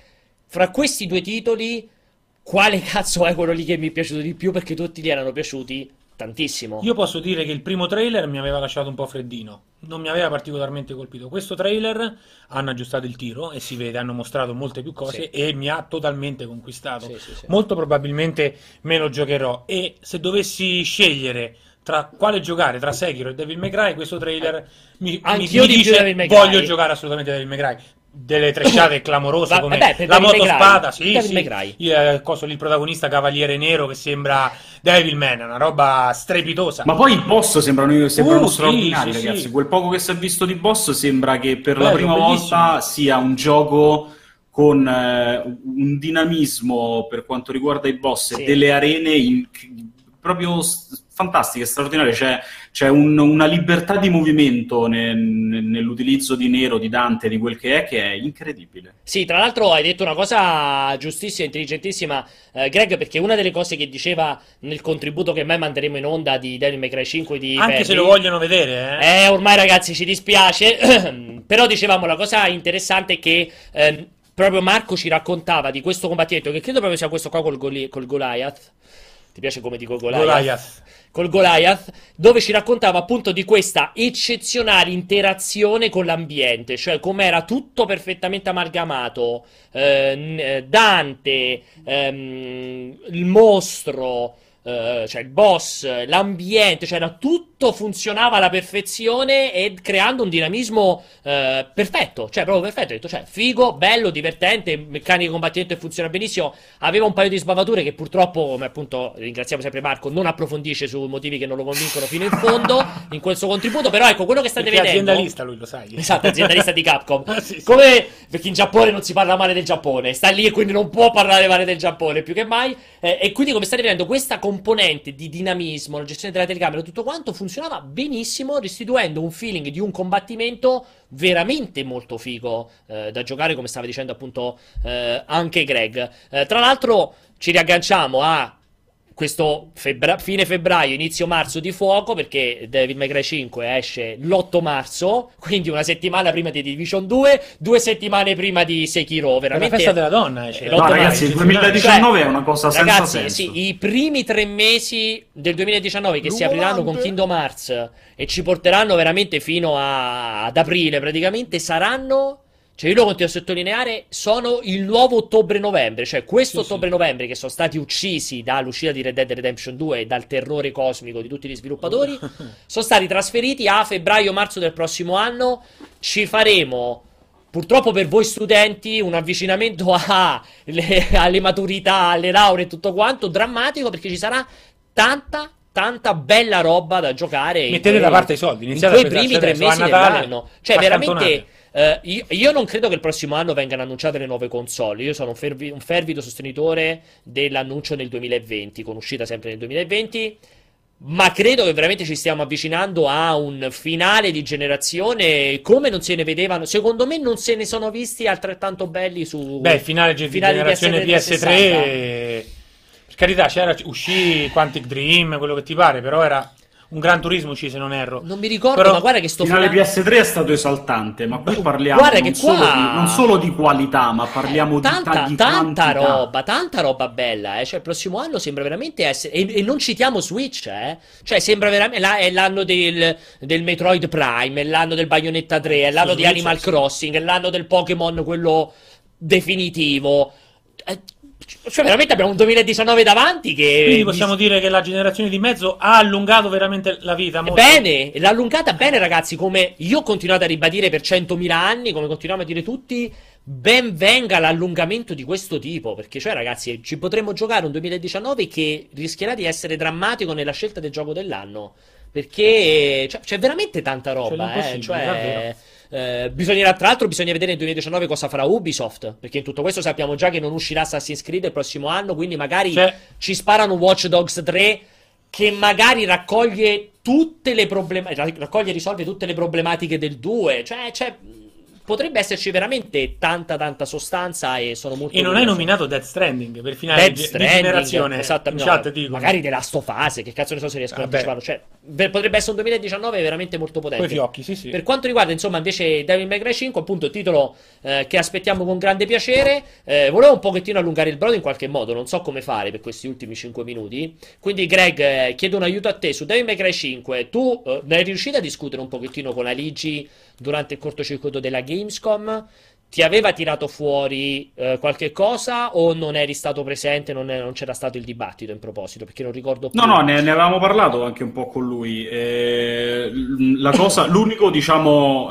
fra questi due titoli, quale cazzo è quello lì che mi è piaciuto di più? Perché tutti gli erano piaciuti tantissimo. Io posso dire che il primo trailer mi aveva lasciato un po' freddino, non mi aveva particolarmente colpito. Questo trailer hanno aggiustato il tiro e si vede, hanno mostrato molte più cose Sì. e mi ha totalmente conquistato. Sì, sì, sì. Molto probabilmente me lo giocherò, e se dovessi scegliere tra quale giocare, tra Sekiro e Devil May Cry, questo trailer mi, mi, Anch'io mi di più dice Devil May Cry. voglio giocare assolutamente Devil May Cry. Delle trecciate clamorose Va- come vabbè, per la Devil May Cry. motospada, sì, Devil sì. May Cry. Il, eh, coso lì, il protagonista cavaliere nero che sembra Devilman, una roba strepitosa. Ma poi i boss sembrano, sembrano Uh, sì, straordinari, sì, ragazzi. sì. Quel poco che si è visto di boss sembra che per la Bello, prima bellissimo. volta sia un gioco con eh, un dinamismo per quanto riguarda i boss Sì. e delle arene in- proprio s- fantastiche, straordinarie. C'è, c'è un- una libertà di movimento ne- ne- nell'utilizzo di Nero, di Dante, di quel che è, che è incredibile. Sì, tra l'altro hai detto una cosa giustissima, intelligentissima, eh, Greg, perché una delle cose che diceva nel contributo che mai manderemo in onda di Devil May Cry cinque di Anche Perry, se lo vogliono vedere, eh. Eh, ormai ragazzi ci dispiace, però dicevamo la cosa interessante è che ehm, proprio Marco ci raccontava di questo combattimento, che credo proprio sia questo qua col, Goli- col Goliath. Ti piace come dico Goliath? Goliath. Col Goliath, dove ci raccontava appunto di questa eccezionale interazione con l'ambiente, cioè com'era tutto perfettamente amalgamato, eh, n- Dante, ehm, il mostro, eh, cioè il boss, l'ambiente, cioè era tutto funzionava alla perfezione e creando un dinamismo eh, perfetto, cioè proprio perfetto. Ho detto, cioè figo, bello, divertente, meccanica di combattimento che funziona benissimo. Aveva un paio di sbavature che purtroppo, come appunto ringraziamo sempre Marco, non approfondisce su motivi che non lo convincono fino in fondo in quel suo contributo, però ecco quello che state Perché è vedendo. aziendalista lui, lo sai. Esatto, aziendalista di Capcom. Ah, sì, sì. Come perché in Giappone non si parla male del Giappone, sta lì e quindi non può parlare male del Giappone più che mai. Eh, e quindi, come state vedendo, questa componente di dinamismo, la gestione della telecamera, tutto quanto funzionava benissimo, restituendo un feeling di un combattimento veramente molto figo eh, da giocare, come stava dicendo appunto eh, anche Greg. Eh, tra l'altro, ci riagganciamo a questo febbra- fine febbraio, inizio marzo di fuoco, perché Devil May Cry cinque esce l'otto marzo, quindi una settimana prima di Division due, due settimane prima di Sekiro, È la veramente... festa della donna, esce. Eh, No, l'otto ragazzi, il marzo. duemiladiciannove Cioè, è una cosa senza ragazzi, senso. sì, i primi tre mesi del duemiladiciannove che si apriranno con Kingdom Hearts e ci porteranno veramente fino a- ad aprile praticamente, saranno... Cioè io lo continuo a sottolineare, sono il nuovo ottobre-novembre, cioè questo Sì, sì. ottobre-novembre che sono stati uccisi dall'uscita di Red Dead Redemption due e dal terrore cosmico di tutti gli sviluppatori, sono stati trasferiti a febbraio-marzo del prossimo anno. Ci faremo, purtroppo per voi studenti, un avvicinamento a- le- alle maturità, alle lauree e tutto quanto, drammatico, perché ci sarà tanta... Tanta bella roba da giocare. in Mettete quei- da parte i soldi, in iniziate a quei primi tre pensarci adesso, mesi a Natale, dell'anno. Cioè, veramente. accantonate. eh, io, io non credo che il prossimo anno vengano annunciate le nuove console. Io sono un, fervi- un fervido sostenitore dell'annuncio nel duemilaventi, con uscita sempre nel duemilaventi. Ma credo che veramente ci stiamo avvicinando a un finale di generazione come non se ne vedevano. Secondo me, non se ne sono visti altrettanto belli su. Beh, finale di finali generazione P P S S tre, per carità, c'era, uscì Quantic Dream, quello che ti pare, però era un Gran Turismo uscì, se non erro. Non mi ricordo, Però ma guarda che sto Il finale finale- P S tre è stato esaltante, ma qui parliamo Guarda non, che solo qua- di, non solo di qualità, ma parliamo di, tanta, ta- di tanta quantità. roba, tanta roba bella, eh. Cioè, il prossimo anno sembra veramente essere. E, e non citiamo Switch, eh. Cioè, sembra veramente. la- È l'anno del, del Metroid Prime, è l'anno del Bayonetta tre, è l'anno Su di Switch, Animal sì. Crossing, è l'anno del Pokémon, quello definitivo. Eh, Cioè, veramente abbiamo un duemiladiciannove davanti che. Quindi possiamo dire che la generazione di mezzo ha allungato veramente la vita. molto. Bene, l'ha allungata bene, ragazzi. Come io ho continuato a ribadire per centomila anni, come continuiamo a dire tutti, ben venga l'allungamento di questo tipo. Perché, cioè, ragazzi, ci potremmo giocare un duemiladiciannove che rischierà di essere drammatico nella scelta del gioco dell'anno. Perché cioè, c'è veramente tanta roba, eh. l'impossibile, Cioè, davvero. eh, bisognerà, tra l'altro, bisogna vedere nel duemiladiciannove cosa farà Ubisoft. Perché in tutto questo sappiamo già che non uscirà Assassin's Creed il prossimo anno. Quindi magari Cioè- ci sparano Watch Dogs tre che magari raccoglie tutte le problematiche, raccoglie e risolve tutte le problematiche del due. Cioè, c'è, potrebbe esserci veramente tanta tanta sostanza e sono molto E non hai curioso. nominato Death Stranding per finale Death di, di Stranding, generazione. esatto, In no, chat dicono. magari The Last of Us, che cazzo ne so se riescono a Vabbè. anticiparlo, cioè per- potrebbe essere un duemiladiciannove veramente molto potente. Coi fiocchi, sì, sì. Per quanto riguarda insomma invece Devil May Cry cinque, appunto titolo eh, che aspettiamo con grande piacere, eh, volevo un pochettino allungare il brodo in qualche modo, non so come fare per questi ultimi cinque minuti, quindi Greg eh, chiedo un aiuto a te su Devil May Cry cinque. Tu eh, ne hai riuscito a discutere un pochettino con Aligi durante il cortocircuito della Gamescom? Ti aveva tirato fuori eh, qualche cosa o non eri stato presente, non, è- non c'era stato il dibattito in proposito? Perché non ricordo più. No, no, ne, ne avevamo parlato anche un po' con lui. Eh, l- la cosa, l'unico, diciamo,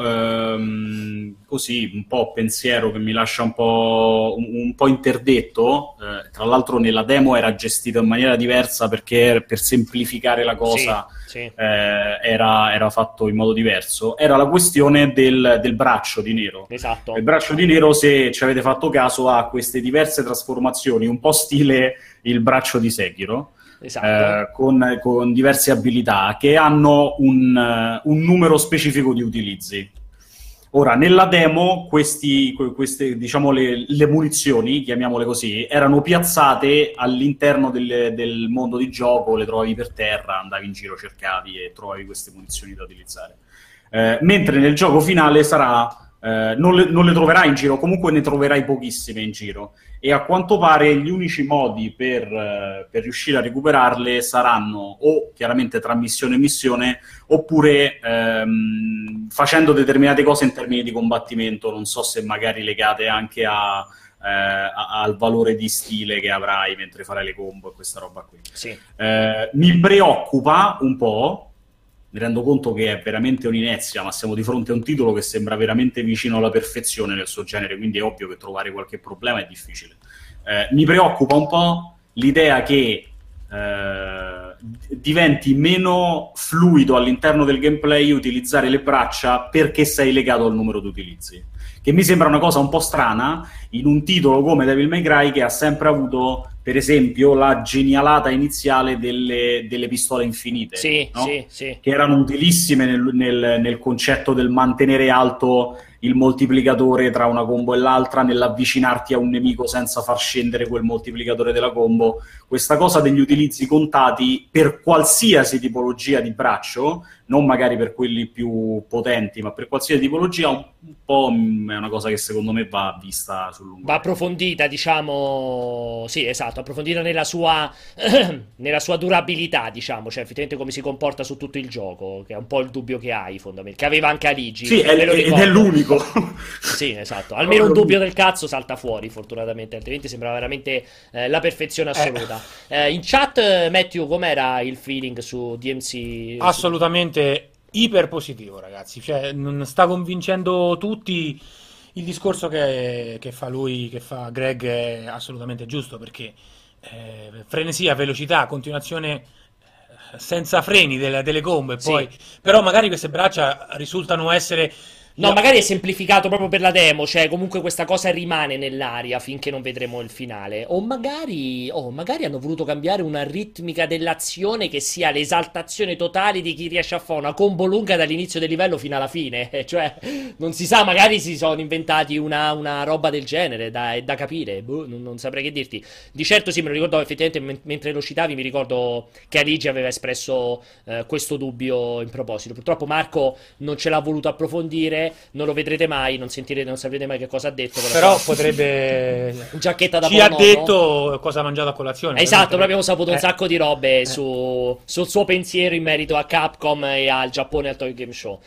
ehm, così, un po' pensiero che mi lascia un po', un, un po' interdetto, eh, tra l'altro nella demo era gestito in maniera diversa perché per semplificare la cosa Sì, sì. eh, era, era fatto in modo diverso, era la questione del, del braccio di Nero. Esatto. Il braccio di Nero, se ci avete fatto caso, ha queste diverse trasformazioni, un po' stile il braccio di Sekiro, Esatto. eh, con, con diverse abilità che hanno un, eh, un numero specifico di utilizzi. Ora, nella demo, questi, que- queste, diciamo, le, le munizioni, chiamiamole così, erano piazzate all'interno del, del mondo di gioco, le trovavi per terra, andavi in giro, cercavi e trovavi queste munizioni da utilizzare. Eh, mentre nel gioco finale sarà... Eh, non, le, non le troverai in giro, comunque ne troverai pochissime in giro, e a quanto pare gli unici modi per, eh, per riuscire a recuperarle saranno o chiaramente tra missione e missione, oppure ehm, facendo determinate cose in termini di combattimento, non so se magari legate anche a, eh, a- al valore di stile che avrai mentre farai le combo e questa roba qui. Sì. Eh, mi preoccupa un po'. Mi rendo conto che è veramente un'inezia, ma siamo di fronte a un titolo che sembra veramente vicino alla perfezione nel suo genere, quindi è ovvio che trovare qualche problema è difficile. Eh, mi preoccupa un po' l'idea che eh, diventi meno fluido all'interno del gameplay utilizzare le braccia perché sei legato al numero di utilizzi, che mi sembra una cosa un po' strana in un titolo come Devil May Cry, che ha sempre avuto, per esempio, la genialata iniziale delle, delle pistole infinite, Sì, no? sì, sì. Che erano utilissime nel, nel- nel concetto del mantenere alto il moltiplicatore tra una combo e l'altra, nell'avvicinarti a un nemico senza far scendere quel moltiplicatore della combo. Questa cosa degli utilizzi contati per qualsiasi tipologia di braccio, non magari per quelli più potenti, ma per qualsiasi tipologia, un, un po' mm, è una cosa che secondo me va vista sul lungo Va periodo. approfondita, diciamo, sì, esatto, approfondita nella sua, nella sua durabilità, diciamo, cioè effettivamente come si comporta su tutto il gioco, che è un po' il dubbio che hai, fondamentalmente, che aveva anche Aligi, Sì, è- me lo ed ricordo. è l'unico. Sì, esatto, almeno un dubbio del cazzo salta fuori, fortunatamente, altrimenti sembrava veramente eh, la perfezione assoluta. Eh, in chat, eh, Matthew, com'era il feeling su D M C? Assolutamente iper positivo, ragazzi. Cioè, non sta convincendo tutti. Il discorso che, che fa lui, che fa Greg, è assolutamente giusto, perché eh, frenesia, velocità, continuazione eh, senza freni delle, delle combo, e Sì. poi però magari queste braccia risultano essere... No, magari è semplificato proprio per la demo, cioè comunque questa cosa rimane nell'aria finché non vedremo il finale. O magari, oh, magari hanno voluto cambiare una ritmica dell'azione che sia l'esaltazione totale di chi riesce a fare una combo lunga dall'inizio del livello fino alla fine. Eh, Cioè, non si sa, magari si sono inventati una, una roba del genere, da, è da capire. Boh, non, non saprei che dirti. Di certo sì, me lo ricordo effettivamente men- mentre lo citavi, mi ricordo che Aligi aveva espresso eh, questo dubbio in proposito. Purtroppo Marco non ce l'ha voluto approfondire. Non lo vedrete mai, non sentirete, non saprete mai che cosa ha detto. con la Però sua potrebbe... giacchetta da Ci ha Polo Nonno. detto cosa ha mangiato a colazione. Esatto, ovviamente. proprio abbiamo saputo un Eh. sacco di robe su, sul suo pensiero in merito a Capcom e al Giappone e al Tokyo Game Show.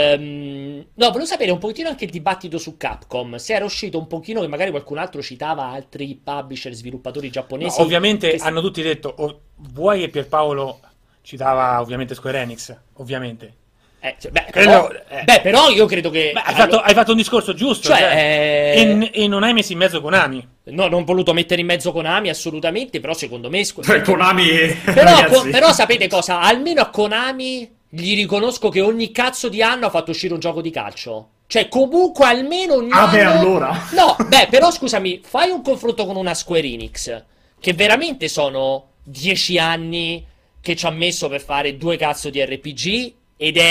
Ehm, no, volevo sapere un pochettino anche il dibattito su Capcom. Se era uscito un pochino, che magari qualcun altro citava altri publisher, sviluppatori No, giapponesi. ovviamente che si- hanno tutti detto, oh, vuoi che Pierpaolo citava ovviamente Square Enix, ovviamente. Eh, cioè, beh, Quello- però, eh. beh, però io credo che... Beh, hai, fatto, hai fatto un discorso giusto, Cioè, cioè, eh, e, n- e non hai messo in mezzo Konami. No, non ho voluto mettere in mezzo Konami assolutamente, però secondo me... Cioè, Konami, Però, ragazzi. co- però sapete cosa? Almeno a Konami gli riconosco che ogni cazzo di anno ha fatto uscire un gioco di calcio. Cioè, comunque almeno ogni Ah, anno... beh, allora. No, beh, però scusami, fai un confronto con una Square Enix, che veramente sono dieci anni che ci ha messo per fare due cazzo di R P G, ed è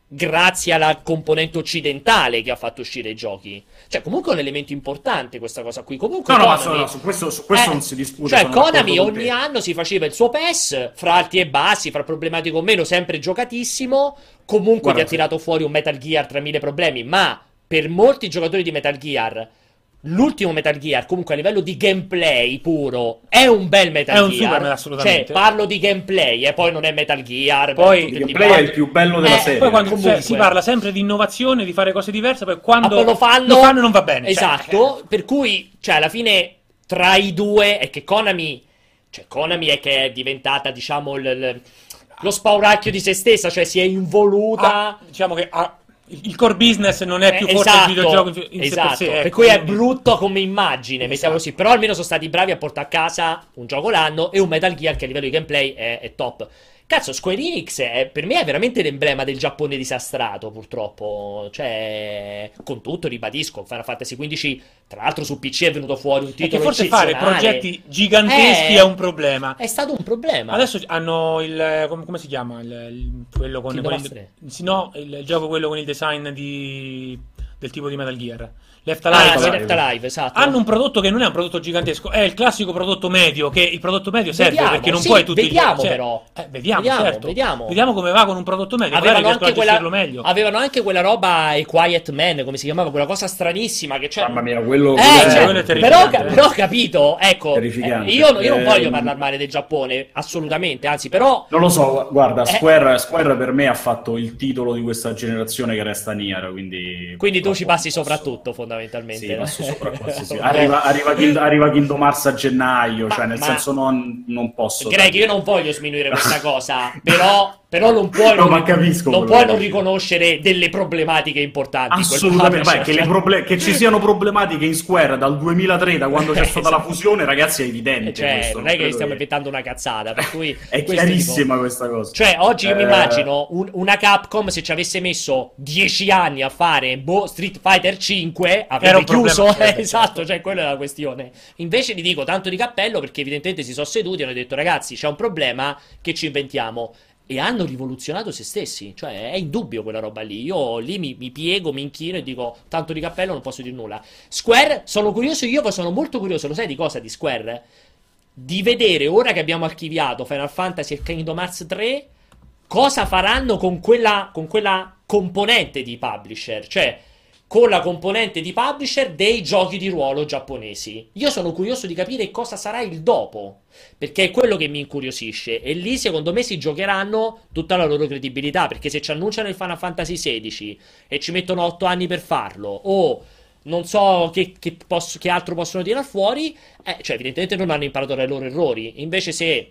grazie alla componente occidentale che ha fatto uscire i giochi. Cioè, comunque è un elemento importante questa cosa qui. Comunque No, no, ma Konami- su, su questo, su questo eh, non si discute. Cioè, sono d'accordo Konami con ogni te. anno si faceva il suo P E S, fra alti e bassi, fra problematico o meno, sempre giocatissimo. Comunque Guarda, ti ha tirato fuori un Metal Gear tra mille problemi, ma per molti giocatori di Metal Gear, l'ultimo Metal Gear, comunque a livello di gameplay puro, è un bel Metal È un Gear. super, assolutamente. Cioè, parlo di gameplay, e poi non è Metal Gear. Poi- tutti Il i gameplay è il più bello della Eh, serie. Poi quando comunque. cioè, si parla sempre di innovazione, di fare cose diverse, poi quando Ah, poi lo fanno, lo fanno non va bene. Cioè, Esatto, per cui, cioè, alla fine, tra i due è che Konami, cioè, Konami è che è diventata, diciamo, il, il- lo spauracchio di se stessa, cioè si è involuta. ah, diciamo che ah, il core business non è più Eh, forse esatto, il videogioco in, in sé esatto, per sé. per ecco, cui è quindi- brutto come immagine, mettiamo così, però almeno sono stati bravi a portare a casa un gioco l'anno e un Metal Gear che a livello di gameplay è, è top. Cazzo, Square Enix è, per me è veramente l'emblema del Giappone disastrato, purtroppo. Cioè, con tutto, ribadisco, Final Fantasy quindici, tra l'altro su P C è venuto fuori un È che titolo forse fare eccezionale. progetti giganteschi Eh, è un problema. È stato un problema. Adesso hanno il come, come si chiama il, il- quello con, Kingdom con Hearts il, sì, no, il, il gioco quello con il design di, del tipo di Metal Gear. Left Ah, Alive. sì, Left Alive, esatto. Hanno un prodotto che non è un prodotto gigantesco, è il classico prodotto medio, che il prodotto medio serve Vediamo, perché non sì, puoi tutti vediamo cioè, però. eh, vediamo, Vediamo, certo. vediamo. Vediamo come va con un prodotto medio, magari Avevano riescono a anche, gestirlo quella, meglio. avevano anche quella roba A Quiet Man, come si chiamava, quella cosa stranissima che c'è. Mamma mia, quello, Eh, quello cioè, quello è però, terrificante, ca- eh. però ho capito, ecco, Terrificante. eh, io, io non Eh, voglio parlare male del Giappone, assolutamente, anzi, però Non lo so, guarda, Eh. Square, Square per me ha fatto il titolo di questa generazione che resta Nier, quindi... quindi tu ci passi posso- soprattutto, fondamentalmente. Sì, passo sopra qualsiasi... Ok. Arriva, arriva, Kind- arriva Kingdom Hearts a gennaio, Ma- cioè nel ma- senso non, non posso... Greg, io non voglio sminuire questa cosa, però, però non puoi, No, non, ma capisco non quello puoi che non dici. riconoscere delle problematiche importanti. in quel Assolutamente, publisher. vai, che, le proble- che ci siano problematiche in Square dal duemilatré, da quando c'è stata la Esatto. fusione, ragazzi, è evidente. Cioè, questo, non è che credo stiamo inventando una cazzata, per cui È questo chiarissima tipo- questa cosa. Cioè, oggi io mi Eh, immagino un- una Capcom, se ci avesse messo dieci anni a fare boh, Street Fighter cinque, Era avrebbe un problema, chiuso. certo, eh, esatto, certo. cioè, quella è la questione. Invece gli dico tanto di cappello perché evidentemente si sono seduti e hanno detto, ragazzi, c'è un problema, che ci inventiamo? E hanno rivoluzionato se stessi, cioè è indubbio quella roba lì. Io lì mi, mi piego, mi inchino e dico tanto di cappello, non posso dire nulla. Square, sono curioso, io poi sono molto curioso, lo sai di cosa di Square? Di vedere, ora che abbiamo archiviato Final Fantasy e Kingdom Hearts tre, cosa faranno con quella, con quella componente di publisher, cioè con la componente di publisher dei giochi di ruolo giapponesi. Io sono curioso di capire cosa sarà il dopo, perché è quello che mi incuriosisce, e lì secondo me si giocheranno tutta la loro credibilità, perché se ci annunciano il Final Fantasy sedici e ci mettono otto anni per farlo, o non so che, che, posso- che altro possono tirar fuori, eh, cioè evidentemente non hanno imparato dai loro errori. Invece se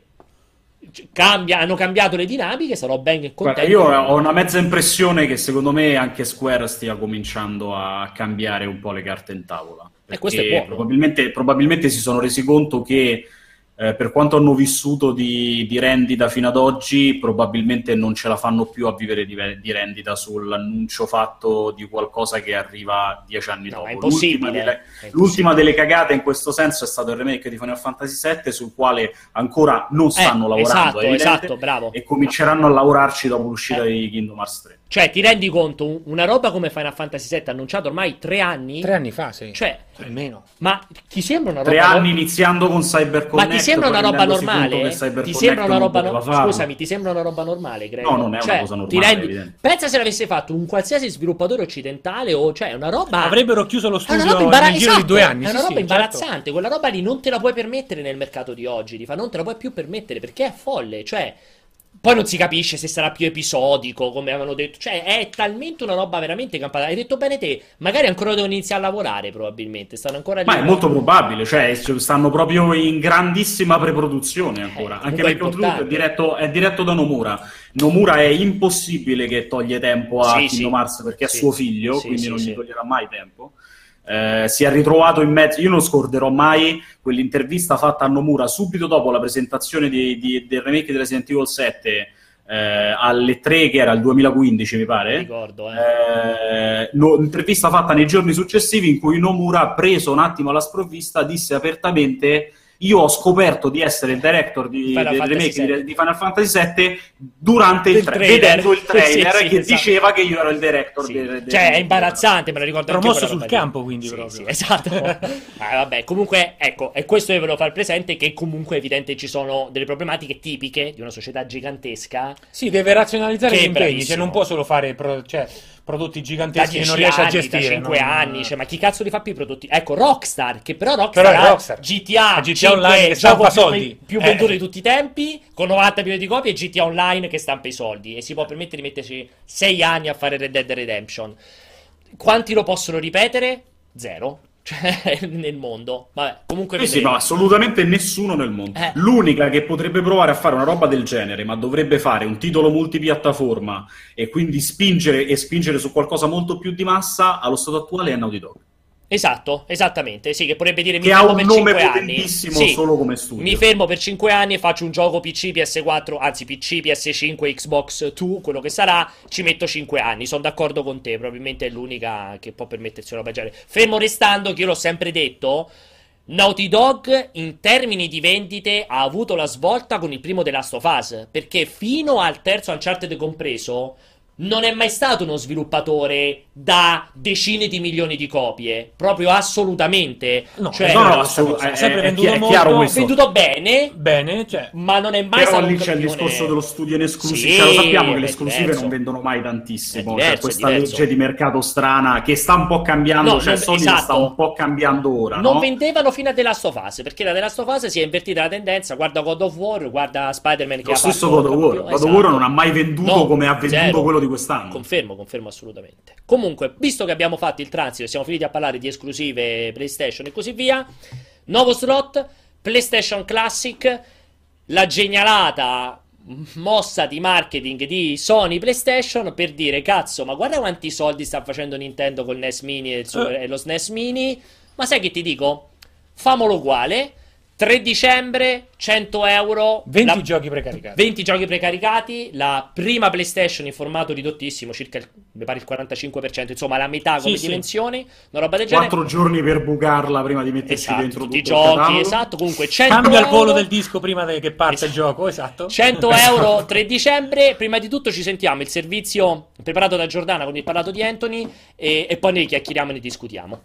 cambia, hanno cambiato le dinamiche, sarò ben contento. Guarda, io ho una mezza impressione che secondo me anche Square stia cominciando a cambiare un po' le carte in tavola. E questo è Perché buono. probabilmente, probabilmente si sono resi conto che eh, per quanto hanno vissuto di, di rendita fino ad oggi, probabilmente non ce la fanno più a vivere di, di rendita sull'annuncio fatto di qualcosa che arriva dieci anni No, dopo. è impossibile, L'ultima delle, è impossibile. l'ultima delle cagate in questo senso è stato il remake di Final Fantasy sette, sul quale ancora non stanno Eh, lavorando, esatto, è evidente, esatto, bravo. e cominceranno a lavorarci dopo l'uscita Eh. di Kingdom Hearts tre. Cioè, ti rendi conto, un- una roba come Final Fantasy sette annunciato ormai tre anni? Tre anni fa, sì. Cioè, almeno. ma ti sembra una roba Tre anni no- iniziando con CyberConnect. Ma ti sembra una poi roba rendendosi conto normale? che Ti CyberConnect sembra una non roba poteva no- farlo. Scusami, ti sembra una roba normale, Greg? No, non è una Cioè, cosa ti normale, rendi- evidente. Pensa se l'avesse fatto un qualsiasi sviluppatore occidentale o cioè una roba Avrebbero chiuso lo È una studio roba imbara- nel giro esatto, di due anni. è una sì, roba sì, imbarazzante, certo. quella roba lì non te la puoi permettere nel mercato di oggi, di fa- non te la puoi più permettere perché è folle, cioè poi non si capisce se sarà più episodico, come avevano detto, cioè è talmente una roba veramente campata. Hai detto bene te, magari ancora devono iniziare a lavorare probabilmente, stanno ancora lì. Ma è molto probabile, cioè stanno proprio in grandissima preproduzione ancora, Eh, anche comunque è perché oltretutto è importante. diretto, è diretto da Nomura. Nomura è impossibile che toglie tempo a Sì, Kingdom sì. Hearts perché Sì. è suo figlio, Sì, quindi sì, non sì. gli toglierà mai tempo. Eh, si è ritrovato in mezzo, io non scorderò mai quell'intervista fatta a Nomura subito dopo la presentazione di- di- del remake di Resident Evil sette eh, alle tre, che era il duemilaquindici mi pare. Ricordo, eh. Eh, no- intervista fatta nei giorni successivi in cui Nomura, preso un attimo alla sprovvista, disse apertamente io ho scoperto di essere il director di, Final del Fantasy remake sette. di, di Final Fantasy sette durante il Del tra- trailer. vedendo il trailer Sì, sì, che esatto. diceva che io ero il director Sì. del, del Cioè è imbarazzante, me lo ricordo anche Promosso quella sul roba lì. campo, quindi, Sì, proprio. sì, esatto. Ma vabbè, comunque, ecco, e questo io ve lo far presente, che comunque è evidente ci sono delle problematiche tipiche di una società gigantesca. Sì, deve razionalizzare Che gli è impegni, bravissimo. cioè non può solo fare pro- cioè, prodotti Da giganteschi che dieci non riesce a anni, gestire. da cinque non- anni, cioè, ma chi cazzo li fa più i prodotti? Ecco, Rockstar, che però Rockstar, Però è ha Rockstar. G T A, Ha G T A cinque, Online che gioco stampa più, soldi. più Eh. venduto di tutti i tempi, con novanta milioni di copie, e G T A Online che stampa i soldi, e si può permettere di metterci sei anni a fare Red Dead Redemption. Quanti lo possono ripetere? Zero. Cioè, nel mondo. Vabbè, comunque Sì, sì, vedremo. ma assolutamente nessuno nel mondo. Eh. L'unica che potrebbe provare a fare una roba del genere, ma dovrebbe fare un titolo multipiattaforma e quindi spingere e spingere su qualcosa molto più di massa, allo stato attuale è Naughty Dog. Esatto, esattamente, sì, che potrebbe dire mi Che ha fermo un per nome cinque anni. potentissimo Sì, solo come studio. mi fermo per cinque anni e faccio un gioco P C, P S quattro, anzi P C, P S cinque, Xbox due, quello che sarà, ci metto cinque anni, sono d'accordo con te, probabilmente è l'unica che può permettersi una roba del genere. Fermo restando che io l'ho sempre detto, Naughty Dog in termini di vendite ha avuto la svolta con il primo The Last of Us, perché fino al terzo Uncharted compreso non è mai stato uno sviluppatore da decine di milioni di copie, proprio assolutamente. No, cioè, No, no, È assolut- sempre è- è- è venduto chi- è molto, chiaro questo. venduto bene, Bene, cioè, ma non è mai Però stato lì un c'è il campione. discorso dello studio in esclusiva. Sì, Cioè, lo sappiamo che è le esclusive diverso. non vendono mai tantissimo. È diverso, C'è questa è diverso. legge di mercato strana che sta un po' cambiando. No, cioè, non- Sony esatto. sta un po' cambiando ora. Non no? vendevano fino a The Last of Us, perché da The Last of Us si è invertita la tendenza. Guarda God of War, guarda Spider-Man che Lo ha stesso fatto God of War. più- God of esatto. War non ha mai venduto No, come ha venduto zero. quello di quest'anno. Confermo, confermo assolutamente. Comunque, visto che abbiamo fatto il transito e siamo finiti a parlare di esclusive PlayStation e così via, nuovo slot, PlayStation Classic, la genialata mossa di marketing di Sony PlayStation per dire cazzo, ma guarda quanti soldi sta facendo Nintendo col N E S Mini e, il suo- e lo S N E S Mini, ma sai che ti dico? Famolo uguale. tre dicembre, cento euro, venti la- giochi precaricati. venti giochi precaricati, la prima PlayStation in formato ridottissimo, circa il, mi pare il quarantacinque per cento, insomma la metà come Sì, sì. dimensioni, una roba del genere. Quattro giorni per bucarla prima di metterci Esatto, dentro tutti i tutto il giochi, catalogo. esatto, comunque cento Cambia il volo euro, del disco prima de- che parte Esatto. il gioco, esatto. cento euro tre dicembre, prima di tutto ci sentiamo il servizio preparato da Giordana con il parlato di Anthony e, e poi ne chiacchieriamo e ne discutiamo.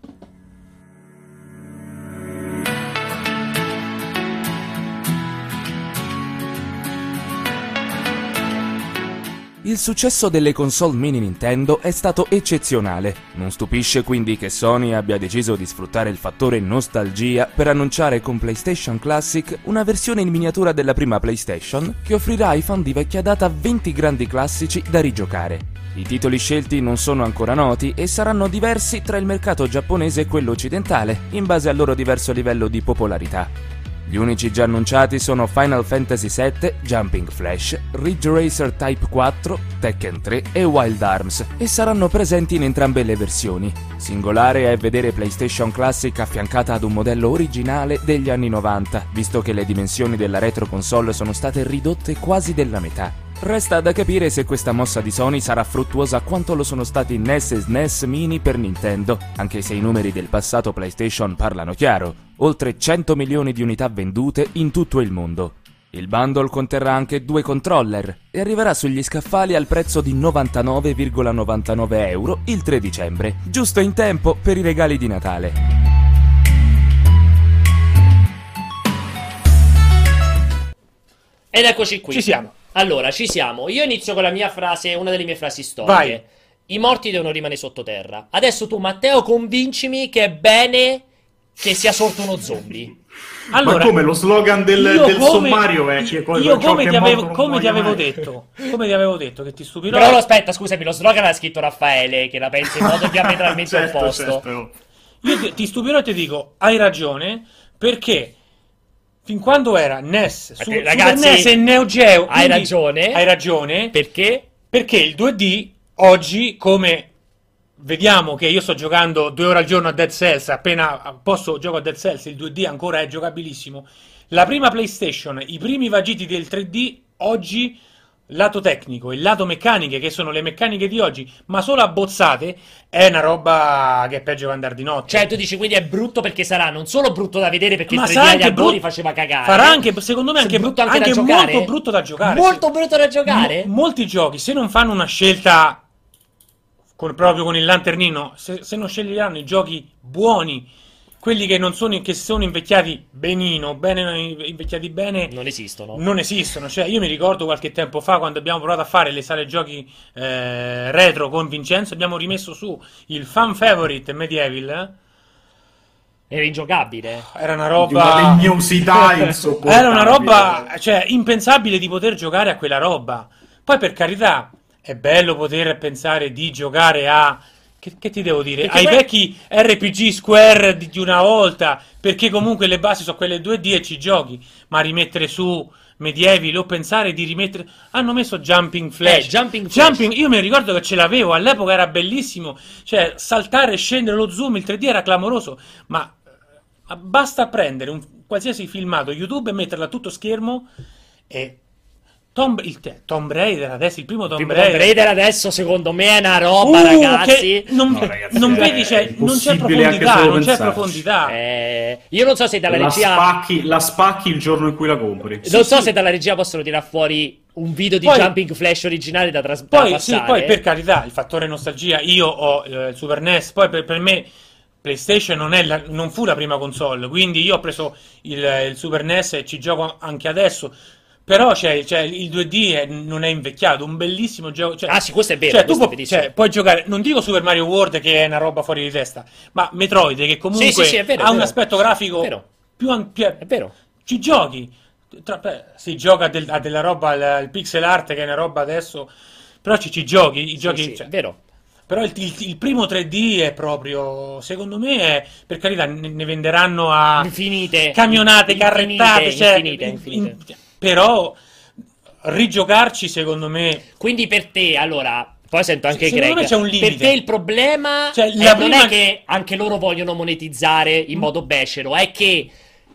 Il successo delle console mini Nintendo è stato eccezionale. Non stupisce quindi che Sony abbia deciso di sfruttare il fattore nostalgia per annunciare con PlayStation Classic una versione in miniatura della prima PlayStation che offrirà ai fan di vecchia data venti grandi classici da rigiocare. I titoli scelti non sono ancora noti e saranno diversi tra il mercato giapponese e quello occidentale, in base al loro diverso livello di popolarità. Gli unici già annunciati sono Final Fantasy sette, Jumping Flash, Ridge Racer Type quattro, Tekken tre e Wild Arms, e saranno presenti in entrambe le versioni. Singolare è vedere PlayStation Classic affiancata ad un modello originale degli anni novanta, visto che le dimensioni della retro console sono state ridotte quasi della metà. Resta da capire se questa mossa di Sony sarà fruttuosa quanto lo sono stati N E S e S N E S Mini per Nintendo, anche se i numeri del passato PlayStation parlano chiaro, oltre cento milioni di unità vendute in tutto il mondo. Il bundle conterrà anche due controller e arriverà sugli scaffali al prezzo di novantanove virgola novantanove euro il tre dicembre, giusto in tempo per i regali di Natale. Ed eccoci qui. Ci siamo. Allora, ci siamo. Io inizio con la mia frase, una delle mie frasi storiche. Vai. I morti devono rimanere sottoterra. Adesso tu, Matteo, convincimi che è bene che sia sorto uno zombie. Allora, Ma come lo slogan del, io del come- sommario è che poi io ciò come che ti è morto avevo, non come ti muoia avevo mai. detto, come ti avevo detto che ti stupirò. Però aspetta, scusami, lo slogan l'ha scritto Raffaele, che la pensa in modo diametralmente Certo, opposto. certo. Io ti, ti stupirò e ti dico, hai ragione, perché fin quando era N E S, su, te- Super ragazzi, N E S e Neo Geo, hai quindi ragione. hai ragione, Perché? perché il due D oggi, come vediamo che io sto giocando due ore al giorno a Dead Cells, appena posso gioco a Dead Cells, il due D ancora è giocabilissimo. La prima PlayStation, i primi vagiti del tre D oggi lato tecnico e lato meccaniche, che sono le meccaniche di oggi, ma solo abbozzate, è una roba che è peggio che andare di notte. Cioè, tu dici quindi è brutto perché sarà non solo brutto da vedere perché Ma il tre D sarà agli anche albori brut- faceva cagare. farà anche, secondo me, Sì, anche, brutto anche da anche giocare? molto brutto da giocare. Molto sì. brutto da giocare? Mo- molti giochi, se non fanno una scelta con- proprio con il lanternino, se, se non sceglieranno i giochi buoni, quelli che non sono, che sono invecchiati benino, bene, invecchiati bene, Non esistono. non esistono. Cioè, io mi ricordo qualche tempo fa, quando abbiamo provato a fare le sale giochi eh, retro con Vincenzo, abbiamo rimesso su il fan favorite Medieval. eh. Era ingiocabile. Era una Di roba. una legnosità insopportabile. Era una roba, cioè, impensabile di poter giocare a quella roba. Poi, per carità, è bello poter pensare di giocare a. Che, che ti devo dire? Perché Ai poi- vecchi R P G Square di, di una volta. Perché comunque le basi sono quelle due D e ci giochi. Ma rimettere su Medieval o pensare di rimettere. Hanno messo Jumping Flash. Eh, Jumping Flash. Jumping, io mi ricordo che ce l'avevo. All'epoca era bellissimo. Cioè, saltare e scendere lo zoom, il tre D era clamoroso. Ma. Ma basta prendere un qualsiasi filmato YouTube e metterlo a tutto schermo e Tomb, il te- Tomb Raider adesso, il primo Tomb Tomb Raider, Raider adesso secondo me è una roba, Uh, ragazzi. che non, No, ragazzi, non è vedi, cioè, non c'è impossibile anche profondità, solo non c'è pensarci. profondità. Eh, io non so se dalla La regia spacchi, la spacchi il giorno in cui la compri. non so sì. se dalla regia possono tirare fuori un video di Poi- Jumping Flash originale da, tras- da Poi, sì, passare. poi per carità, il fattore nostalgia, io ho eh, il Super N E S, poi per, per me PlayStation non, è la- non fu la prima console, quindi io ho preso il, il Super N E S e ci gioco anche adesso. Però c'è, c'è il due D è- non è invecchiato, un bellissimo gioco. Cioè, Ah, sì, questo è vero, cioè, tu questo è puoi, verissimo. cioè, puoi giocare, non dico Super Mario World che è una roba fuori di testa, ma Metroid che comunque Sì, sì, sì, è vero, è ha un vero. aspetto grafico È vero. più ampio. È vero. Ci giochi, Tra- beh, si gioca a, del- a della roba, al, al pixel art che è una roba adesso, però ci, ci giochi, i Sì, giochi, sì, cioè, è vero. però il, il- il primo tre D è proprio, secondo me, è, per carità, ne, ne venderanno a Infinite. camionate, Infinite, carrettate, cioè, infinite, in- infinite. in- però rigiocarci, secondo me, Quindi per te, allora, poi sento anche Secondo Greg, me c'è un limite. per te il problema Cioè, è- la non prima- è che anche loro vogliono monetizzare in modo becero, è che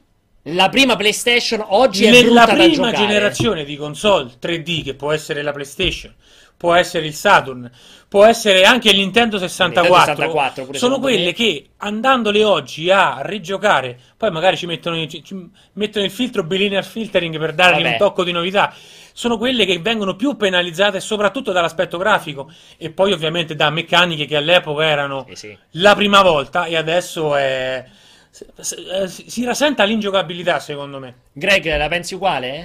la prima PlayStation oggi è nella brutta da prima giocare. generazione di console tre D, che può essere la PlayStation, può essere il Saturn, può essere anche il Nintendo sessantaquattro, Nintendo sessantaquattro pure sono secondo quelle me. che andandole oggi a rigiocare, poi magari ci mettono, ci, ci mettono il filtro bilinear filtering per dargli Vabbè. un tocco di novità, sono quelle che vengono più penalizzate soprattutto dall'aspetto grafico e poi ovviamente da meccaniche che all'epoca erano Sì, sì. la prima volta e adesso è... si, si rasenta l'ingiocabilità, secondo me. Greg, la pensi uguale?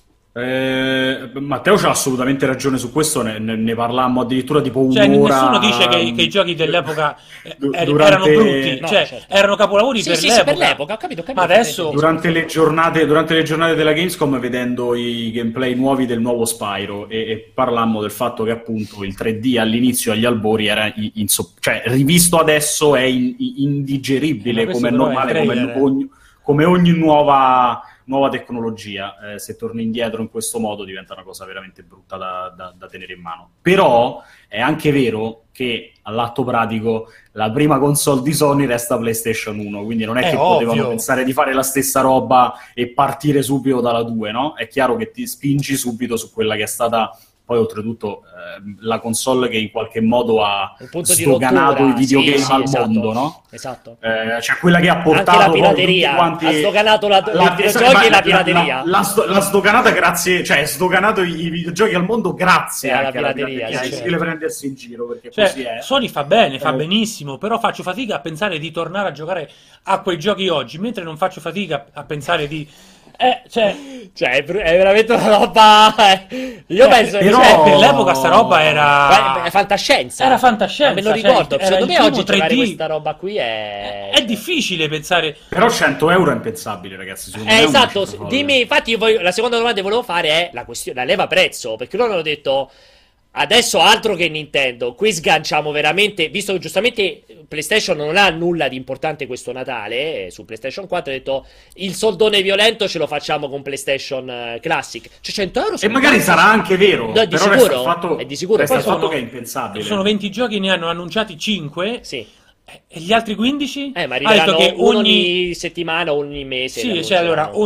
Eh, Matteo c'ha assolutamente ragione su questo, ne, ne, ne parlammo addirittura tipo un'ora. Cioè, nessuno dice che, che i giochi dell'epoca eh, Du- er- durante- erano brutti, No, cioè certo. erano capolavori Sì, per, sì, sì, l'epoca. per l'epoca, ho capito, ho capito Ma adesso Durante le, giornate, durante le giornate della Gamescom, vedendo i gameplay nuovi del nuovo Spyro, e, e parlammo del fatto che appunto il tre D all'inizio agli albori era i- inso- cioè rivisto adesso è in- indigeribile, Ma questo come è però è normale, il come trailer, ogni, come ogni nuova, nuova tecnologia. Eh, se torni indietro in questo modo diventa una cosa veramente brutta da, da- da tenere in mano. Però è anche vero che all'atto pratico la prima console di Sony resta PlayStation uno, quindi non è, È che ovvio. potevano pensare di fare la stessa roba e partire subito dalla due, no? È chiaro che ti spingi subito su quella che è stata poi oltretutto eh, la console che in qualche modo ha Il punto di sdoganato rottura, i videogame sì, sì, al esatto. mondo, no? Esatto. Eh, cioè quella che ha portato Anche la poi pirateria, tutti quanti- ha sdoganato la- i videogiochi esatto, e la ma pirateria. la, la, sto- la sdoganata grazie, cioè ha sdoganato i, i videogiochi al mondo grazie E alla anche alla pirateria, pirateria, è certo. inutile prendersi in giro perché cioè, così è. Sony fa bene, fa Eh. benissimo, però faccio fatica a pensare di tornare a giocare a quei giochi oggi, mentre non faccio fatica a pensare di eh, cioè, Cioè, è, br- è veramente una roba. eh. Io eh, penso che però- cioè, per l'epoca sta roba era Beh, è fantascienza. Era fantascienza, Ma me lo cioè, ricordo. era Secondo il me primo oggi giocare tre D. questa roba qui è. è difficile pensare. Però cento euro è impensabile, ragazzi. secondo me Eh, è un esatto, cifra folle. dimmi, infatti io voglio- la seconda domanda che volevo fare è la questione, la leva prezzo, perché loro hanno detto adesso altro che Nintendo, qui sganciamo veramente, visto che giustamente PlayStation non ha nulla di importante questo Natale, eh, su PlayStation quattro ha detto il soldone violento ce lo facciamo con PlayStation eh, Classic, cioè cento euro E sono magari tanti. sarà anche vero, No, è di però resta sicuro? il fatto, È di sicuro. resta Poi il fatto sono- che è impensabile. Sono venti giochi, ne hanno annunciati cinque. Sì. E gli altri quindici? Eh, ma Ha detto arriveranno che uno ogni... ogni settimana, ogni mese. Sì, la cioè allora annunceranno.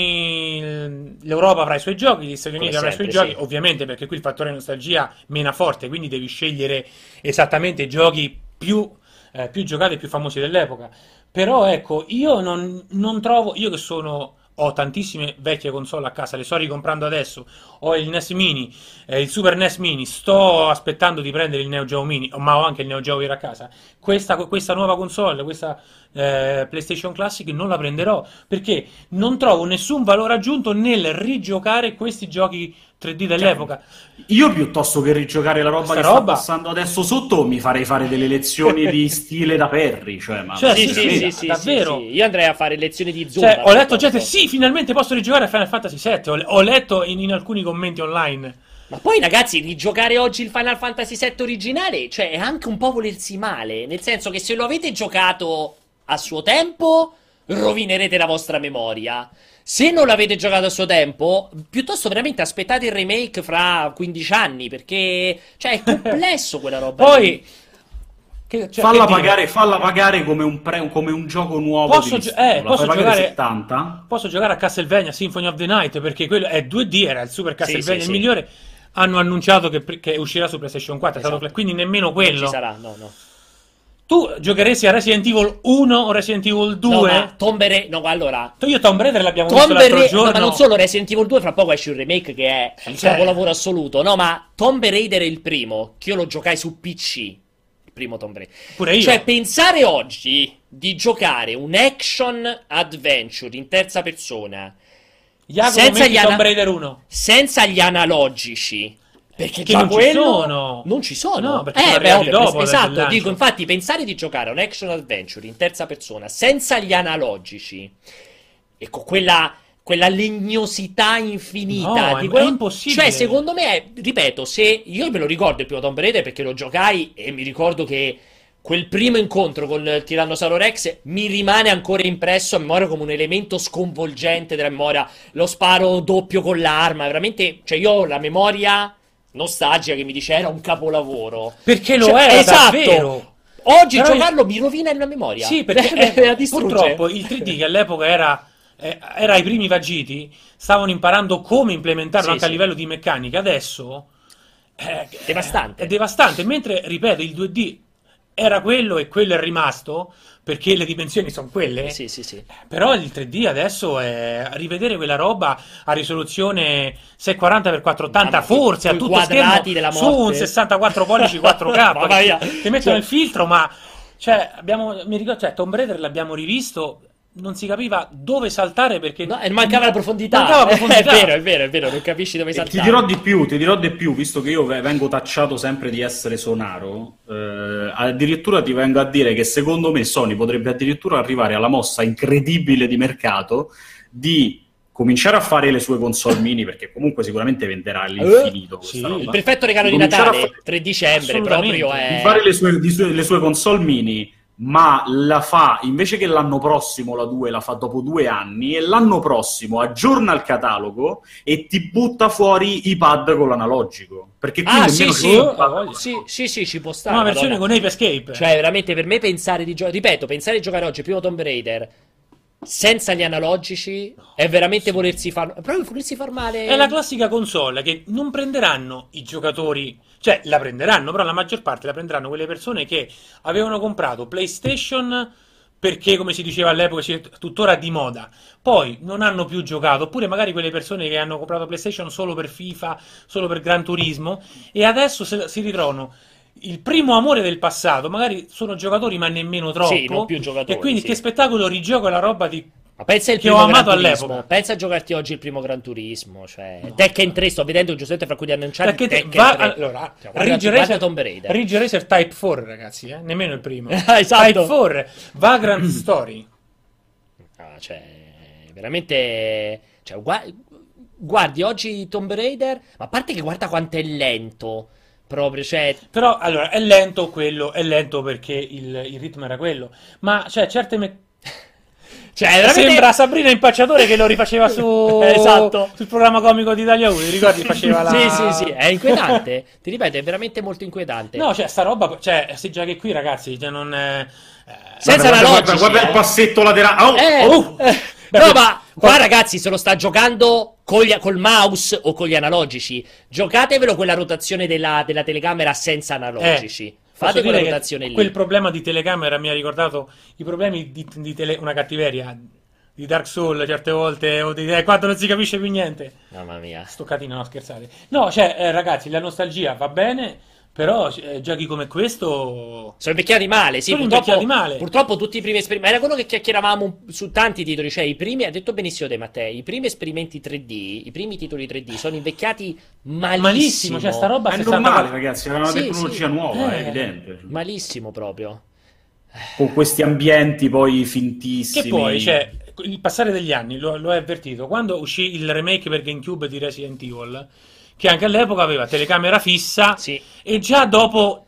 ogni l'Europa avrà i suoi giochi, gli Stati Come Uniti avranno i suoi sempre, giochi, sì. ovviamente perché qui il fattore nostalgia mena forte, quindi devi scegliere esattamente i giochi più, eh, più giocati e più famosi dell'epoca. Però ecco, io non, non trovo, io che sono, ho tantissime vecchie console a casa, le sto ricomprando adesso, ho il N E S Mini, eh, il Super N E S Mini, sto aspettando di prendere il Neo Geo Mini, ma ho anche il Neo Geo Vero a casa. Questa, questa nuova console, questa eh, PlayStation Classic non la prenderò perché non trovo nessun valore aggiunto nel rigiocare questi giochi tre D dell'epoca. Io piuttosto che rigiocare la roba Questa che roba- sta passando adesso sotto, mi farei fare delle lezioni di stile da Perry, cioè, ma Cioè, Sì, sì, sì, sì, sì, sì, sì, davvero. sì, sì. Io andrei a fare lezioni di Zumba. Cioè, ho letto piuttosto. gente, sì, finalmente posso rigiocare a Final Fantasy sette, ho, ho letto in, in alcuni commenti online. Ma poi, ragazzi, rigiocare oggi il Final Fantasy sette originale, cioè, è anche un po' volersi male. Nel senso che se lo avete giocato a suo tempo, rovinerete la vostra memoria. Se non l'avete giocato a suo tempo, piuttosto veramente aspettate il remake fra quindici anni, perché, cioè, è complesso quella roba lì. Poi, che, cioè, falla, che dire? pagare, falla pagare come un, pre- come un gioco nuovo Posso di gio- livello. eh, La posso fai pagare giocare- settanta? Posso giocare a Castlevania Symphony of the Night perché quello è due D, era il Super Castlevania, sì, il sì. migliore. Hanno annunciato che, che uscirà su PlayStation quattro, è stato- Esatto. quindi nemmeno Non quello. ci sarà, no, no. Tu giocheresti a Resident Evil uno o Resident Evil No, due? ma Tomb Raider, no, allora, Io Tomb Raider l'abbiamo visto Tomb l'altro Raider, giorno. no, ma non solo Resident Evil due, fra poco esce un remake che è il Cioè- capolavoro assoluto. No, ma Tomb Raider è il primo, che io lo giocai su P C. Il primo Tomb Raider. Pure io. Cioè, pensare oggi di giocare un action adventure in terza persona Jacopo, senza metti gli ana- Tomb Raider uno. senza gli analogici. Perché Che già non ci quello sono. non ci sono. No, perché eh, sono beh, arrivati ovvio, dopo, esatto, del lancio. dico, infatti, pensare di giocare a un action adventure in terza persona senza gli analogici e con quella, quella legnosità infinita No, di è- quello- è impossibile. Cioè, secondo me, è- ripeto, se io me lo ricordo il primo Tomb Raider perché lo giocai e mi ricordo che quel primo incontro con il Tyrannosauro Rex mi rimane ancora impresso a memoria come un elemento sconvolgente della memoria. Lo sparo doppio con l'arma, veramente, cioè io ho la memoria nostalgica che mi dice era un capolavoro. Perché lo Cioè, era esatto. davvero. Oggi Però giocarlo mi rovina la memoria. Sì, perché Me eh, la distrugge. purtroppo il tre D che all'epoca era, eh, era ai primi vagiti, stavano imparando come implementarlo Sì, anche a sì. livello di meccanica. Adesso eh, Devastante. È devastante. Mentre, ripeto, il due D era quello e quello è rimasto perché le dimensioni sono quelle. Sì, sì, sì. Però il tre D adesso è rivedere quella roba a risoluzione seicentoquaranta per quattrocentottanta, Mamma, forse a coi tutto quadrati schermo della su morte. un sessantaquattro pollici quattro K. Mamma mia. Ti mettono Cioè- il filtro, ma cioè abbiamo mi ricordo, cioè Tomb Raider l'abbiamo rivisto, non si capiva dove saltare perché No, e mancava la profondità. Mancava la profondità. È vero, è vero, è vero, non capisci dove E saltare. ti dirò di più, ti dirò di più, visto che io ve- vengo tacciato sempre di essere sonaro, eh, addirittura ti vengo a dire che secondo me Sony potrebbe addirittura arrivare alla mossa incredibile di mercato di cominciare a fare le sue console mini, perché comunque sicuramente venderà all'infinito questa sì. roba. Il perfetto regalo di Cominciare a Natale, fare- tre dicembre, Assolutamente. proprio è... di fare le sue, di sue- le sue console mini, ma la fa invece che l'anno prossimo la due la fa dopo due anni e l'anno prossimo aggiorna il catalogo e ti butta fuori i pad con l'analogico, perché qui Ah, sì, nemmeno sì, ci sono Oh, pad. voglia. sì, sì, sì, ci può stare. una versione Madonna. con Ape Escape. Cioè, veramente per me pensare di giocare, ripeto, pensare di giocare oggi il primo Tomb Raider senza gli analogici è veramente volersi far, è proprio volersi far male. È la classica console che non prenderanno i giocatori, cioè la prenderanno, però la maggior parte la prenderanno quelle persone che avevano comprato PlayStation perché, come si diceva all'epoca, si è tuttora di moda. Poi non hanno più giocato, oppure magari quelle persone che hanno comprato PlayStation solo per FIFA, solo per Gran Turismo, e adesso se- si ritrovano il primo amore del passato, magari sono giocatori ma nemmeno troppo, Sì, non più giocatori, e quindi sì. che spettacolo rigioco la roba di... Ma pensa il che primo ho amato Gran Turismo. all'epoca. Pensa a giocarti oggi il primo Gran Turismo. Cioè, Tekken tre, sto vedendo giustamente fra cui li annunciati. Perché te- Tekken va, tre. allora, Cioè, guarda- Ridge guarda Racer, Tomb Raider. Ridge Racer Type quattro, ragazzi, eh? Nemmeno il primo. Esatto. Type quattro, Vagrant Story. Ah, cioè, veramente. Cioè, gua- guardi oggi Tomb Raider. Ma a parte che guarda quanto è lento. Proprio, cioè. Però, allora, è lento quello, è lento perché il, il ritmo era quello. Ma, cioè, certe me- Cioè, veramente... Sembra Sabrina Impacciatore che lo rifaceva su Esatto. sul programma comico di Italia uno, ti ricordi? Faceva la... Sì, sì, sì, è inquietante. Ti ripeto, è veramente molto inquietante. No, cioè, sta roba, cioè, se già che qui, ragazzi, cioè, non è... Senza guarda, analogici, guarda, guarda eh. il passetto laterale. Oh, Eh, oh. eh, no, ma qua ragazzi se lo sta giocando con gli- col mouse o con gli analogici. Giocatevelo quella rotazione della, della telecamera senza analogici. Eh, Fate posso quella dire che rotazione lì. quel problema di telecamera mi ha ricordato i problemi di, di tele- una cattiveria di Dark Souls certe volte, o di eh, quando non si capisce più niente. Mamma mia. Sto catino, no, scherzate. No, cioè, eh, ragazzi, la nostalgia va bene, però eh, giochi come questo... Sono invecchiati male, sì, Sono purtroppo, invecchiati male. purtroppo tutti i primi esperimenti, era quello che chiacchieravamo su tanti titoli, cioè i primi, ha detto benissimo te Mattei, i primi esperimenti tre D, i primi titoli tre D sono invecchiati malissimo. Malissimo, cioè sta roba È sessanta normale, ragazzi, era una Sì, tecnologia sì. nuova, Eh. è evidente. Malissimo proprio. Con questi ambienti poi fintissimi. Che poi, cioè, il passare degli anni, lo, lo hai avvertito, quando uscì il remake per GameCube di Resident Evil, che anche all'epoca aveva telecamera fissa, Sì. e già dopo,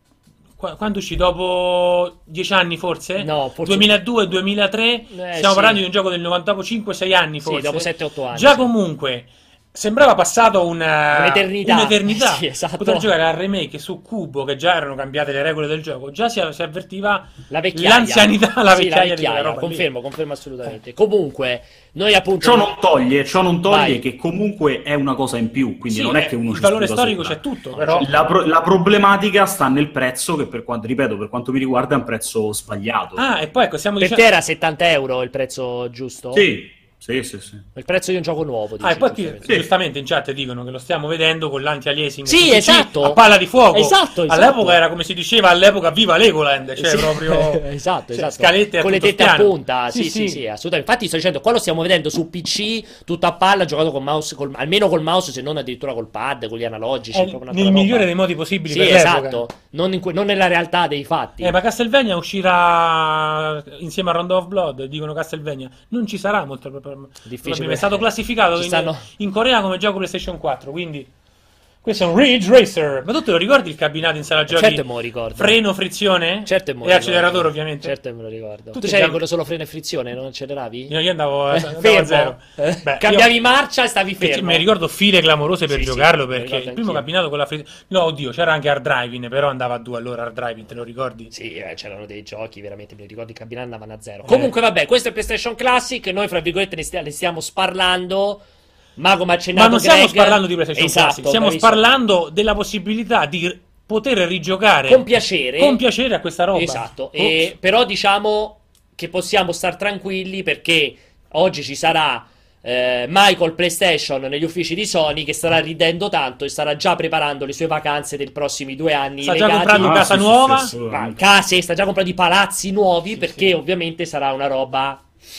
qua- quando uscì? Dopo dieci anni forse? No, forse- duemiladue duemilatré, Eh, stiamo sì. parlando di un gioco del novantacinque, sei anni Sì, forse. dopo sette otto anni, Già sì. comunque... Sembrava passato una, Un'eternità. un'eternità. Sì, esatto. Poter giocare al remake su Cubo, che già erano cambiate le regole del gioco, già si, si avvertiva La vecchiaia. l'anzianità, la Sì, vecchiaia, di quella roba lì. confermo, confermo assolutamente. Comunque, noi appunto... Ciò non toglie, ciò non toglie Vai. che comunque è una cosa in più, quindi Sì, non è eh, che uno il ci valore sputa storico sopra. c'è tutto, però La, pro- la problematica sta nel prezzo che per quanto, ripeto, per quanto mi riguarda è un prezzo sbagliato. ah, e poi ecco, stiamo Per dicendo te era settanta euro il prezzo giusto? Sì, sì, sì, sì. Il prezzo di un gioco nuovo, dici, Ah, e poi qui, giustamente. giustamente in chat dicono che lo stiamo vedendo con l'anti-aliasing Sì, su P C esatto. a palla di fuoco. Esatto, esatto. All'epoca era come si diceva all'epoca viva Legoland, cioè Sì. proprio esatto, cioè, esatto. scalette a con le tutto tette a spiano. punta, sì, sì, sì, assolutamente. Infatti sto dicendo, qua lo stiamo vedendo su P C, tutto a palla, giocato con mouse, col- almeno col mouse, se non addirittura col pad, con gli analogici, È proprio un'altra nel roba. migliore dei modi possibili Sì, per l'epoca. esatto, non, in que- non nella realtà dei fatti. Eh, ma Castlevania uscirà insieme a Rondo of Blood, dicono Castlevania. Non ci sarà molto probabilmente. Difficile. È stato classificato Ci in, stanno- in Corea come gioco PlayStation quattro, quindi questo è un Ridge Racer. Ma tu te lo ricordi il cabinato in sala giochi? Certo che me lo ricordo. Freno, frizione? Certo che me lo e ricordo. acceleratore, ovviamente. Certo che me lo ricordo. Tu Tu ti c'eri chiami- quello solo freno e frizione, non acceleravi? Io, io andavo, Eh, andavo a fermo. zero. Eh, Beh, Cambiavi io- marcia e stavi perché fermo. mi ricordo file clamorose per Sì, sì, giocarlo, me lo perché ricordo il primo anch'io. cabinato con la frizione... No, oddio, c'era anche Hard Driving, però andava a due allora Hard Driving, te lo ricordi? Sì, eh, c'erano dei giochi, veramente, mi ricordo i cabinati andavano a zero. Eh. Comunque, vabbè, questo è PlayStation Classic, noi, fra virgolette, ne, stia- ne stiamo sparlando. Mago mi ha accennato Ma non stiamo Greg. parlando di PlayStation Esatto, Classic, stiamo bravissimo. parlando della possibilità di poter rigiocare Con piacere. con piacere a questa roba. Esatto, Oh, e, però diciamo che possiamo star tranquilli perché oggi ci sarà eh, Michael PlayStation negli uffici di Sony che starà ridendo tanto e starà già preparando le sue vacanze dei prossimi due anni sta già legati comprando Ah, casa sì, sì, nuova. sì, assolutamente. ma case, sta già comprando i palazzi nuovi perché ovviamente sarà una roba.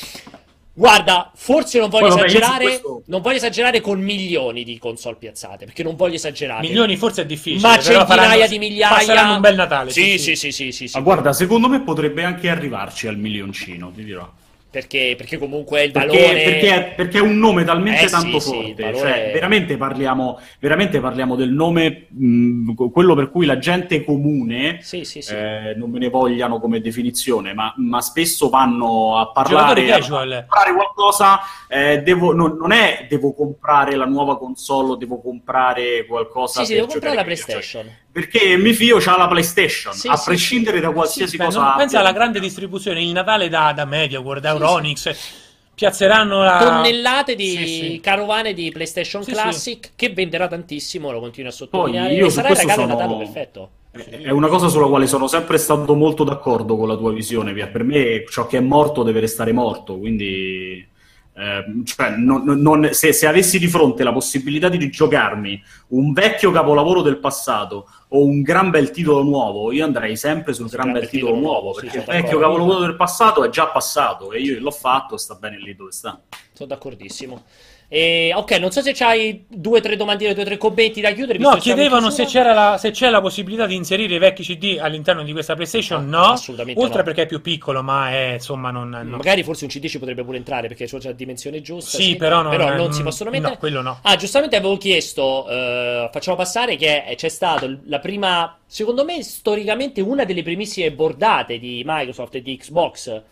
Guarda, forse non voglio Poi, vabbè, io su esagerare, questo- non voglio esagerare con milioni di console piazzate, perché non voglio esagerare. Milioni forse è difficile, ma però centinaia faranno- di migliaia. passeranno un bel Natale. Sì, sì, sì, sì, sì, sì. Ma guarda, secondo me potrebbe anche arrivarci al milioncino, ti dirò. Perché, perché comunque il Perché, valore perché, perché è un nome talmente Eh, sì, tanto sì, il forte, valore- cioè veramente parliamo, veramente parliamo del nome, mh, quello per cui la gente comune, Sì, sì, sì. eh, non me ne vogliano come definizione, ma, ma spesso vanno a Giocatori parlare, a casual. comprare qualcosa, eh, devo, non, non è devo comprare la nuova console, o devo comprare qualcosa Sì, sì, per devo comprare la giocare ai PlayStation. videogiochi. Perché mio figlio c'ha la PlayStation, Sì, a sì, prescindere da Sì, qualsiasi beh, cosa non- abbia. pensa alla grande distribuzione, il Natale da, da MediaWorld, da Euronix, piazzeranno la... Tonnellate di Sì, sì. carovane di PlayStation Sì, Classic che venderà tantissimo, lo continuo a sottolineare. io e su sarà il questo regalo sono- Natale perfetto. È una cosa sulla quale sono sempre stato molto d'accordo con la tua visione, Pia. Per me ciò che è morto deve restare morto, quindi eh, cioè, non- non- non- se, se avessi di fronte la possibilità di giocarmi un vecchio capolavoro del passato o un gran bel titolo nuovo, io andrei sempre sul gran bel titolo nuovo, sì, perché il sono vecchio d'accordo. capolavoro del passato è già passato e io l'ho fatto e sta bene lì dove sta. Sono d'accordissimo. E, ok, non so se c'hai due o tre domandine, due o tre commenti da chiudere. No, visto che siamo in chiedevano se chiusura. c'era la, se c'è la possibilità di inserire i vecchi C D all'interno di questa PlayStation. No, No, assolutamente oltre no. perché è più piccolo, ma è insomma non... non- Magari forse un C D ci potrebbe pure entrare perché c'è la dimensione giusta. Sì, però non- non non- si possono mettere. no, quello no. Ah, giustamente avevo chiesto, eh, facciamo passare che c'è stato la prima, secondo me storicamente una delle primissime bordate di Microsoft e di Xbox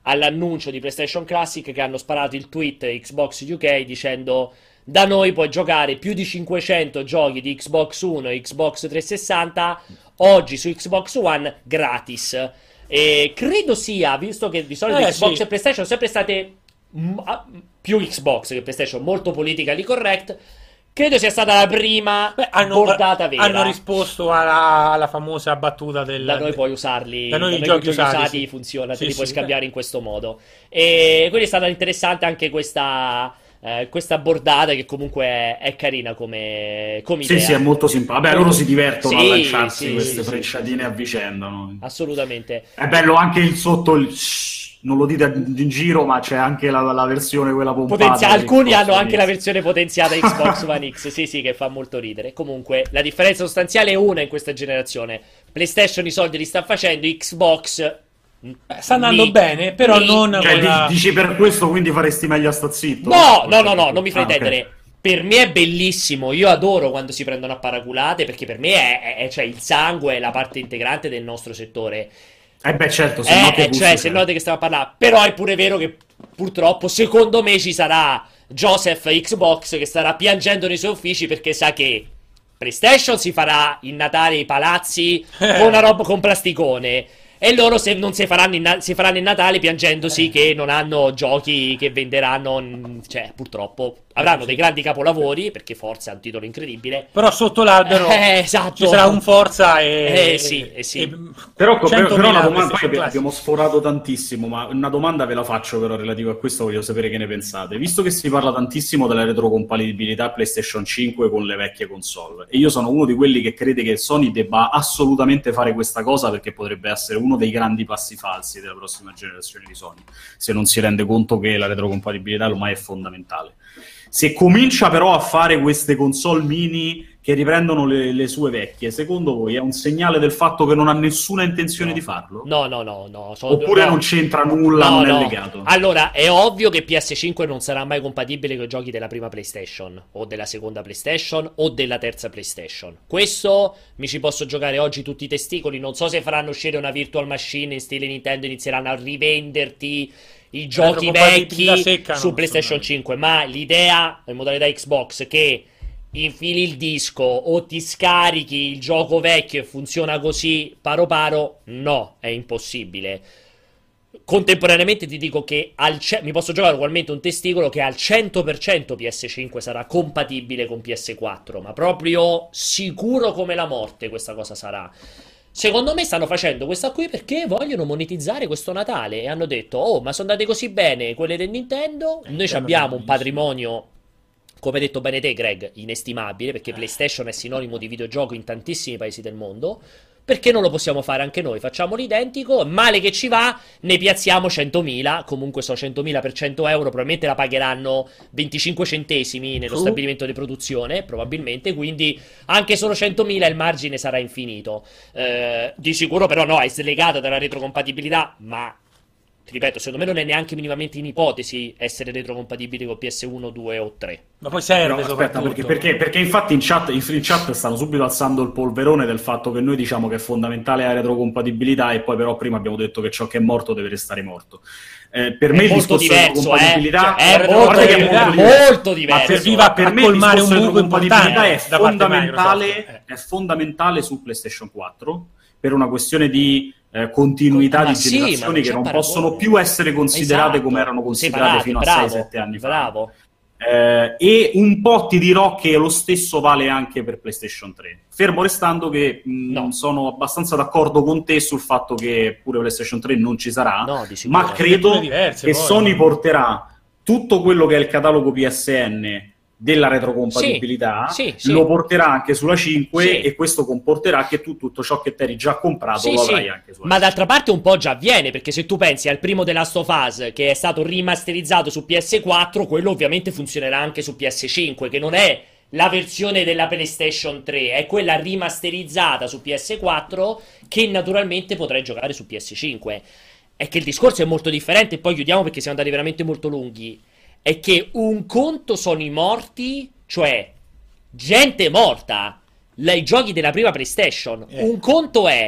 all'annuncio di PlayStation Classic, che hanno sparato il tweet Xbox U K dicendo: da noi puoi giocare più di cinquecento giochi di Xbox One e Xbox trecentosessanta oggi su Xbox One gratis. E credo sia, visto che di solito Eh, Xbox sì. e PlayStation sono sempre state mm, ah, più Xbox che PlayStation, molto politically correct, credo sia stata la prima Beh, hanno, bordata vera. hanno risposto alla, alla famosa battuta del... Da noi puoi usarli, Da noi i da giochi usati, usati, sì. funziona, Sì, te li sì, puoi sì. scambiare in questo modo. E quindi è stata interessante anche questa, eh, questa bordata, che comunque è, è carina come, come Sì, idea. sì, è molto simpatico. Vabbè, loro si divertono Sì, a lanciarsi sì, queste sì, frecciatine sì, a vicenda, no? Assolutamente. È bello anche il sotto il shh, non lo dite in giro, ma c'è anche la, la versione quella pompata. Potenzia- di alcuni Xbox hanno One anche X. la versione potenziata Xbox One X, sì sì, che fa molto ridere. Comunque la differenza sostanziale è una in questa generazione: PlayStation i soldi li sta facendo, Xbox Eh, sta andando Ni- bene, però ni- non... Cioè, con la- di- dici per questo quindi faresti meglio a sta zitto? No, no, no, no, non mi fai Ah, ok. intendere. Per me è bellissimo, io adoro quando si prendono a paraculate, perché per me è, è- cioè, il sangue è la parte integrante del nostro settore. Eh beh, certo, se Eh, no che eh, gusti cioè, c'è. se no di che stiamo a parlare. Però è pure vero che purtroppo, secondo me, ci sarà Joseph Xbox che starà piangendo nei suoi uffici perché sa che PlayStation si farà in Natale i palazzi con una roba con plasticone. E loro se non si faranno in, na- si faranno in Natale piangendosi che non hanno giochi che venderanno. mm, Cioè, purtroppo avranno dei grandi capolavori, perché Forza è un titolo incredibile. Però sotto l'albero Eh, esatto. ci sarà un Forza e... Eh, sì, eh, sì. e- Però, però, però centomila una domanda, poi PlayStation abbiamo, Classic. abbiamo sforato tantissimo, ma una domanda ve la faccio però relativa a questo, voglio sapere che ne pensate. Visto che si parla tantissimo della retrocompatibilità PlayStation cinque con le vecchie console, e io sono uno di quelli che crede che Sony debba assolutamente fare questa cosa, perché potrebbe essere uno dei grandi passi falsi della prossima generazione di Sony, se non si rende conto che la retrocompatibilità ormai è fondamentale. Se comincia però a fare queste console mini che riprendono le, le sue vecchie, secondo voi è un segnale del fatto che non ha nessuna intenzione di farlo? No, no, no, no. so- Oppure no. non c'entra nulla, No, non no. è legato? Allora, è ovvio che P S cinque non sarà mai compatibile con i giochi della prima PlayStation, o della seconda PlayStation, o della terza PlayStation. Questo mi ci posso giocare oggi tutti i testicoli. Non so se faranno uscire una Virtual Machine in stile Nintendo, inizieranno a rivenderti i giochi Retrocompatibilità vecchi secca, su no, PlayStation cinque. Ma l'idea, in modalità Xbox, che infili il disco o ti scarichi il gioco vecchio e funziona così paro paro, no, è impossibile. Contemporaneamente ti dico che al ce- mi posso giocare ugualmente un testicolo che al cento per cento P S cinque sarà compatibile con P S quattro, ma proprio sicuro come la morte questa cosa sarà. Secondo me stanno facendo questa qui perché vogliono monetizzare questo Natale e hanno detto: oh, ma sono andate così bene quelle del Nintendo, noi ci abbiamo un patrimonio, come hai detto bene te, Greg, inestimabile, perché PlayStation è sinonimo di videogioco in tantissimi paesi del mondo. Perché non lo possiamo fare anche noi? Facciamo l'identico, male che ci va, ne piazziamo centomila, comunque sono centomila per cento euro, probabilmente la pagheranno venticinque centesimi nello Uh. stabilimento di produzione, probabilmente, quindi anche solo centomila il margine sarà infinito. Eh, di sicuro però no, è slegata dalla retrocompatibilità, ma... Ti ripeto, secondo me non è neanche minimamente in ipotesi essere retrocompatibili con P S uno, due o tre. Ma poi serve Però, aspetta, soprattutto. perché, perché, perché infatti in chat, in in chat stanno subito alzando il polverone del fatto che noi diciamo che è fondamentale la retrocompatibilità e poi però prima abbiamo detto che ciò che è morto deve restare morto. Eh, per È me il molto discorso della diverso, compatibilità eh. Cioè, è a molto parte che è diverso, molto diverso, molto diverso. ma per, Serviva per a me il colmare discorso un della buco compatibilità è importante da parte fondamentale, Microsoft. è fondamentale su PlayStation quattro per una questione di eh, continuità Ma di sì, ma non generazioni che c'è non paragone. possono più essere considerate Esatto. come erano considerate Separate, fino a bravo, sei sette anni fa. Bravo. Eh, e un po' ti dirò che lo stesso vale anche per PlayStation tre, fermo restando che mh, No. sono abbastanza d'accordo con te sul fatto che pure PlayStation tre non ci sarà, No, di sicuro. ma credo Sono diverse, che poi. Sony porterà tutto quello che è il catalogo P S N della retrocompatibilità, Sì, sì, sì. lo porterà anche sulla cinque Sì. e questo comporterà che tu tutto ciò che ti eri già comprato Sì, lo sì. avrai anche sulla Ma d'altra parte un po' già avviene, perché se tu pensi al primo The Last of Us che è stato rimasterizzato su P S quattro, quello ovviamente funzionerà anche su P S cinque, che non è la versione della PlayStation tre, è quella rimasterizzata su P S quattro che naturalmente potrai giocare su P S cinque. È che il discorso è molto differente, e poi chiudiamo perché siamo andati veramente molto lunghi. È che un conto sono i morti, cioè gente morta, la- i giochi della prima PlayStation. Eh. Un conto è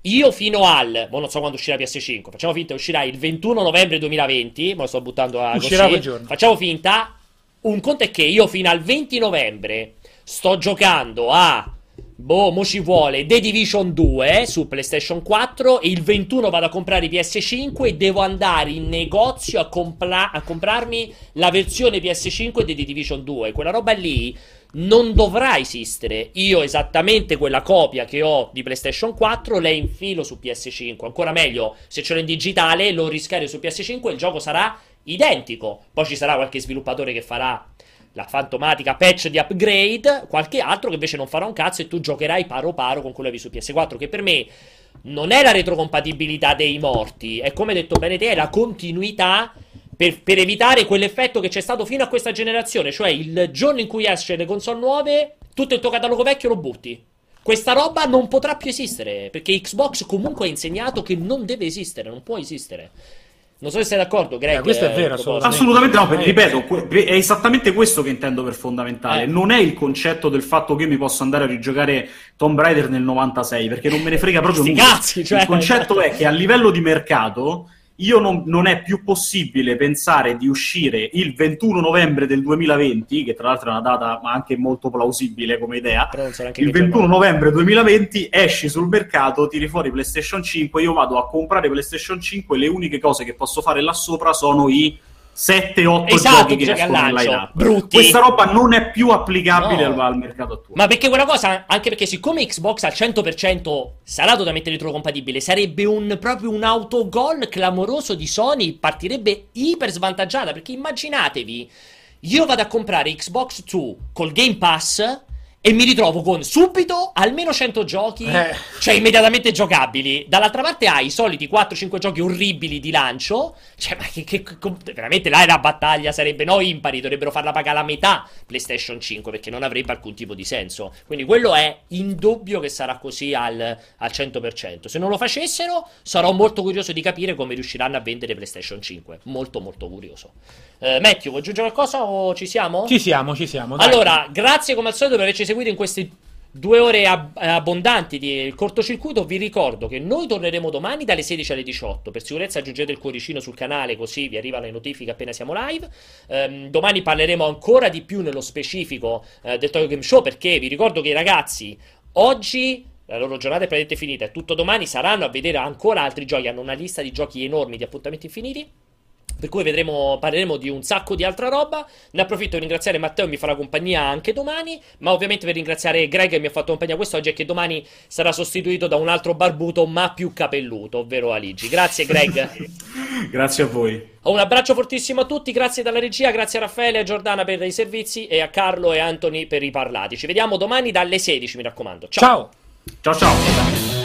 io fino al, mo non so quando uscirà P S cinque, facciamo finta che uscirà il ventuno novembre duemilaventi, me lo sto buttando a Uscirà così, quel giorno. facciamo finta, un conto è che io fino al venti novembre sto giocando a, boh, mo ci vuole, The Division due su PlayStation quattro, e il ventuno vado a comprare i P S cinque e devo andare in negozio a, compra- a comprarmi la versione P S cinque di The Division due, quella roba lì non dovrà esistere. Io esattamente quella copia che ho di PlayStation quattro la infilo su P S cinque, ancora meglio se ce l'ho in digitale lo riscarico su P S cinque e il gioco sarà identico. Poi ci sarà qualche sviluppatore che farà la fantomatica patch di upgrade, qualche altro che invece non farà un cazzo e tu giocherai paro paro con quello che avevi su P S quattro, che per me non è la retrocompatibilità dei morti, è, come detto bene te, è la continuità per, per evitare quell'effetto che c'è stato fino a questa generazione, cioè il giorno in cui esce le console nuove tutto il tuo catalogo vecchio lo butti. Questa roba non potrà più esistere, perché Xbox comunque ha insegnato che non deve esistere, non può esistere. Non so se sei d'accordo, Greg. Eh, questo è vero, eh, assolutamente. Assolutamente no, perché, ripeto, que- è esattamente questo che intendo per fondamentale. Eh. Non è il concetto del fatto che io mi posso andare a rigiocare Tomb Raider nel novantasei, perché non me ne frega proprio Sti nulla. cazzi, cioè. Il concetto è che a livello di mercato io non, non è più possibile pensare di uscire il ventuno novembre del duemilaventi, che tra l'altro è una data ma anche molto plausibile come idea. Però non so neanche Il che ventuno giorno è. novembre duemilaventi esci sul mercato, tiri fuori PlayStation cinque, io vado a comprare PlayStation cinque, le uniche cose che posso fare là sopra sono i sette otto Esatto, giochi che giochi al escono in lancio, line-up. brutti. Questa roba non è più applicabile No. al, al mercato attuale. Ma perché quella cosa, anche perché siccome Xbox al cento per cento sarà totalmente retrocompatibile, sarebbe un proprio un autogol clamoroso di Sony, partirebbe iper svantaggiata, perché immaginatevi, io vado a comprare Xbox due col Game Pass e mi ritrovo con subito almeno cento giochi, Eh. cioè immediatamente giocabili. Dall'altra parte hai i soliti quattro cinque giochi orribili di lancio, cioè ma che, che, che veramente là la battaglia sarebbe no impari, dovrebbero farla pagare la metà PlayStation cinque, perché non avrebbe alcun tipo di senso. Quindi quello è indubbio che sarà così al, al cento per cento. Se non lo facessero sarò molto curioso di capire come riusciranno a vendere PlayStation cinque, molto molto curioso. eh, Matthew, vuoi aggiungere qualcosa o ci siamo? Ci siamo, ci siamo. Dai. Allora, grazie come al solito per averci seguito in queste due ore ab- abbondanti di cortocircuito. Vi ricordo che noi torneremo domani dalle sedici alle diciotto. Per sicurezza aggiungete il cuoricino sul canale, così vi arrivano le notifiche appena siamo live. Ehm, domani parleremo ancora di più nello specifico eh, del Tokyo Game Show, perché vi ricordo che i ragazzi oggi la loro giornata è praticamente finita e tutto domani saranno a vedere ancora altri giochi. Hanno una lista di giochi enormi, di appuntamenti infiniti, per cui vedremo, parleremo di un sacco di altra roba. Ne approfitto per ringraziare Matteo, mi farà compagnia anche domani, ma ovviamente per ringraziare Greg che mi ha fatto compagnia quest'oggi e che domani sarà sostituito da un altro barbuto ma più capelluto, ovvero Aligi. Grazie Greg. Grazie a voi. Un abbraccio fortissimo a tutti, grazie dalla regia, grazie a Raffaele e a Giordana per i servizi e a Carlo e Anthony per i parlati. Ci vediamo domani dalle sedici, mi raccomando. Ciao. Ciao. Ciao ciao.